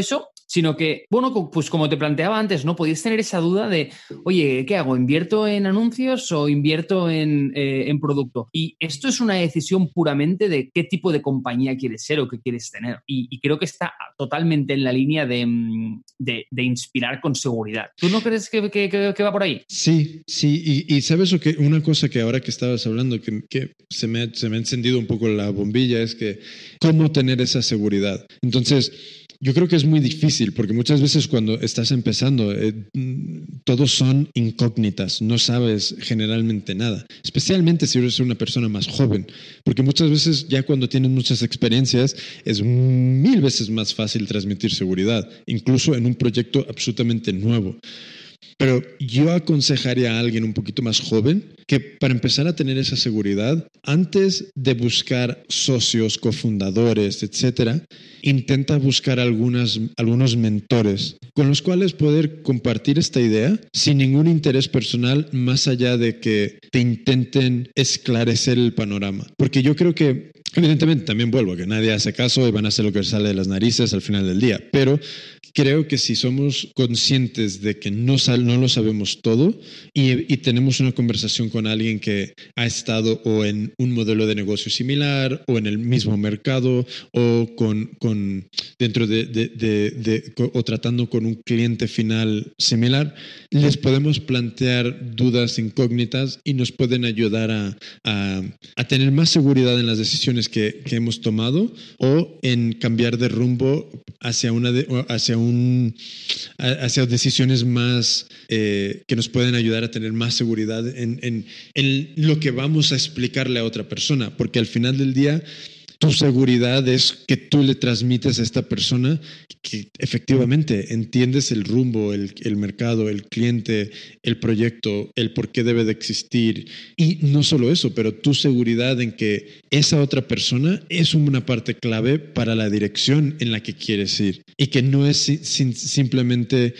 sino que, bueno, pues como te planteaba antes, ¿no? Podías tener esa duda de, oye, ¿qué hago? ¿Invierto en anuncios o invierto en, eh, en producto? Y esto es una decisión puramente de qué tipo de compañía quieres ser o qué quieres tener. Y, y creo que está totalmente en la línea de, de, de inspirar con seguridad. ¿Tú no crees que, que, que, que va por ahí? Sí, sí. Y, y sabes lo que, una cosa que ahora que estabas hablando, que, que se, me ha, se me ha encendido un poco la bombilla, es que cómo tener esa seguridad. Entonces, yo creo que es muy difícil porque muchas veces cuando estás empezando, eh, todos son incógnitas, no sabes generalmente nada, especialmente si eres una persona más joven, porque muchas veces ya cuando tienes muchas experiencias es mil veces más fácil transmitir seguridad, incluso en un proyecto absolutamente nuevo. Pero yo aconsejaría a alguien un poquito más joven que para empezar a tener esa seguridad, antes de buscar socios, cofundadores, etcétera, intenta buscar algunas, algunos mentores con los cuales poder compartir esta idea sin ningún interés personal más allá de que te intenten esclarecer el panorama. Porque yo creo que evidentemente también vuelvo a que nadie hace caso y van a hacer lo que les sale de las narices al final del día, pero creo que si somos conscientes de que no, sal, no lo sabemos todo y, y tenemos una conversación con alguien que ha estado o en un modelo de negocio similar o en el mismo mercado o con, con dentro de, de, de, de o tratando con un cliente final similar, les podemos plantear dudas incógnitas y nos pueden ayudar a, a, a tener más seguridad en las decisiones que, que hemos tomado o en cambiar de rumbo hacia una de, hacia un hacia decisiones más eh, que nos pueden ayudar a tener más seguridad en, en, en lo que vamos a explicarle a otra persona, porque al final del día tu seguridad es que tú le transmites a esta persona que efectivamente entiendes el rumbo, el, el mercado, el cliente, el proyecto, el por qué debe de existir. Y no solo eso, pero tu seguridad en que esa otra persona es una parte clave para la dirección en la que quieres ir y que no es sin, simplemente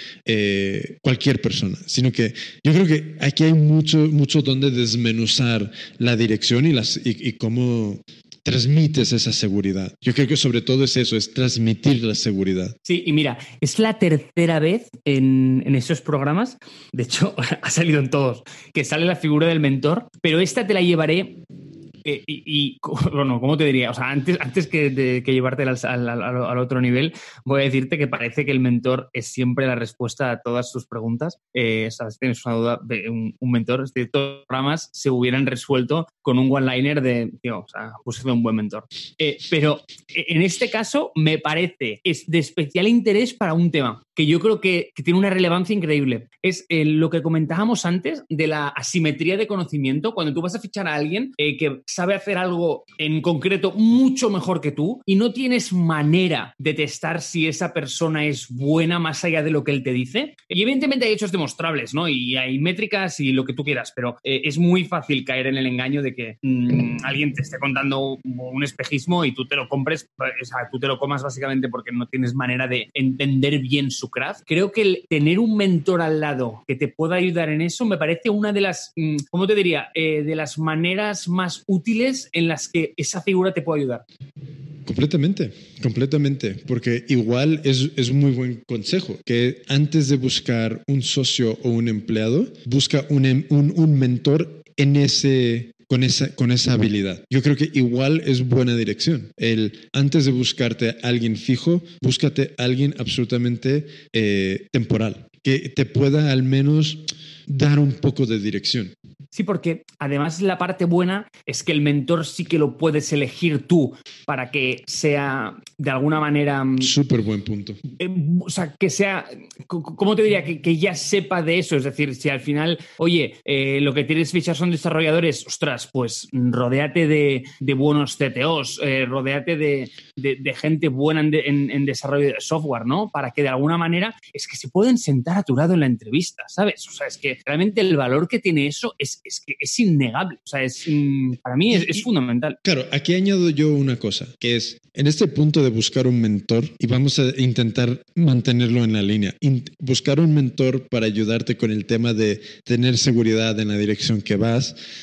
eh, cualquier persona, sino que yo creo que aquí hay mucho, mucho donde desmenuzar la dirección y, las, y, y cómo transmites esa seguridad. Yo creo que sobre todo es eso, es transmitir la seguridad. Sí, y mira, es la tercera vez en, en esos programas, de hecho ha salido en todos, que sale la figura del mentor, pero esta te la llevaré eh, y, y, bueno, ¿cómo te diría? O sea, antes, antes que, de, que llevártela al, al, al, al otro nivel, voy a decirte que parece que el mentor es siempre la respuesta a todas tus preguntas. Eh, o sea, si tienes una duda, un, un mentor, es decir, todos los programas se hubieran resuelto con un one-liner de, tío, o sea, puse un buen mentor. Eh, pero en este caso me parece es de especial interés para un tema que yo creo que, que tiene una relevancia increíble. Es eh, lo que comentábamos antes de la asimetría de conocimiento. Cuando tú vas a fichar a alguien eh, que sabe hacer algo en concreto mucho mejor que tú y no tienes manera de testar si esa persona es buena más allá de lo que él te dice. Y evidentemente hay hechos demostrables, ¿no? Y hay métricas y lo que tú quieras, pero eh, es muy fácil caer en el engaño de que mmm, alguien te esté contando un espejismo y tú te lo compres, o sea, tú te lo comas básicamente porque no tienes manera de entender bien su craft. Creo que el tener un mentor al lado que te pueda ayudar en eso me parece una de las, ¿cómo te diría? Eh, de las maneras más útiles en las que esa figura te puede ayudar. Completamente, completamente, porque igual es, es un muy buen consejo, que antes de buscar un socio o un empleado, busca un, un, un mentor en ese... Con esa, con esa habilidad. Yo creo que igual es buena dirección. El, antes de buscarte a alguien fijo, búscate a alguien absolutamente eh, temporal, que te pueda al menos dar un poco de dirección. Sí, porque además la parte buena es que el mentor sí que lo puedes elegir tú para que sea de alguna manera... Súper buen punto. Eh, o sea, que sea, ¿cómo te diría? Que, que ya sepa de eso. Es decir, si al final, oye, eh, lo que tienes fichar son desarrolladores, ostras, pues rodéate de, de buenos C T Os, eh, rodéate de, de, de gente buena en, de, en, en desarrollo de software, ¿no? Para que de alguna manera es que se pueden sentar a tu lado en la entrevista, ¿sabes? O sea, es que realmente el valor que tiene eso es es que es innegable. O sea, es, para mí es, es fundamental. Claro, aquí añado yo una cosa, que es en este punto de buscar un mentor, y vamos a intentar mantenerlo en la línea, buscar un mentor para ayudarte con el tema de tener seguridad en la dirección que vas.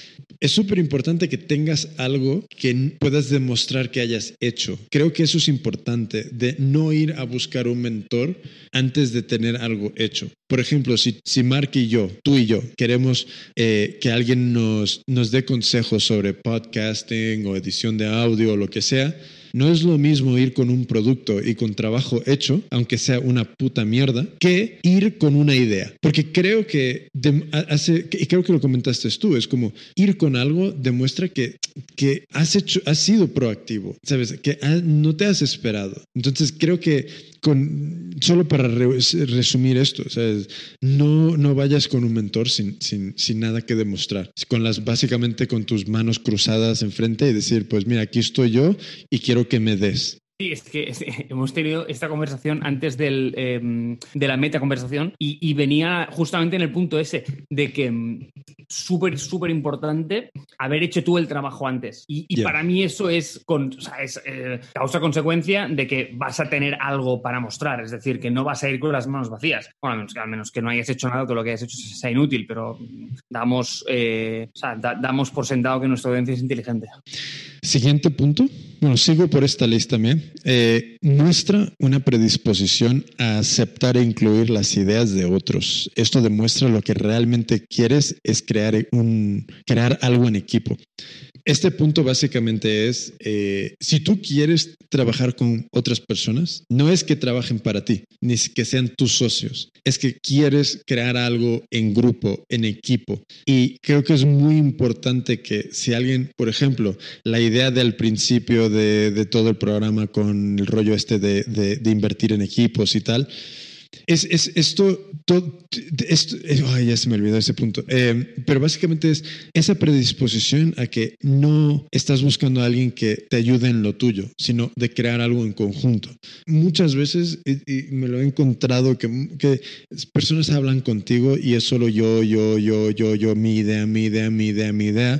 es súper importante que tengas algo que puedas demostrar que hayas hecho. Creo que eso es importante, de no ir a buscar un mentor antes de tener algo hecho. Por ejemplo, si, si Mark y yo, tú y yo, queremos eh, que alguien nos, nos dé consejos sobre podcasting o edición de audio o lo que sea, no es lo mismo ir con un producto y con trabajo hecho, aunque sea una puta mierda, que ir con una idea. Porque creo que, de, hace, y creo que lo comentaste tú, es como ir con algo demuestra que, que has, hecho, has sido proactivo, ¿sabes? Que ha, no te has esperado. Entonces creo que con, solo para re, resumir esto, ¿sabes? No, no vayas con un mentor sin, sin, sin nada que demostrar. Con las, básicamente con tus manos cruzadas enfrente y decir, pues mira, aquí estoy yo y quiero que me des. Sí, es que es, hemos tenido esta conversación antes del, eh, de la meta conversación y, y venía justamente en el punto ese de que súper, súper importante haber hecho tú el trabajo antes. Y, y yeah. para mí eso es, con, o sea, es eh, causa-consecuencia de que vas a tener algo para mostrar. Es decir, que no vas a ir con las manos vacías. Bueno, al menos que, al menos que no hayas hecho nada, todo lo que hayas hecho sea inútil, pero damos, eh, o sea, da, damos por sentado que nuestra audiencia es inteligente. Siguiente punto. Bueno, sigo por esta lista también. Eh, muestra una predisposición a aceptar e incluir las ideas de otros. Esto demuestra lo que realmente quieres es crear, un, crear algo en equipo. Este punto básicamente es, eh, si tú quieres trabajar con otras personas, no es que trabajen para ti, ni que sean tus socios, es que quieres crear algo en grupo, en equipo. Y creo que es muy importante que si alguien, por ejemplo, la idea del principio de, de todo el programa con el rollo este de, de, de invertir en equipos y tal, Es, es esto, todo, esto ay, ya se me olvidó ese punto, eh, pero básicamente es esa predisposición a que no estás buscando a alguien que te ayude en lo tuyo, sino de crear algo en conjunto. Muchas veces, y, y me lo he encontrado, que, que personas hablan contigo y es solo yo, yo, yo, yo, yo, mi idea, mi idea, mi idea, mi idea.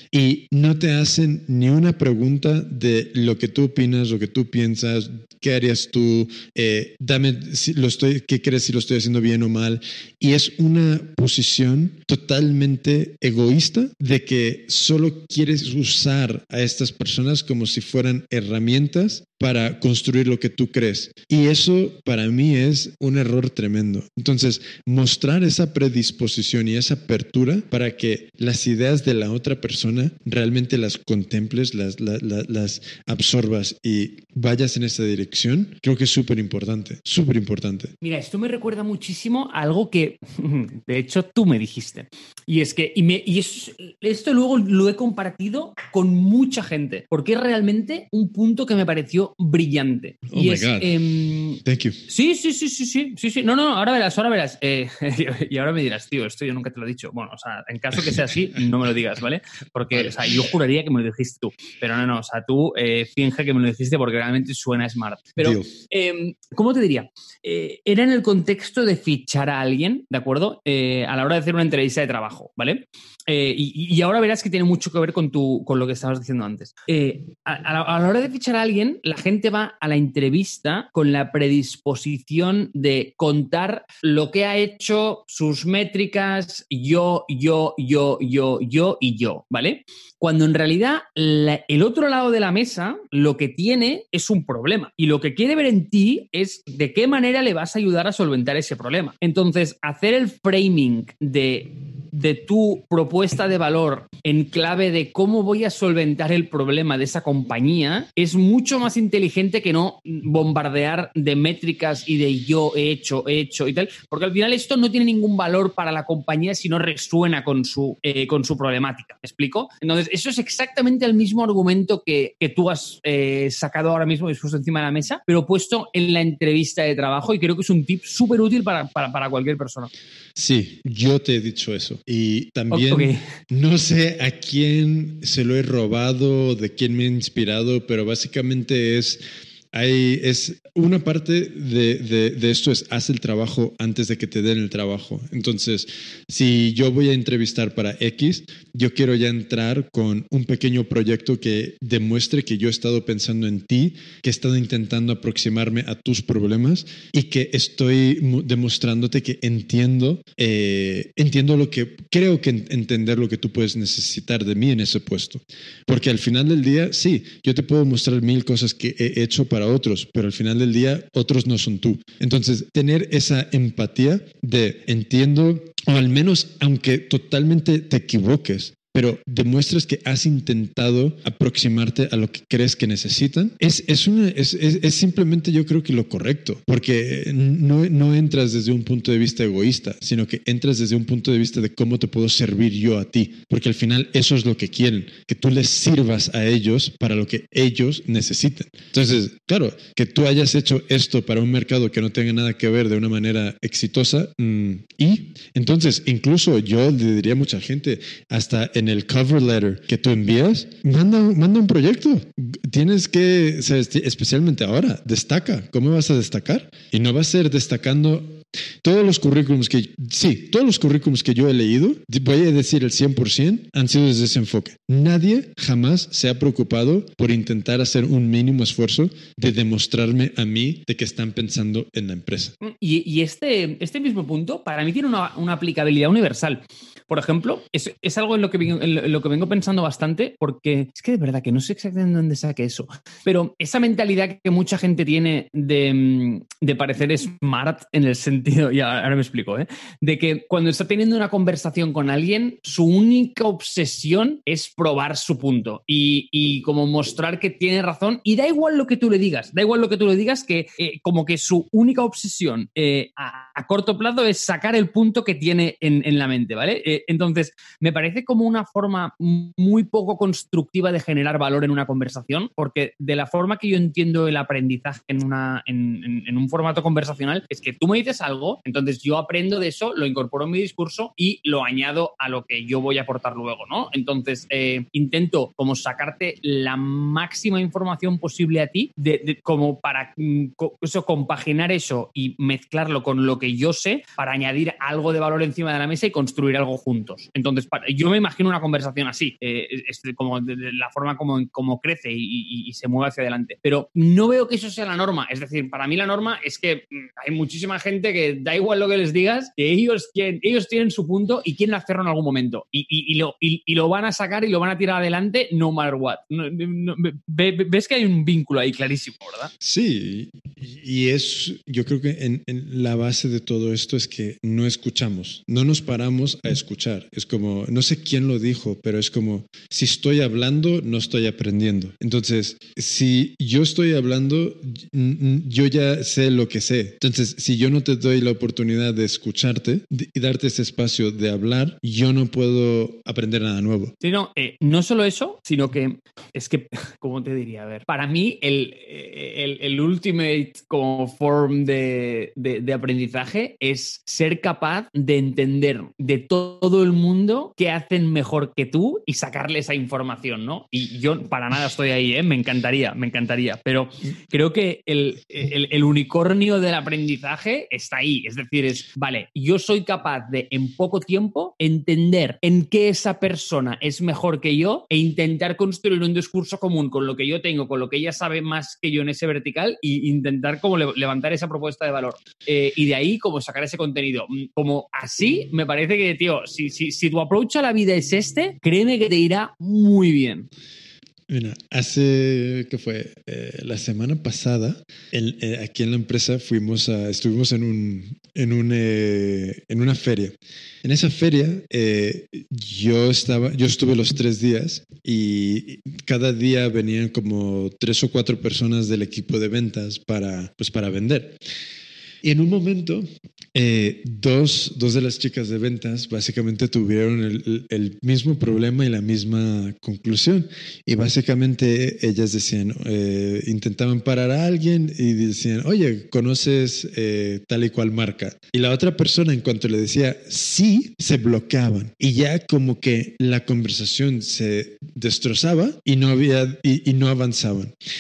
Y no te hacen ni una pregunta de lo que tú opinas, lo que tú piensas, qué harías tú, eh, dame si lo estoy, qué crees si lo estoy haciendo bien o mal. Y es una posición totalmente egoísta de que solo quieres usar a estas personas como si fueran herramientas para construir lo que tú crees. Y eso para mí es un error tremendo. Entonces, mostrar esa predisposición y esa apertura para que las ideas de la otra persona realmente las contemples, las, las, las, las absorbas y vayas en esa dirección, creo que es súper importante, súper importante. Mira, esto me recuerda muchísimo a algo que, de hecho, tú me dijiste. Y es que, y, me, y eso, esto luego lo he compartido con mucha gente, porque es realmente un punto que me pareció brillante. Oh y my es, God. Eh, Thank you. Sí, sí, sí, sí, sí, sí, sí. No, no, ahora verás, ahora verás. Eh, y ahora me dirás, tío, esto yo nunca te lo he dicho. Bueno, o sea, en caso que sea así, no me lo digas, ¿vale? Porque, vale. O sea, yo juraría que me lo dijiste tú. Pero no, no, o sea, tú eh, finge que me lo dijiste porque realmente suena smart. Pero, eh, ¿cómo te diría? Eh, era en el contexto de fichar a alguien, ¿de acuerdo? Eh, a la hora de hacer una entrevista de trabajo, ¿vale? Eh, y, y ahora verás que tiene mucho que ver con, tu, con lo que estabas diciendo antes. Eh, a, a, la, a la hora de fichar a alguien, la gente va a la entrevista con la predisposición de contar lo que ha hecho, sus métricas, yo, yo, yo, yo, yo y yo, ¿vale? Cuando en realidad la, el otro lado de la mesa lo que tiene es un problema y lo que quiere ver en ti es de qué manera le vas a ayudar a solventar ese problema. Entonces, hacer el framing de, de tu propuesta de valor en clave de cómo voy a solventar el problema de esa compañía es mucho más inteligente que no bombardear de métricas y de yo he hecho, he hecho y tal, porque al final esto no tiene ningún valor para la compañía si no resuena con su, eh, con su problemática. ¿Me explico? Entonces, eso es exactamente el mismo argumento que, que tú has eh, sacado ahora mismo y puesto encima de la mesa, pero puesto en la entrevista de trabajo, y creo que es un tip súper útil para, para, para cualquier persona. Sí, yo te he dicho eso. Y también okay. No sé a quién se lo he robado, de quién me he inspirado, pero básicamente es hay, es una parte de, de, de esto es haz el trabajo antes de que te den el trabajo. Entonces, si yo voy a entrevistar para X, yo quiero ya entrar con un pequeño proyecto que demuestre que yo he estado pensando en ti, que he estado intentando aproximarme a tus problemas y que estoy demostrándote que entiendo, eh, entiendo lo que creo que entender lo que tú puedes necesitar de mí en ese puesto. Porque al final del día, sí, yo te puedo mostrar mil cosas que he hecho para otros, pero al final del día, otros no son tú. Entonces, tener esa empatía de entiendo, o al menos, aunque totalmente te equivoques, pero demuestras que has intentado aproximarte a lo que crees que necesitan, es, es, una, es, es, es simplemente yo creo que lo correcto, porque no, no entras desde un punto de vista egoísta, sino que entras desde un punto de vista de cómo te puedo servir yo a ti, porque al final eso es lo que quieren, que tú les sirvas a ellos para lo que ellos necesiten. Entonces, claro, que tú hayas hecho esto para un mercado que no tenga nada que ver de una manera exitosa, mmm, y entonces incluso yo le diría a mucha gente, hasta en en el cover letter que tú envías, manda, manda un proyecto. Tienes que, o sea, especialmente ahora, destaca. ¿Cómo vas a destacar? Y no va a ser destacando todos los currículums que, sí, todos los currículums que yo he leído, voy a decir el cien por ciento, han sido desde ese enfoque. Nadie jamás se ha preocupado por intentar hacer un mínimo esfuerzo de demostrarme a mí de que están pensando en la empresa. Y, y este, este mismo punto para mí tiene una, una aplicabilidad universal. Por ejemplo, es, es algo en lo, que vengo, en lo que vengo pensando bastante, porque es que de verdad que no sé exactamente dónde saqué eso, pero esa mentalidad que mucha gente tiene de, de parecer smart en el sentido, y ahora me explico, ¿eh? De que cuando está teniendo una conversación con alguien, su única obsesión es probar su punto y, y como mostrar que tiene razón, y da igual lo que tú le digas, da igual lo que tú le digas, que eh, como que su única obsesión eh, a, a corto plazo es sacar el punto que tiene en, en la mente, ¿vale? Eh, Entonces, me parece como una forma muy poco constructiva de generar valor en una conversación, porque de la forma que yo entiendo el aprendizaje en, una, en, en, en un formato conversacional es que tú me dices algo, entonces yo aprendo de eso, lo incorporo en mi discurso y lo añado a lo que yo voy a aportar luego, ¿no? Entonces, eh, intento como sacarte la máxima información posible a ti, de, de, como para mm, co- eso, compaginar eso y mezclarlo con lo que yo sé para añadir algo de valor encima de la mesa y construir algo juntos. Entonces, para, yo me imagino una conversación así, eh, es como de, de la forma como, como crece y, y, y se mueve hacia adelante. Pero no veo que eso sea la norma. Es decir, para mí la norma es que mm, hay muchísima gente que da igual lo que les digas, que ellos, que ellos tienen su punto y quieren hacerlo en algún momento. Y, y, y, lo, y, y lo van a sacar y lo van a tirar adelante no matter what. No, no, ves que hay un vínculo ahí clarísimo, ¿verdad? Sí, y es, yo creo que en, en la base de todo esto es que no escuchamos, no nos paramos a escuchar. Es como, no sé quién lo dijo, pero es como, si estoy hablando, no estoy aprendiendo. Entonces, si yo estoy hablando, yo ya sé lo que sé. Entonces, si yo no te doy la oportunidad de escucharte y darte ese espacio de hablar, yo no puedo aprender nada nuevo. Sí, no, eh, no solo eso, sino que es que, ¿cómo te diría? A ver, para mí el, el, el ultimate como form de, de, de aprendizaje es ser capaz de entender de todo el mundo qué hacen mejor que tú y sacarle esa información, ¿no? Y yo para nada estoy ahí, ¿eh? Me encantaría, me encantaría, pero creo que el, el, el unicornio del aprendizaje está ahí, es decir, es, vale, yo soy capaz de en poco tiempo entender en qué esa persona es mejor que yo e intentar construir un discurso común con lo que yo tengo, con lo que ella sabe más que yo en ese vertical e intentar como le- levantar esa propuesta de valor. Eh, y de ahí como sacar ese contenido. Como así, me parece que, tío, si, si, si tu approach a la vida es este, créeme que te irá muy bien. Mira, hace, ¿qué fue? Eh, la semana pasada, en, eh, aquí en la empresa fuimos a, estuvimos en un, en un, eh, en una feria. En esa feria, eh, yo estaba, yo estuve los tres días y cada día venían como tres o cuatro personas del equipo de ventas para, pues para vender. Y en un momento, eh, dos, dos de las chicas de ventas básicamente tuvieron el, el mismo problema y la misma conclusión. Y básicamente ellas decían, eh, intentaban parar a alguien y decían, oye, ¿conoces eh, tal y cual marca? Y la otra persona, en cuanto le decía sí, se bloqueaban. Y ya como que la conversación se destrozaba y no, había, y, y no avanzaban.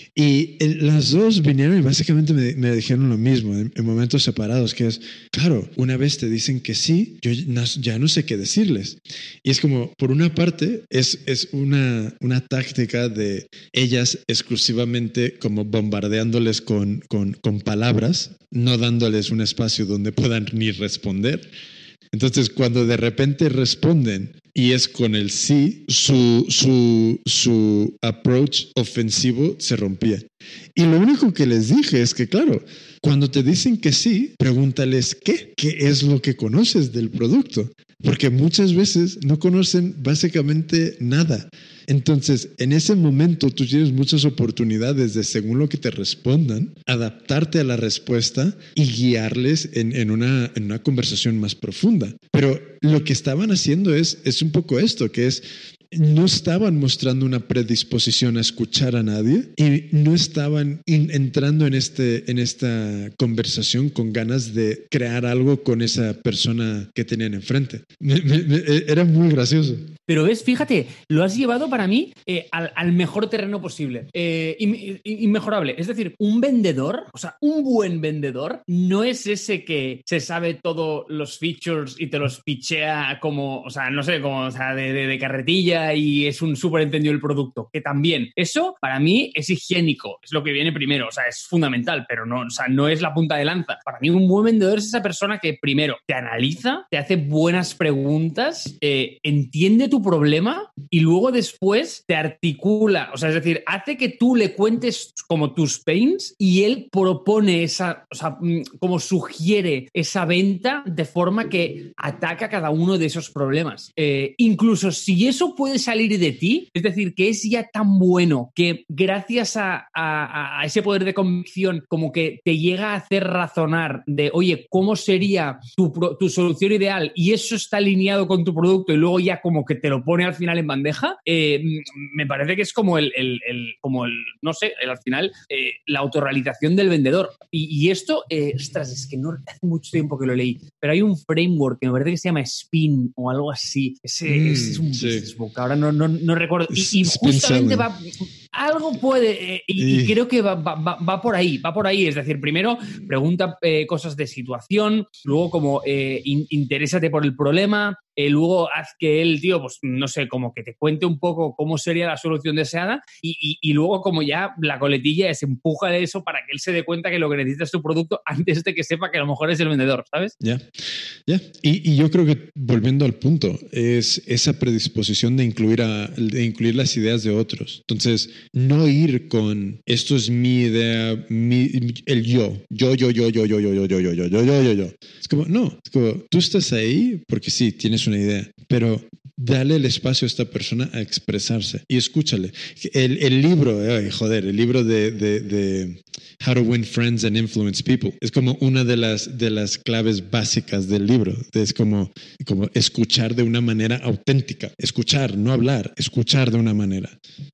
Y el, las dos vinieron y básicamente me, me dijeron lo mismo en, en momentos separados, que es, claro, una vez te dicen que sí, yo ya no sé qué decirles. Y es como, por una parte, es, es una, una táctica de ellas exclusivamente como bombardeándoles con, con, con palabras, no dándoles un espacio donde puedan ni responder. Entonces, cuando de repente responden y es con el sí, su, su, su approach ofensivo se rompía. Y lo único que les dije es que, claro, cuando te dicen que sí, pregúntales qué, qué es lo que conoces del producto. Porque muchas veces no conocen básicamente nada. Entonces, en ese momento tú tienes muchas oportunidades de, según lo que te respondan, adaptarte a la respuesta y guiarles en, en, una, en una conversación más profunda. Pero lo que estaban haciendo es, es un poco esto, que es... no estaban mostrando una predisposición a escuchar a nadie y no estaban in, entrando en, este, en esta conversación con ganas de crear algo con esa persona que tenían enfrente. Me, me, me, era muy gracioso. Pero ves, fíjate, lo has llevado para mí eh, al, al mejor terreno posible, eh, inmejorable. Es decir, un vendedor, o sea, un buen vendedor, no es ese que se sabe todos los features y te los pichea como, o sea, no sé, como o sea, de, de, de carretilla y es un súper entendido el producto. Que también, eso para mí es higiénico, es lo que viene primero, o sea, es fundamental, pero no, o sea, no es la punta de lanza. Para mí un buen vendedor es esa persona que primero te analiza, te hace buenas preguntas, eh, entiende tu problema y luego después te articula, o sea, es decir, hace que tú le cuentes como tus pains y él propone esa, o sea, como sugiere esa venta de forma que ataca cada uno de esos problemas. Eh, incluso si eso puede salir de ti, es decir, que es ya tan bueno que gracias a, a, a ese poder de convicción como que te llega a hacer razonar de, oye, ¿cómo sería tu, tu solución ideal? Y eso está alineado con tu producto y luego ya como que te lo pone al final en bandeja, eh, me parece que es como el, el, el como el, no sé, el, al final, eh, la autorrealización del vendedor. Y, y esto, eh, ostras, es que no hace mucho tiempo que lo leí, pero hay un framework que me parece que se llama Spin o algo así. Ese, mm, ese es un sí. business book, ahora no, no, no recuerdo. Y, y justamente va... Algo puede, eh, y, y creo que va, va, va por ahí, va por ahí. Es decir, primero pregunta eh, cosas de situación, luego como eh, in, interésate por el problema, eh, luego haz que él, tío, pues no sé, como que te cuente un poco cómo sería la solución deseada y, y, y luego como ya la coletilla es empuja de eso para que él se dé cuenta que lo que necesita es tu producto antes de que sepa que a lo mejor es el vendedor, ¿sabes? Ya, yeah. ya. Yeah. Y, y yo creo que, volviendo al punto, es esa predisposición de incluir, a, de incluir las ideas de otros. Entonces, no ir con esto es mi idea, mi, el yo, yo, yo, yo, yo, yo, yo, yo, yo, yo, yo, yo, yo, yo, yo. Es como, no, es como, tú estás ahí porque sí, tienes una idea, pero dale el espacio a esta persona a expresarse y escúchale. El, el libro, ay, joder, el libro de, de, de How to Win Friends and Influence People es como una de las, de las claves básicas del libro. Es como, como escuchar de una manera auténtica. Escuchar, no hablar, escuchar de una manera.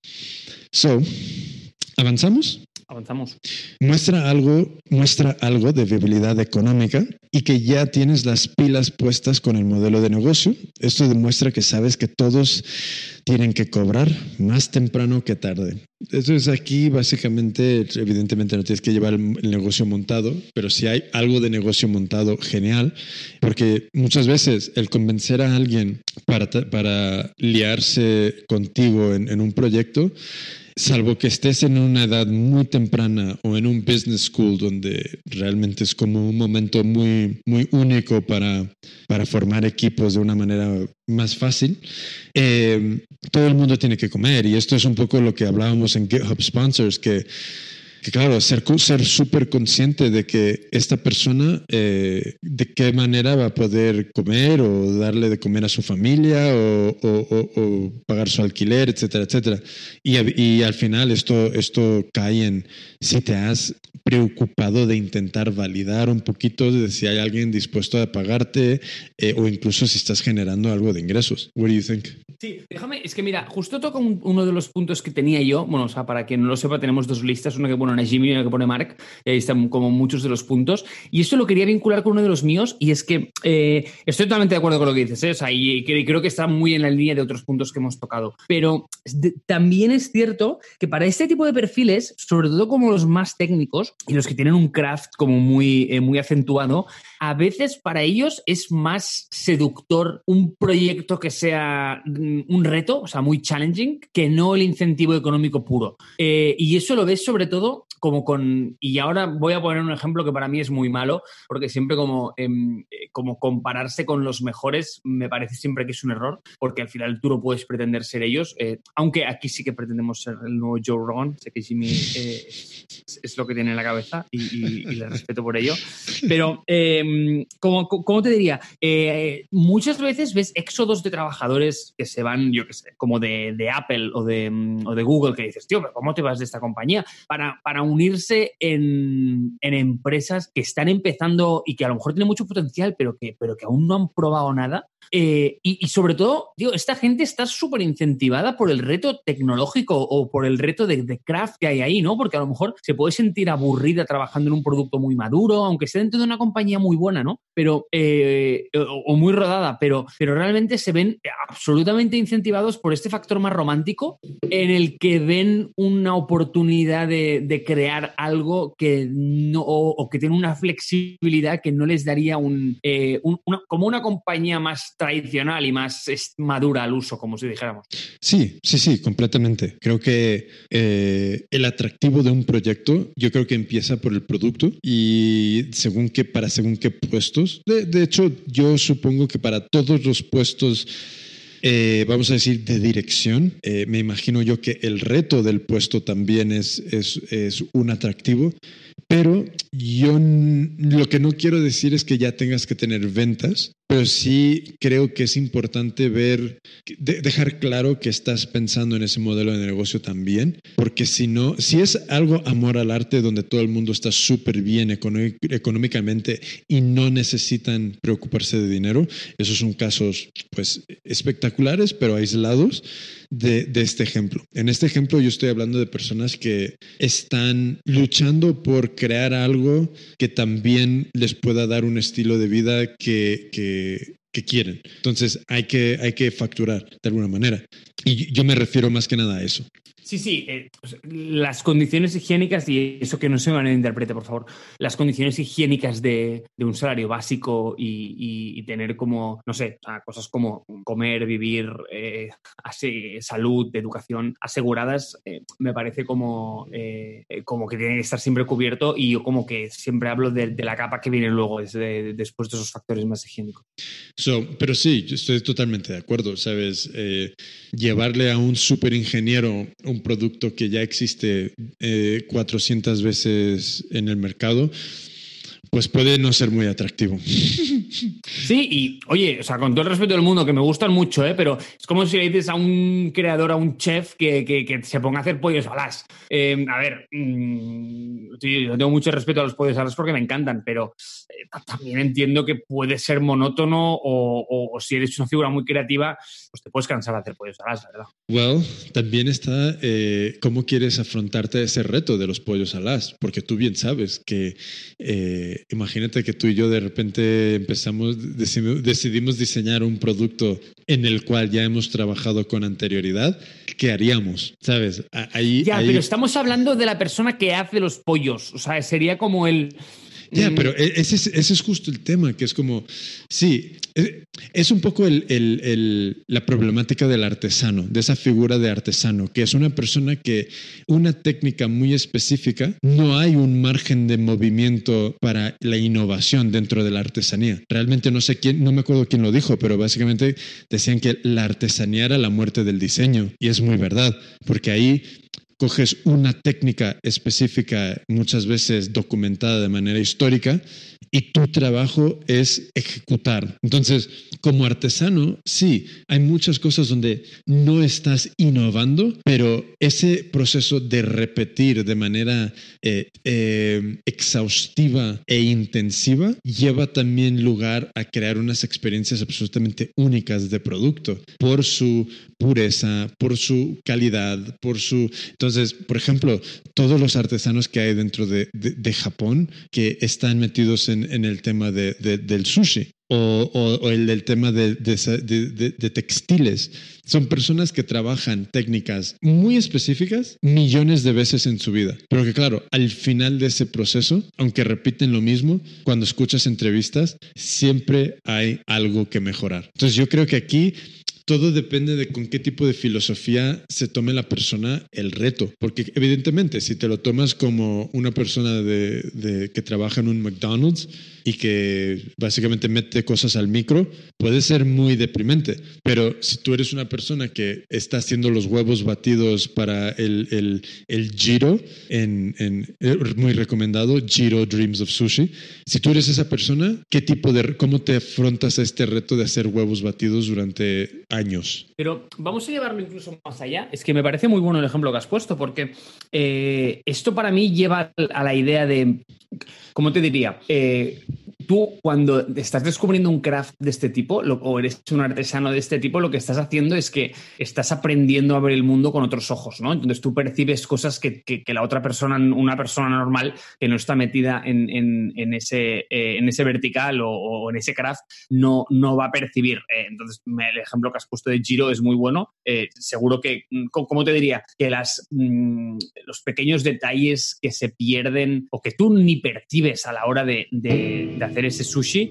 So, ¿avanzamos? Avanzamos. Muestra algo, muestra algo de viabilidad económica y que ya tienes las pilas puestas con el modelo de negocio. Esto demuestra que sabes que todos tienen que cobrar más temprano que tarde. Entonces aquí básicamente, evidentemente no tienes que llevar el, el negocio montado, pero si hay algo de negocio montado, genial, porque muchas veces el convencer a alguien para, para liarse contigo en, en un proyecto, salvo que estés en una edad muy temprana o en un business school donde realmente es como un momento muy, muy único para, para formar equipos de una manera más fácil, eh, todo el mundo tiene que comer. Y esto es un poco lo que hablábamos en GitHub Sponsors, que Que claro, ser ser súper consciente de que esta persona eh, de qué manera va a poder comer o darle de comer a su familia o, o, o, o pagar su alquiler, etcétera, etcétera. Y, y al final esto, esto cae en si te has preocupado de intentar validar un poquito de si hay alguien dispuesto a pagarte eh, o incluso si estás generando algo de ingresos. What do you think? Sí, déjame, es que mira, justo toco un, uno de los puntos que tenía yo. Bueno, o sea, para quien no lo sepa, tenemos dos listas, una que pone una Jimmy y una que pone Mark, y ahí están como muchos de los puntos. Y eso lo quería vincular con uno de los míos, y es que eh, estoy totalmente de acuerdo con lo que dices, ¿eh? O sea, y creo que está muy en la línea de otros puntos que hemos tocado. Pero de, también es cierto que para este tipo de perfiles, sobre todo como los más técnicos y los que tienen un craft como muy, eh, muy acentuado, a veces para ellos es más seductor un proyecto que sea un reto, o sea, muy challenging, que no el incentivo económico puro. Eh, y eso lo ves sobre todo como con... Y ahora voy a poner un ejemplo que para mí es muy malo, porque siempre como, eh, como compararse con los mejores me parece siempre que es un error, porque al final tú no puedes pretender ser ellos, eh, aunque aquí sí que pretendemos ser el nuevo Joe Rogan, sé que Jimmy eh, es, es lo que tiene en la cabeza y, y, y le respeto por ello, pero... Eh, ¿Cómo, ¿Cómo te diría? Eh, muchas veces ves éxodos de trabajadores que se van, yo qué sé, como de, de Apple o de, o de Google, que dices, tío, pero ¿cómo te vas de esta compañía? Para, para unirse en, en empresas que están empezando y que a lo mejor tienen mucho potencial, pero que, pero que aún no han probado nada. Eh, y, y sobre todo, tío, esta gente está súper incentivada por el reto tecnológico o por el reto de, de craft que hay ahí, ¿no? Porque a lo mejor se puede sentir aburrida trabajando en un producto muy maduro, aunque esté dentro de una compañía muy buena, ¿no? Pero, eh, o, o muy rodada, pero, pero realmente se ven absolutamente incentivados por este factor más romántico en el que ven una oportunidad de, de crear algo que no, o, o que tiene una flexibilidad que no les daría un, eh, un una, como una compañía más tradicional y más madura al uso, como si dijéramos. Sí, sí, sí, completamente. Creo que eh, el atractivo de un proyecto, yo creo que empieza por el producto y según qué, para según qué puestos. De, de hecho, yo supongo que para todos los puestos, eh, vamos a decir, de dirección, eh, me imagino yo que el reto del puesto también es, es, es un atractivo. Pero yo lo que no quiero decir es que ya tengas que tener ventas, pero sí creo que es importante ver, de, dejar claro que estás pensando en ese modelo de negocio también, porque si no, si es algo amor al arte donde todo el mundo está súper bien económic, económicamente y no necesitan preocuparse de dinero, esos son casos pues espectaculares, pero aislados. De, de este ejemplo. En este ejemplo yo estoy hablando de personas que están luchando por crear algo que también les pueda dar un estilo de vida que, que, que quieren. Entonces hay que, hay que facturar de alguna manera. Y yo me refiero más que nada a eso. Sí, sí, eh, pues, las condiciones higiénicas, y eso que no se me malinterprete, por favor, las condiciones higiénicas de, de un salario básico y, y, y tener como, no sé, cosas como comer, vivir, eh, así, salud, educación aseguradas, eh, me parece como, eh, como que tiene que estar siempre cubierto, y yo como que siempre hablo de, de la capa que viene luego, es de, después de esos factores más higiénicos. So, pero sí, yo estoy totalmente de acuerdo, ¿sabes? Eh, llevarle a un súper ingeniero un producto que ya existe eh, cuatrocientas veces en el mercado, pues puede no ser muy atractivo. Sí, y oye, o sea, con todo el respeto del mundo, que me gustan mucho, ¿eh? Pero es como si le dices a un creador, a un chef, que, que, que se ponga a hacer pollos alas. Eh, a ver, mmm, yo tengo mucho respeto a los pollos alas porque me encantan, pero eh, también entiendo que puede ser monótono o, o, o si eres una figura muy creativa, pues te puedes cansar de hacer pollos alas, la verdad. Well, también está eh, cómo quieres afrontarte ese reto de los pollos alas, porque tú bien sabes que eh, imagínate que tú y yo de repente empezamos, decidimos, decidimos diseñar un producto en el cual ya hemos trabajado con anterioridad. ¿Qué haríamos? ¿Sabes? Ahí, ya, ahí... pero estamos hablando de la persona que hace los pollos. O sea, sería como el... Ya, pero ese es, ese es justo el tema, que es como, sí, es un poco el, el, el, la problemática del artesano, de esa figura de artesano, que es una persona que una técnica muy específica, no hay un margen de movimiento para la innovación dentro de la artesanía. Realmente no sé quién, no me acuerdo quién lo dijo, pero básicamente decían que la artesanía era la muerte del diseño, y es muy verdad, porque ahí coges una técnica específica, muchas veces documentada de manera histórica, y tu trabajo es ejecutar. Entonces, como artesano, sí, hay muchas cosas donde no estás innovando, pero ese proceso de repetir de manera eh, eh, exhaustiva e intensiva lleva también lugar a crear unas experiencias absolutamente únicas de producto por su pureza, por su calidad, por su... Entonces, por ejemplo, todos los artesanos que hay dentro de, de, de Japón que están metidos en, en el tema de, de, del sushi o, o, o el del tema de, de, de, de textiles, son personas que trabajan técnicas muy específicas millones de veces en su vida. Pero que claro, al final de ese proceso, aunque repiten lo mismo, cuando escuchas entrevistas, siempre hay algo que mejorar. Entonces yo creo que aquí todo depende de con qué tipo de filosofía se tome la persona el reto. Porque evidentemente, si te lo tomas como una persona de, de, que trabaja en un McDonald's y que básicamente mete cosas al micro, puede ser muy deprimente. Pero si tú eres una persona que está haciendo los huevos batidos para el, el, el Jiro, en, en, muy recomendado, Jiro Dreams of Sushi, si tú eres esa persona, ¿qué tipo de, cómo te afrontas a este reto de hacer huevos batidos durante años? Pero vamos a llevarlo incluso más allá. Es que me parece muy bueno el ejemplo que has puesto, porque eh, esto para mí lleva a la idea de, ¿cómo te diría? Eh, tú cuando estás descubriendo un craft de este tipo lo, o eres un artesano de este tipo, lo que estás haciendo es que estás aprendiendo a ver el mundo con otros ojos, ¿no? Entonces tú percibes cosas que, que, que la otra persona, una persona normal que no está metida en, en, en, ese, eh, en ese vertical o, o en ese craft no, no va a percibir. Eh, entonces el ejemplo que has puesto de Jiro es muy bueno. Eh, seguro que, ¿cómo te diría? Que las, mmm, los pequeños detalles que se pierden o que tú ni percibes a la hora de, de, de hacer ese sushi,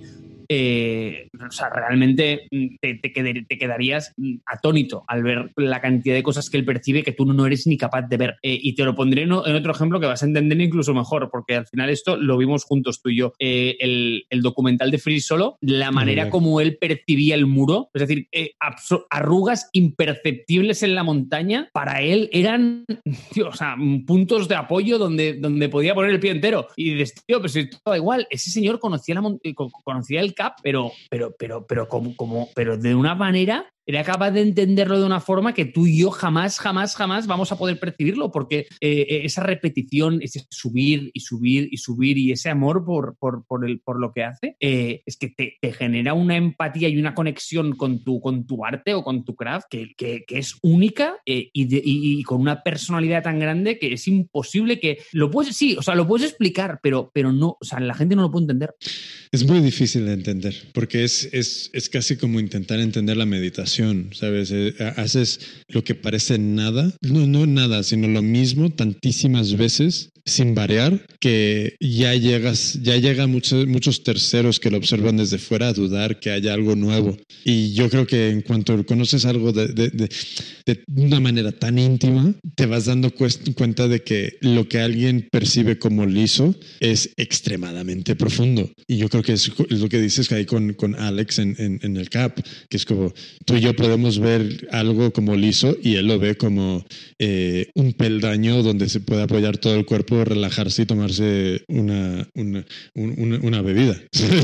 eh, o sea, realmente te, te, qued- te quedarías atónito al ver la cantidad de cosas que él percibe que tú no eres ni capaz de ver. Eh, y te lo pondré en, en otro ejemplo que vas a entender incluso mejor, porque al final esto lo vimos juntos tú y yo. Eh, el, el documental de Free Solo, la manera como él percibía el muro, es decir, eh, abso- arrugas imperceptibles en la montaña, para él eran, tío, o sea, puntos de apoyo donde, donde podía poner el pie entero. Y dices, tío, pero si todo igual, ese señor conocía, la mon- conocía el cap, pero, pero, pero, pero, como, como, pero de una manera era capaz de entenderlo de una forma que tú y yo jamás, jamás, jamás vamos a poder percibirlo, porque eh, esa repetición, ese subir y subir y subir y ese amor por, por, por, el, por lo que hace, eh, es que te, te genera una empatía y una conexión con tu, con tu arte o con tu craft que, que, que es única eh, y, de, y, y con una personalidad tan grande que es imposible que lo puedes, sí, o sea, lo puedes explicar, pero, pero no, o sea, la gente no lo puede entender. Es muy difícil de entender, porque es, es, es casi como intentar entender la meditación, ¿sabes? Eh, haces lo que parece nada, no, no nada, sino lo mismo tantísimas veces sin variar, que ya llegas, ya llegan muchos, muchos terceros que lo observan desde fuera a dudar que haya algo nuevo. Y yo creo que en cuanto conoces algo de, de, de, de una manera tan íntima, te vas dando cuenta de que lo que alguien percibe como liso es extremadamente profundo. Y yo creo que es, es lo que dices que hay con, con Alex en, en, en el C A P, que es como tú y yo podemos ver algo como liso y él lo ve como eh, un peldaño donde se puede apoyar todo el cuerpo, relajarse y tomarse una, una, una, una bebida.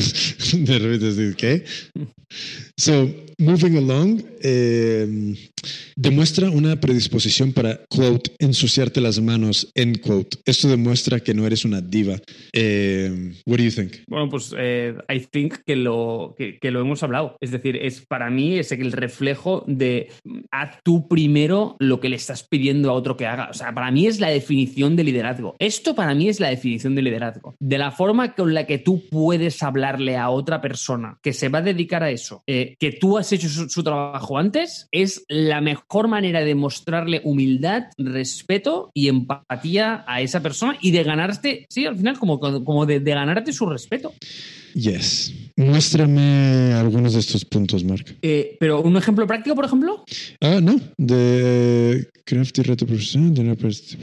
De repente decir, ¿qué? So, moving along, eh, demuestra una predisposición para, quote, ensuciarte las manos, end quote. Esto demuestra que no eres una diva. Eh, what do you think? Bueno, pues eh, I think que lo, que, que lo hemos hablado. Es decir, es para mí es el reflejo de haz tú primero lo que le estás pidiendo a otro que haga. O sea, para mí es la definición de liderazgo. Esto para mí es la definición de liderazgo. De la forma con la que tú puedes hablarle a otra persona que se va a dedicar a eso, eh, que tú has hecho su, su trabajo antes, es la mejor manera de mostrarle humildad, respeto y empatía a esa persona y de ganarte, sí, al final como, como de, de ganarte su respeto. Yes. Muéstrame algunos de estos puntos, Marc. Eh, pero un ejemplo práctico, por ejemplo. Ah, no. De Crafty Reto Profesional.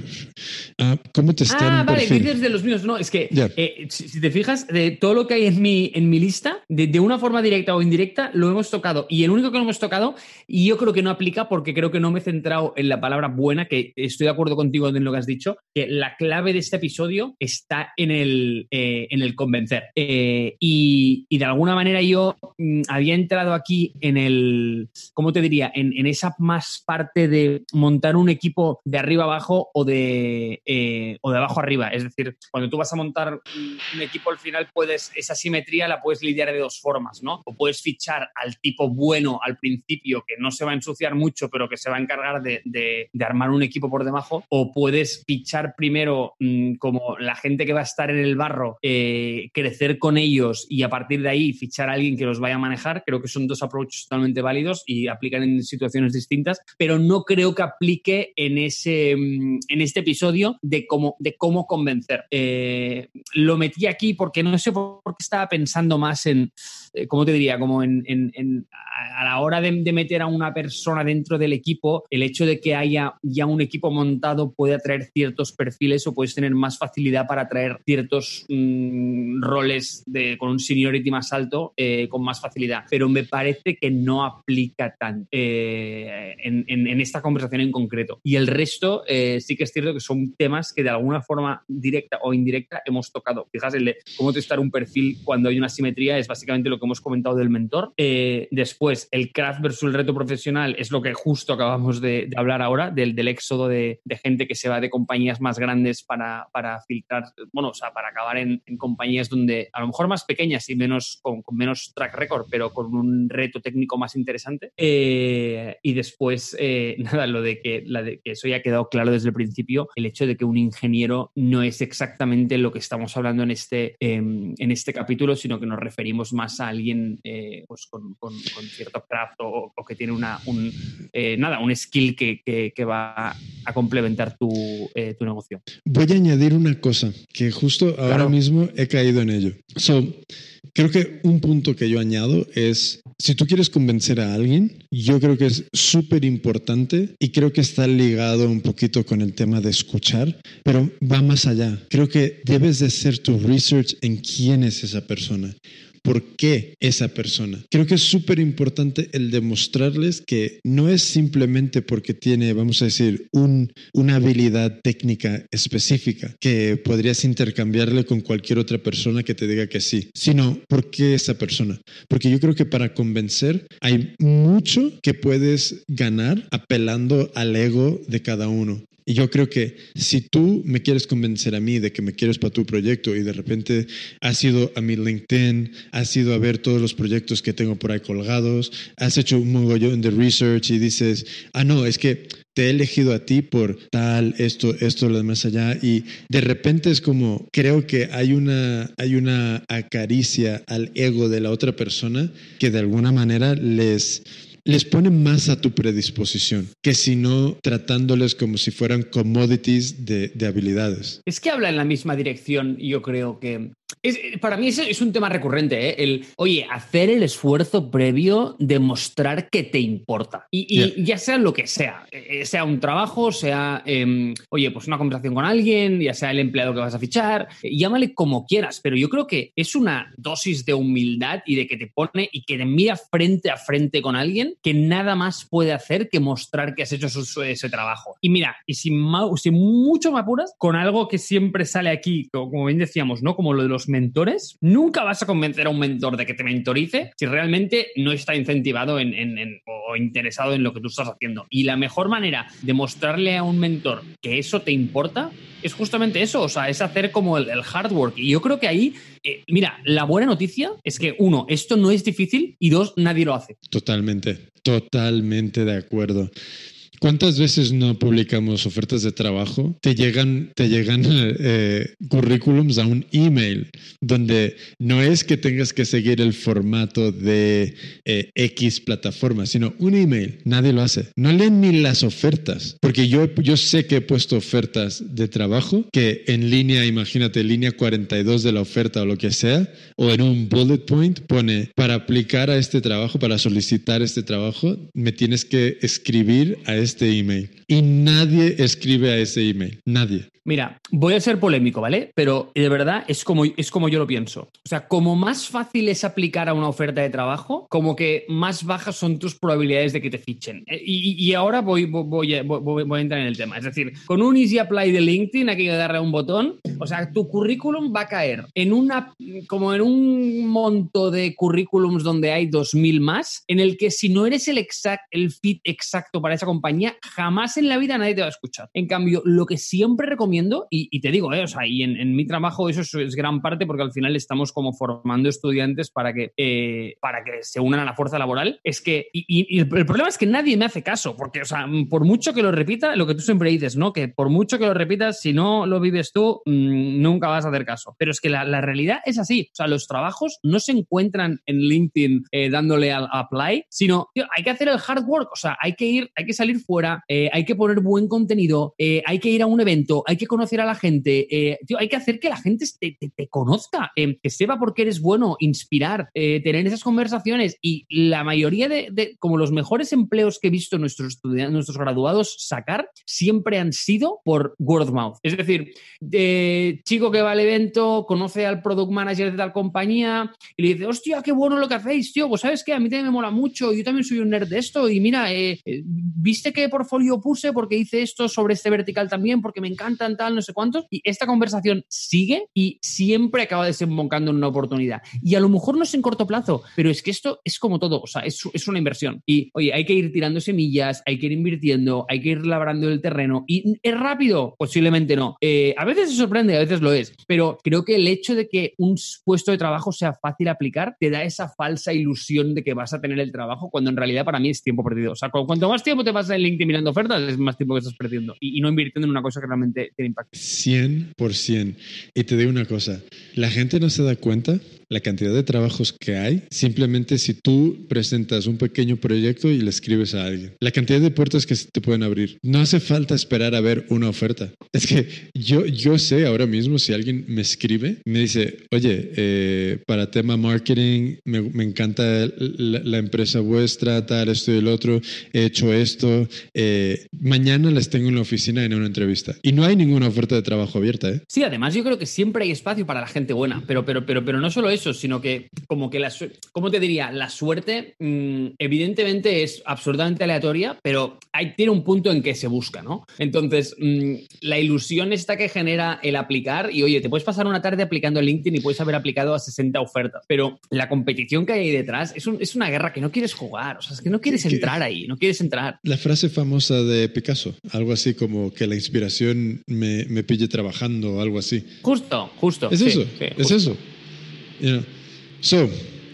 Ah, ¿cómo te está Ah, en vale, perfil? dices de los míos. No, es que Yeah. eh, si, si te fijas, de todo lo que hay en mi, en mi lista, de, de una forma directa o indirecta, lo hemos tocado. Y el único que no hemos tocado, y yo creo que no aplica porque creo que no me he centrado en la palabra buena, que estoy de acuerdo contigo en lo que has dicho, que la clave de este episodio está en el, eh, en el convencer. Eh, y, y de alguna manera yo mm, había entrado aquí en el, ¿cómo te diría? En, en esa más parte de montar un equipo de arriba abajo o de, eh, o de abajo arriba. Es decir, cuando tú vas a montar un, un equipo, al final puedes, esa simetría la puedes lidiar de dos formas, ¿no? O puedes fichar al tipo bueno al principio, que no se va a ensuciar mucho, pero que se va a encargar de, de, de armar un equipo por debajo, o puedes fichar primero mmm, como la gente que va a estar en el barro, eh, crecer con ellos y a partir de ahí fichar a alguien que los vaya a manejar. Creo que son dos approaches totalmente válidos y aplican en situaciones distintas, pero no creo que aplique en, ese, en este episodio de cómo, de cómo convencer. Eh, lo metí aquí porque no sé por qué estaba pensando más en, eh, ¿cómo te diría? Como en, en, en a la hora de, de meter a una persona dentro del equipo, el hecho de que haya ya un equipo montado puede atraer ciertos perfiles o puedes tener más facilidad para atraer ciertos mmm, roles de, con un seniority más alto eh, con más facilidad. Pero me parece que no aplica tanto eh, en, en, en esta conversación en concreto. Y el resto eh, sí que es cierto que son temas que de alguna forma directa o indirecta hemos tocado. Fijas, el de cómo testar un perfil cuando hay una simetría es básicamente lo que hemos comentado del mentor. Eh, después, el craft versus el reto profesional es lo que justo acabamos de, de hablar ahora, del, del éxodo de, de gente que se va de compañías más grandes para, para filtrar, bueno, o sea, para acabar en, en compañías donde a lo mejor más pequeñas y menos con, con menos track record, pero con un reto técnico más interesante. Eh, y después, eh, nada, lo de que, la de que eso ya ha quedado claro desde el principio, el hecho de que un ingeniero no es exactamente lo que estamos hablando en este, eh, en este capítulo, sino que nos referimos más a alguien eh, pues con, con, con cierto craft o, o que tiene una, un, eh, nada, un skill que, que, que va a complementar tu, eh, tu negocio. Voy a añadir una cosa que justo ahora Claro. mismo he caído en ello. So, creo que un punto que yo añado es, si tú quieres convencer a alguien, yo creo que es súper importante y creo que está ligado un poquito con el tema de escuchar, pero va más allá. Creo que debes de hacer tu research en quién es esa persona. ¿Por qué esa persona? Creo que es súper importante el demostrarles que no es simplemente porque tiene, vamos a decir, un, una habilidad técnica específica que podrías intercambiarle con cualquier otra persona que te diga que sí, sino ¿por qué esa persona? Porque yo creo que para convencer hay mucho que puedes ganar apelando al ego de cada uno. Y yo creo que si tú me quieres convencer a mí de que me quieres para tu proyecto y de repente has ido a mi LinkedIn, has ido a ver todos los proyectos que tengo por ahí colgados, has hecho un mogollón de research y dices, ah, no, es que te he elegido a ti por tal, esto, esto, lo demás allá. Y de repente es como, creo que hay una, hay una acaricia al ego de la otra persona que de alguna manera les... les pone más a tu predisposición que si no tratándoles como si fueran commodities de, de habilidades. Es que habla en la misma dirección, yo creo que... Es, para mí es, es un tema recurrente, ¿eh? El, oye, hacer el esfuerzo previo de mostrar que te importa. Y, y yeah. ya sea lo que sea, eh, sea un trabajo, sea, eh, oye, pues una conversación con alguien, ya sea el empleado que vas a fichar, eh, llámale como quieras, pero yo creo que es una dosis de humildad y de que te pone y que te mira frente a frente con alguien que nada más puede hacer que mostrar que has hecho su, su, ese trabajo. Y mira, y sin, sin mucho me apuras, con algo que siempre sale aquí, como bien decíamos, ¿no? Como lo de los mentores, nunca vas a convencer a un mentor de que te mentorice si realmente no está incentivado en, en, en, o interesado en lo que tú estás haciendo. Y la mejor manera de mostrarle a un mentor que eso te importa es justamente eso, o sea, es hacer como el, el hard work. Y yo creo que ahí, eh, mira, la buena noticia es que, uno, esto no es difícil y dos, nadie lo hace. Totalmente, totalmente de acuerdo. ¿Cuántas veces no publicamos ofertas de trabajo? Te llegan, te llegan eh, currículums a un email donde no es que tengas que seguir el formato de eh, X plataforma, sino un email. Nadie lo hace. No leen ni las ofertas, porque yo, yo sé que he puesto ofertas de trabajo que en línea, imagínate, línea cuarenta y dos de la oferta o lo que sea, o en un bullet point pone, para aplicar a este trabajo, para solicitar este trabajo, me tienes que escribir a este email. Y nadie escribe a ese email. Nadie. Mira, voy a ser polémico, ¿vale? Pero de verdad es como, es como yo lo pienso. O sea, como más fácil es aplicar a una oferta de trabajo, como que más bajas son tus probabilidades de que te fichen. Y, y ahora voy, voy, voy, voy a entrar en el tema. Es decir, con un Easy Apply de LinkedIn, hay que darle a un botón. O sea, tu currículum va a caer en una, como en un monto de currículums donde hay dos mil más, en el que si no eres el, exact, el fit exacto para esa compañía, jamás en la vida nadie te va a escuchar. En cambio, lo que siempre recomiendo, y, y te digo, eh, o sea, y en, en mi trabajo eso es, es gran parte porque al final estamos como formando estudiantes para que, eh, para que se unan a la fuerza laboral, es que, y, y el, el problema es que nadie me hace caso, porque, o sea, por mucho que lo repita, lo que tú siempre dices, ¿no? Que por mucho que lo repitas, si no lo vives tú, mmm, nunca vas a hacer caso. Pero es que la, la realidad es así, o sea, los trabajos no se encuentran en LinkedIn eh, dándole al apply, sino, tío, hay que hacer el hard work, o sea, hay que ir, hay que salir fuera, eh, hay que poner buen contenido, eh, hay que ir a un evento, hay que conocer a la gente, eh, tío, hay que hacer que la gente te, te, te conozca, eh, que sepa por qué eres bueno, inspirar, eh, tener esas conversaciones. Y la mayoría de, de, como los mejores empleos que he visto nuestros estudiantes, nuestros graduados sacar, siempre han sido por word of mouth. Es decir, de chico que va al evento, conoce al product manager de tal compañía y le dice, hostia, qué bueno lo que hacéis, tío, pues ¿sabes qué? A mí también me mola mucho, yo también soy un nerd de esto y mira, eh, eh, ¿viste qué portfolio puse? Porque hice esto sobre este vertical también, porque me encantan tal, no sé cuántos. Y esta conversación sigue y siempre acaba desembocando en una oportunidad. Y a lo mejor no es en corto plazo, pero es que esto es como todo, o sea, es, es una inversión. Y, oye, hay que ir tirando semillas, hay que ir invirtiendo, hay que ir labrando el terreno. ¿Y es rápido? Posiblemente no. Eh, a veces se sorprende, a veces lo es, pero creo que el hecho de que un puesto de trabajo sea fácil aplicar te da esa falsa ilusión de que vas a tener el trabajo, cuando en realidad para mí es tiempo perdido. O sea, cuanto más tiempo te pasas en LinkedIn mirando ofertas, es más tiempo que estás perdiendo y, y no invirtiendo en una cosa que realmente tiene impacto. cien por ciento. Y te digo una cosa, la gente no se da cuenta la cantidad de trabajos que hay simplemente si tú presentas un pequeño proyecto y le escribes a alguien. La cantidad de puertas que se te pueden abrir. No hace falta esperar a ver una oferta. Es que yo, yo sé ahora mismo si alguien me escribe, me dice, oye, eh, para tema marketing, me, me encanta la, la empresa vuestra, tal, esto y el otro, he hecho esto. Eh, mañana les tengo en la oficina en una entrevista. Y no hay ninguna oferta de trabajo abierta, ¿eh? Sí, además yo creo que siempre hay espacio para la gente buena, pero, pero, pero, pero no solo eso, sino que como que la suerte, ¿cómo te diría? La suerte mmm, evidentemente es absolutamente aleatoria, pero hay, tiene un punto en que se busca, ¿no? Entonces, mmm, la ilusión esta que genera el aplicar, y oye, te puedes pasar una tarde aplicando en LinkedIn y puedes haber aplicado a sesenta ofertas, pero la competición que hay ahí detrás es, un, es una guerra que no quieres jugar, o sea, es que no quieres entrar ahí, no quieres entrar. La frase famosa de Picasso, algo así como que la inspiración me, me pille trabajando o algo así. Justo, justo. Es sí, eso, sí, es justo. eso. You know. So,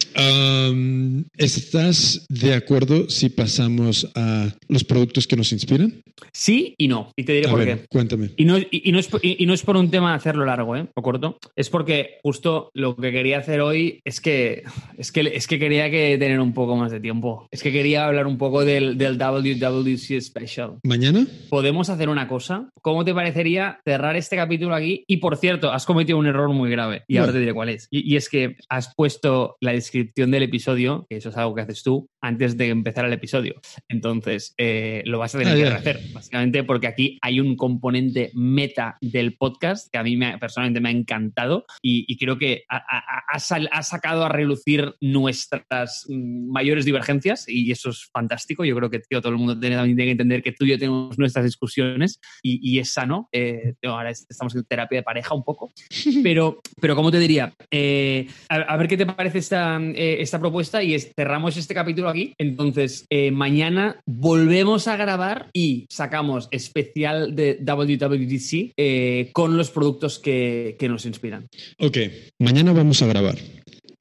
um, ¿estás de acuerdo si pasamos a los productos que nos inspiran? Sí y no. Y te diré a por ver, qué. Cuéntame. Y no, y, y, no es, y, y no es por un tema de hacerlo largo, ¿eh? O corto. Es porque justo lo que quería hacer hoy es que, es que, es que quería que tener un poco más de tiempo. Es que quería hablar un poco del, del W W C Special. ¿Mañana? ¿Podemos hacer una cosa? ¿Cómo te parecería cerrar este capítulo aquí? Y por cierto, has cometido un error muy grave. Y Bueno. ahora te diré cuál es. Y, y es que has puesto la descripción del episodio, que eso es algo que haces tú, antes de empezar el episodio. Entonces, eh, lo vas a tener Ah, que yeah. rehacer. Básicamente porque aquí hay un componente meta del podcast que a mí me, personalmente me ha encantado y, y creo que ha, ha, ha, sal, ha sacado a relucir nuestras mm, mayores divergencias y eso es fantástico. Yo creo que tío, todo el mundo tiene, también tiene que entender que tú y yo tenemos nuestras discusiones y, y es sano. Eh, ahora estamos en terapia de pareja un poco. Pero, pero ¿cómo te diría? Eh, a, a ver qué te parece esta, eh, esta propuesta y es, cerramos este capítulo aquí. Entonces, eh, mañana volvemos a grabar y sacamos especial de W W D C eh, con los productos que, que nos inspiran. Ok, mañana vamos a grabar.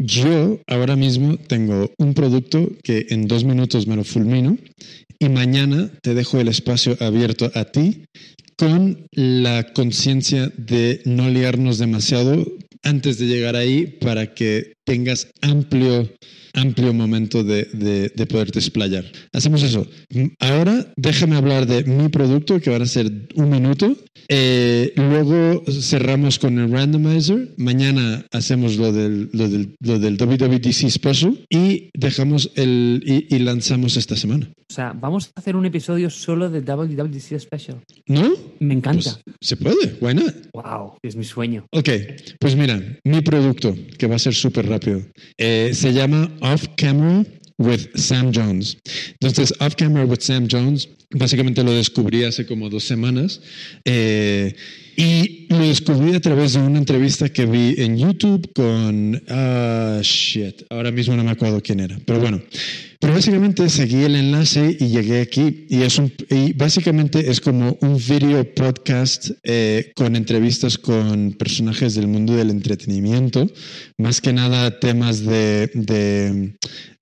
yo ahora mismo tengo un producto que en dos minutos me lo fulmino y mañana te dejo el espacio abierto a ti con la conciencia de no liarnos demasiado antes de llegar ahí para que tengas amplio, amplio momento de, de, de poderte explayar. Hacemos eso. Ahora déjame hablar de mi producto, que van a ser un minuto. Eh, luego cerramos con el randomizer. Mañana hacemos lo del, lo del, lo del W W D C Special y dejamos el y, y lanzamos esta semana. O sea, vamos a hacer un episodio solo de W W D C Special. ¿No? Me encanta. Pues, se puede, why not? Wow, es mi sueño. Ok, pues mira, mi producto, que va a ser súper rápido, eh, se llama Off Camera with Sam Jones. Entonces, Off Camera with Sam Jones, básicamente lo descubrí hace como dos semanas. Eh, Y lo descubrí a través de una entrevista que vi en YouTube con... Uh, shit, ahora mismo no me acuerdo quién era. Pero bueno, pero básicamente seguí el enlace y llegué aquí. Y, es un, y básicamente es como un video podcast eh, con entrevistas con personajes del mundo del entretenimiento. Más que nada temas de, de,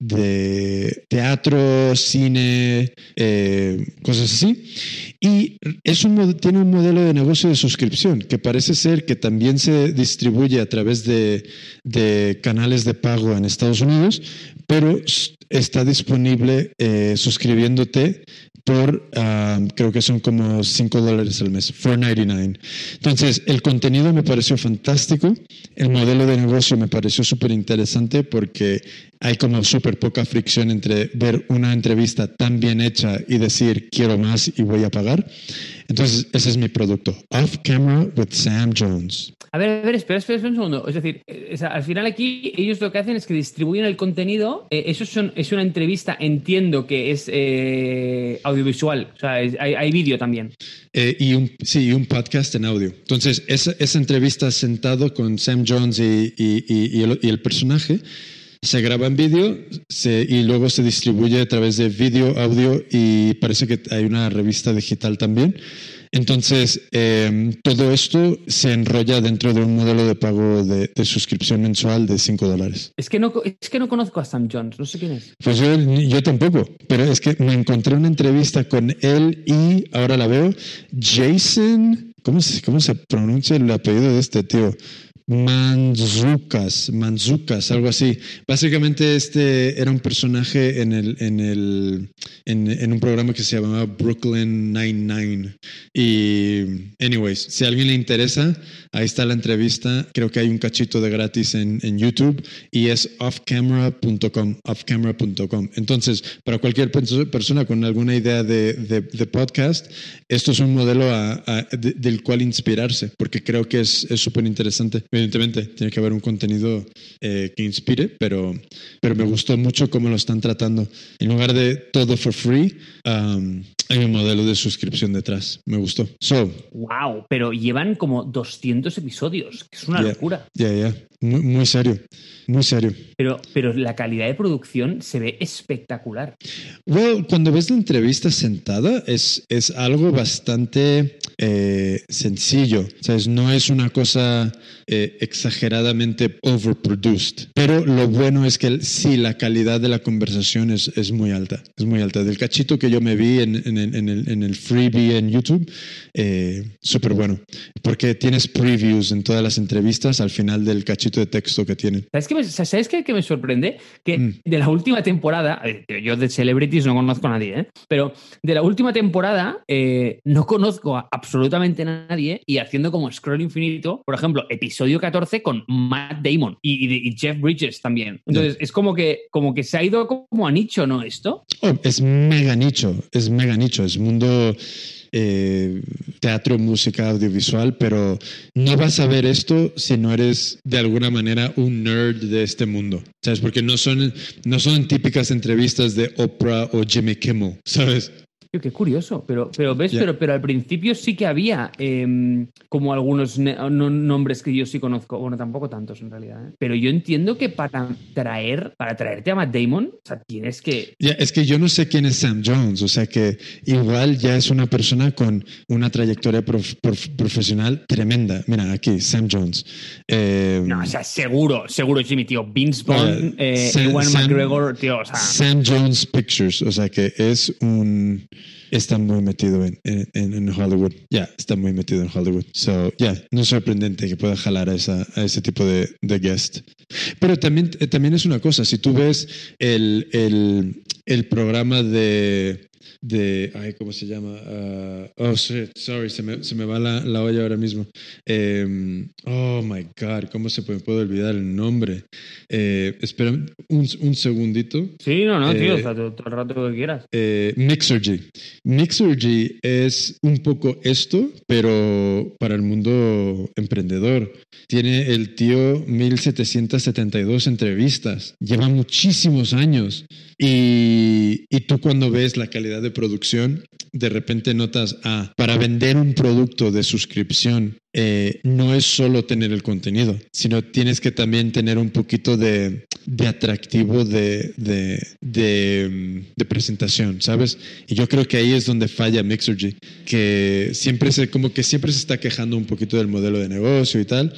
de teatro, cine, eh, cosas así. Y es un, tiene un modelo de negocio de suscripción que parece ser que también se distribuye a través de, de canales de pago en Estados Unidos, pero está disponible eh, suscribiéndote por, uh, creo que son como cinco dólares al mes, cuatro noventa y nueve. Entonces, el contenido me pareció fantástico, el modelo de negocio me pareció súper interesante porque hay como súper poca fricción entre ver una entrevista tan bien hecha y decir quiero más y voy a pagar. Entonces, ese es mi producto, Off Camera with Sam Jones. A ver, a ver, espera, espera, espera un segundo. Es decir, eh, o sea, al final aquí ellos lo que hacen es que distribuyen el contenido. Eh, eso son, es una entrevista, entiendo que es eh, audiovisual. O sea, es, hay, hay vídeo también. Eh, y un, sí, un podcast en audio. Entonces, esa, esa entrevista sentado con Sam Jones y, y, y, y, el, y el personaje se graba en vídeo se, y luego se distribuye a través de vídeo, audio y parece que hay una revista digital también. Entonces, eh, todo esto se enrolla dentro de un modelo de pago de, de suscripción mensual de cinco dólares. Es que, no, es que no conozco a Sam Jones, no sé quién es. Pues yo, yo tampoco, pero es que me encontré una entrevista con él y ahora la veo. Jason, ¿cómo se, cómo se pronuncia el apellido de este tío? Mantzoukas, Mantzoukas, algo así. Básicamente este era un personaje en el, en el, en, en un programa que se llamaba Brooklyn Nine-Nine. Y, anyways, si a alguien le interesa, ahí está la entrevista. Creo que hay un cachito de gratis en, en YouTube y es off camera punto com, off camera punto com. Entonces, para cualquier persona con alguna idea de, de, de podcast, esto es un modelo a, a, de, del cual inspirarse, porque creo que es súper interesante. Evidentemente, tiene que haber un contenido eh, que inspire, pero, pero me gustó mucho cómo lo están tratando. En lugar de todo for free, um, hay un modelo de suscripción detrás. Me gustó. So, wow, pero llevan como doscientos episodios, que es una yeah, locura. Ya, yeah, ya. Yeah. Muy, muy serio, muy serio. Pero, pero la calidad de producción se ve espectacular. Well, cuando ves la entrevista sentada, es, es algo bastante eh, sencillo. ¿Sabes? No es una cosa eh, exageradamente overproduced. Pero lo bueno es que sí, la calidad de la conversación es, es muy alta. Es muy alta. Del cachito que yo me vi en, en, en, el, en el freebie en YouTube, eh, súper bueno. Porque tienes previews en todas las entrevistas al final del cachito de texto que tienen. ¿Sabes qué me, ¿sabes qué, qué me sorprende? Que mm. de la última temporada, yo de Celebrities no conozco a nadie, ¿eh? Pero de la última temporada eh, no conozco a absolutamente a nadie y haciendo como scroll infinito, por ejemplo, episodio catorce con Matt Damon y, y, y Jeff Bridges también. Entonces yeah. es como que, como que se ha ido como a nicho, ¿no? Esto. Oh, es mega nicho, es mega nicho, es mundo... Eh, teatro, música, audiovisual, pero no vas a ver esto si no eres de alguna manera un nerd de este mundo, ¿sabes? Porque no son, no son típicas entrevistas de Oprah o Jimmy Kimmel, ¿sabes? Tío, qué curioso, pero, pero ves, Yeah. pero, pero al principio sí que había eh, como algunos ne- no- nombres que yo sí conozco, bueno, tampoco tantos en realidad, ¿eh? Pero yo entiendo que para traer, para traerte a Matt Damon, o sea, tienes que... Ya, es que yo no sé quién es Sam Jones, o sea que igual ya es una persona con una trayectoria prof- prof- profesional tremenda. Mira, aquí, Sam Jones. Eh, No, o sea, seguro, seguro, Jimmy, tío. Vince Vaughn, eh, eh, Sam- Ewan Sam- McGregor, tío, o sea... Sam Jones Pictures, o sea que es un... Está muy metido en, en, en Hollywood. Ya, está muy metido en Hollywood. So, ya, yeah, no es sorprendente que pueda jalar a, esa, a ese tipo de, de guest. Pero también, eh, también es una cosa, si tú ves el, el, el programa de... de ay, ¿cómo se llama? Uh, oh, shit, sorry, se me, se me va la, la olla ahora mismo. Eh, oh, my God, ¿cómo se me puede olvidar el nombre? Eh, espera un, un segundito. Sí, no, no, eh, tío, o sea, todo, todo el rato que quieras. Eh, Mixergy. Mixergy es un poco esto, pero para el mundo emprendedor. Tiene el tío mil setecientas setenta y dos entrevistas. Lleva muchísimos años. Y, y tú cuando ves la calidad de producción, de repente notas, ah, para vender un producto de suscripción, eh, no es solo tener el contenido, sino tienes que también tener un poquito de, de atractivo de, de, de, de presentación, ¿sabes? Y yo creo que ahí es donde falla Mixergy, que siempre se, como que siempre se está quejando un poquito del modelo de negocio y tal,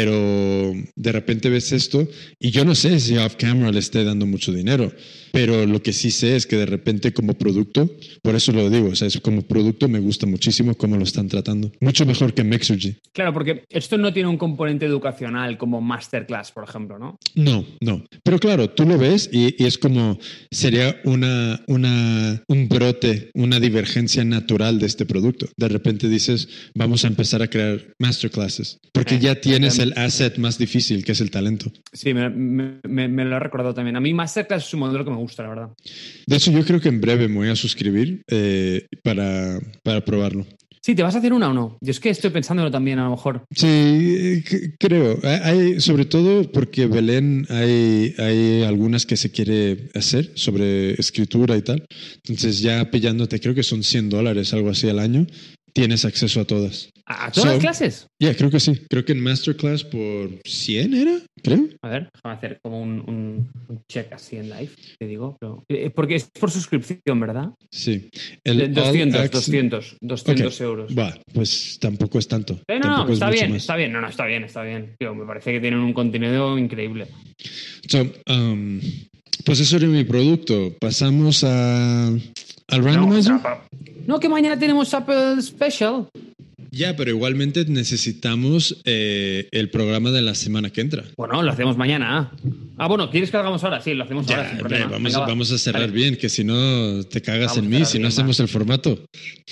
pero de repente ves esto y yo no sé si off camera le esté dando mucho dinero, pero lo que sí sé es que de repente como producto, por eso lo digo, o sea, es como producto me gusta muchísimo cómo lo están tratando, mucho mejor que Mixergy. Claro, porque esto no tiene un componente educacional como Masterclass, por ejemplo, ¿no? No, no. Pero claro, tú lo ves y, y es como sería una, una, un brote, una divergencia natural de este producto. De repente dices, vamos a empezar a crear masterclasses, porque Eh, ya tienes eh, el asset más difícil, que es el talento. Sí, me, me, me, me lo he recordado también. A mí Masterclass es un modelo que me gusta, la verdad. De hecho, yo creo que en breve me voy a suscribir eh, para, para probarlo. Sí, ¿te vas a hacer una o no? Yo es que estoy pensándolo también, a lo mejor. Sí, creo. Hay, sobre todo porque Belén hay, hay algunas que se quiere hacer sobre escritura y tal. Entonces ya pillándote, creo que son cien dólares, algo así al año. Tienes acceso a todas. ¿A todas So, las clases? Ya, yeah, creo que sí. Creo que en Masterclass por cien era, creo. A ver, déjame hacer como un, un, un check así en live, te digo. Pero, eh, porque es por suscripción, ¿verdad? Sí. El El doscientos, All Access- doscientos, doscientos Okay. euros. Va, pues tampoco es tanto. Eh, no, tampoco no, es está mucho bien, más. está bien. No, no, está bien, está bien. Tío, me parece que tienen un contenido increíble. So, um, pues eso era mi producto. Pasamos a, al randomizer. No, no, que mañana tenemos Apple Special. Ya, pero igualmente necesitamos eh, el programa de la semana que entra. Bueno, lo hacemos mañana. Ah, bueno, ¿quieres que lo hagamos ahora? Sí, lo hacemos Ya, ahora. Sin hombre, problema. vamos, Venga, va. vamos a cerrar Vale. bien, que si no te cagas Vamos en a mí, cerrar si no bien, hacemos va. el formato.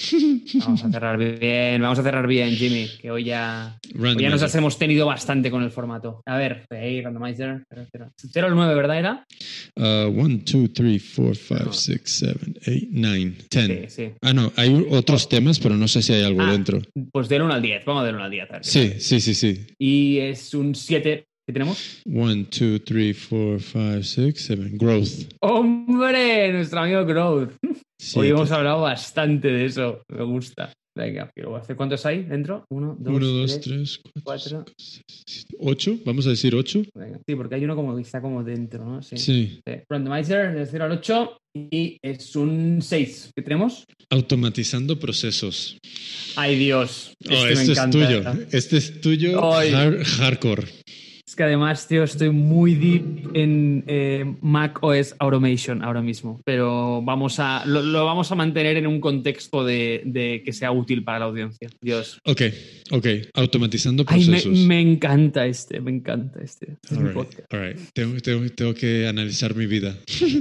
Vamos a cerrar bien, vamos a cerrar bien, Jimmy, que hoy ya, hoy ya Randomizer. nos hemos tenido bastante con el formato. A ver, ahí, randomizer, cero al nueve, ¿verdad era? Uh, one, two, three, four, five, No. six, seven, eight, nine, ten. Sí, sí. Ah, no, hay otros temas, pero no sé si hay algo Ah, dentro. Pues del uno al diez, vamos del uno al diez. A ver qué Sí, tal. sí, sí, sí. Y es un siete. ¿Qué tenemos? One, two, three, four, five, six, seven. Growth. ¡Hombre! Nuestro amigo Growth. Hoy Siete. hemos hablado bastante de eso. Me gusta. Venga, quiero hacer. ¿Cuántos hay dentro? Uno, dos, Uno, dos, tres, tres, cuatro, cuatro. cinco, seis, siete, ocho. Vamos a decir ocho. Venga. Sí, porque hay uno como que está como dentro, ¿no? Sí. Sí. Sí. Randomizer de cero al ocho y es un seis. ¿Qué tenemos? Automatizando procesos. Ay, Dios. Oh, Este me este es encanta. tuyo. Este es tuyo. Ay. Hard- hardcore. Es que además, tío, estoy muy deep en eh, Mac O S Automation ahora mismo, pero vamos a, lo, lo vamos a mantener en un contexto de, de que sea útil para la audiencia. Dios. Ok, ok. Automatizando Ay, me, procesos. me encanta este, me encanta este. Este es All mi right, podcast. all right. Tengo, tengo- tengo que analizar mi vida.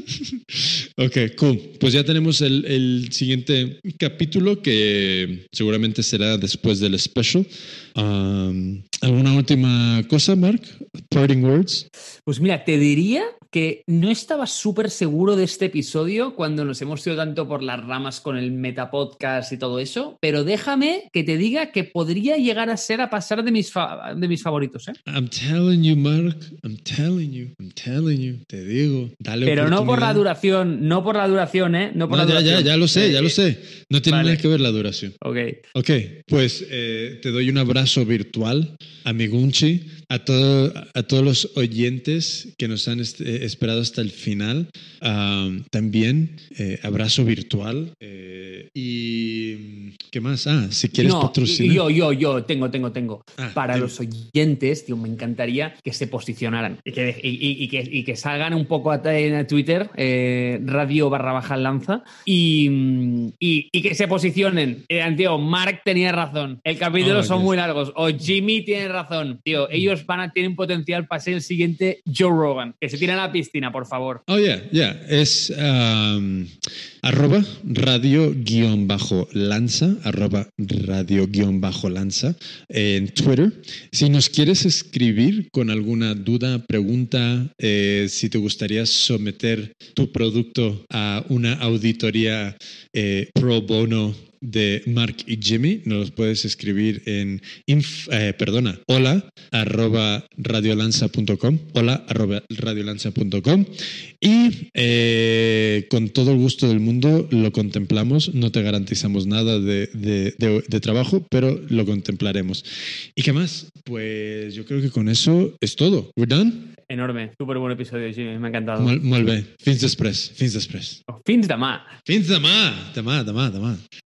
Ok, cool. Pues ya tenemos el, el siguiente capítulo que seguramente será después del special. Um, ¿Alguna última cosa, Mark? parting words? Pues mira, te diría que no estaba súper seguro de este episodio cuando nos hemos ido tanto por las ramas con el metapodcast y todo eso, pero déjame que te diga que podría llegar a ser a pasar de mis, fa- de mis favoritos, ¿eh? I'm telling you, Mark. I'm telling you. I'm telling you. Te digo. Dale Pero no por la oportunidad. duración, no por la duración, ¿eh? No por No, la ya, duración. ya, ya lo sé, Eh, ya lo sé. No tiene vale. nada que ver la duración. Ok. Ok, pues eh, te doy un abrazo virtual, amigunchi, a, todo, a todos los oyentes que nos han est- eh, esperado hasta el final. Um, también eh, abrazo virtual. eh, y ¿qué más? Ah, si quieres No, patrocinar. yo, yo, yo, tengo, tengo, tengo. Ah, Para dime. los oyentes, tío, me encantaría que se posicionaran y que, y, y- y que, y que salgan un poco a- en Twitter, eh, radio barra baja lanza, y, y, y que se posicionen. Eh, tío, Mark tenía razón. El capítulo Oh, son yes. muy largos. O Jimmy tiene razón. Tío, ellos van a, tienen potencial para ser el siguiente Joe Rogan. Que se tiren a la piscina, por favor. Oh, yeah, yeah. Es um, arroba radio guión bajo lanza, arroba radio guión bajo lanza en Twitter. Si nos quieres escribir con alguna duda, pregunta, eh, si te gustaría someter tu producto a una auditoría eh, pro bono de Mark y Jimmy, nos los puedes escribir en inf, eh, perdona, hola arroba radiolanza punto com, hola arroba radiolanza punto com, y eh, con todo el gusto del mundo lo contemplamos. No te garantizamos nada de, de, de, de trabajo, pero lo contemplaremos. ¿Y qué más? Pues yo creo que con eso es todo. ¿We're done? Enorme. Súper buen episodio, Jimmy. Me ha encantado. Molt, molt bé. Fins després. Fins després. Fins demà. Fins demà. Demà, demà, demà.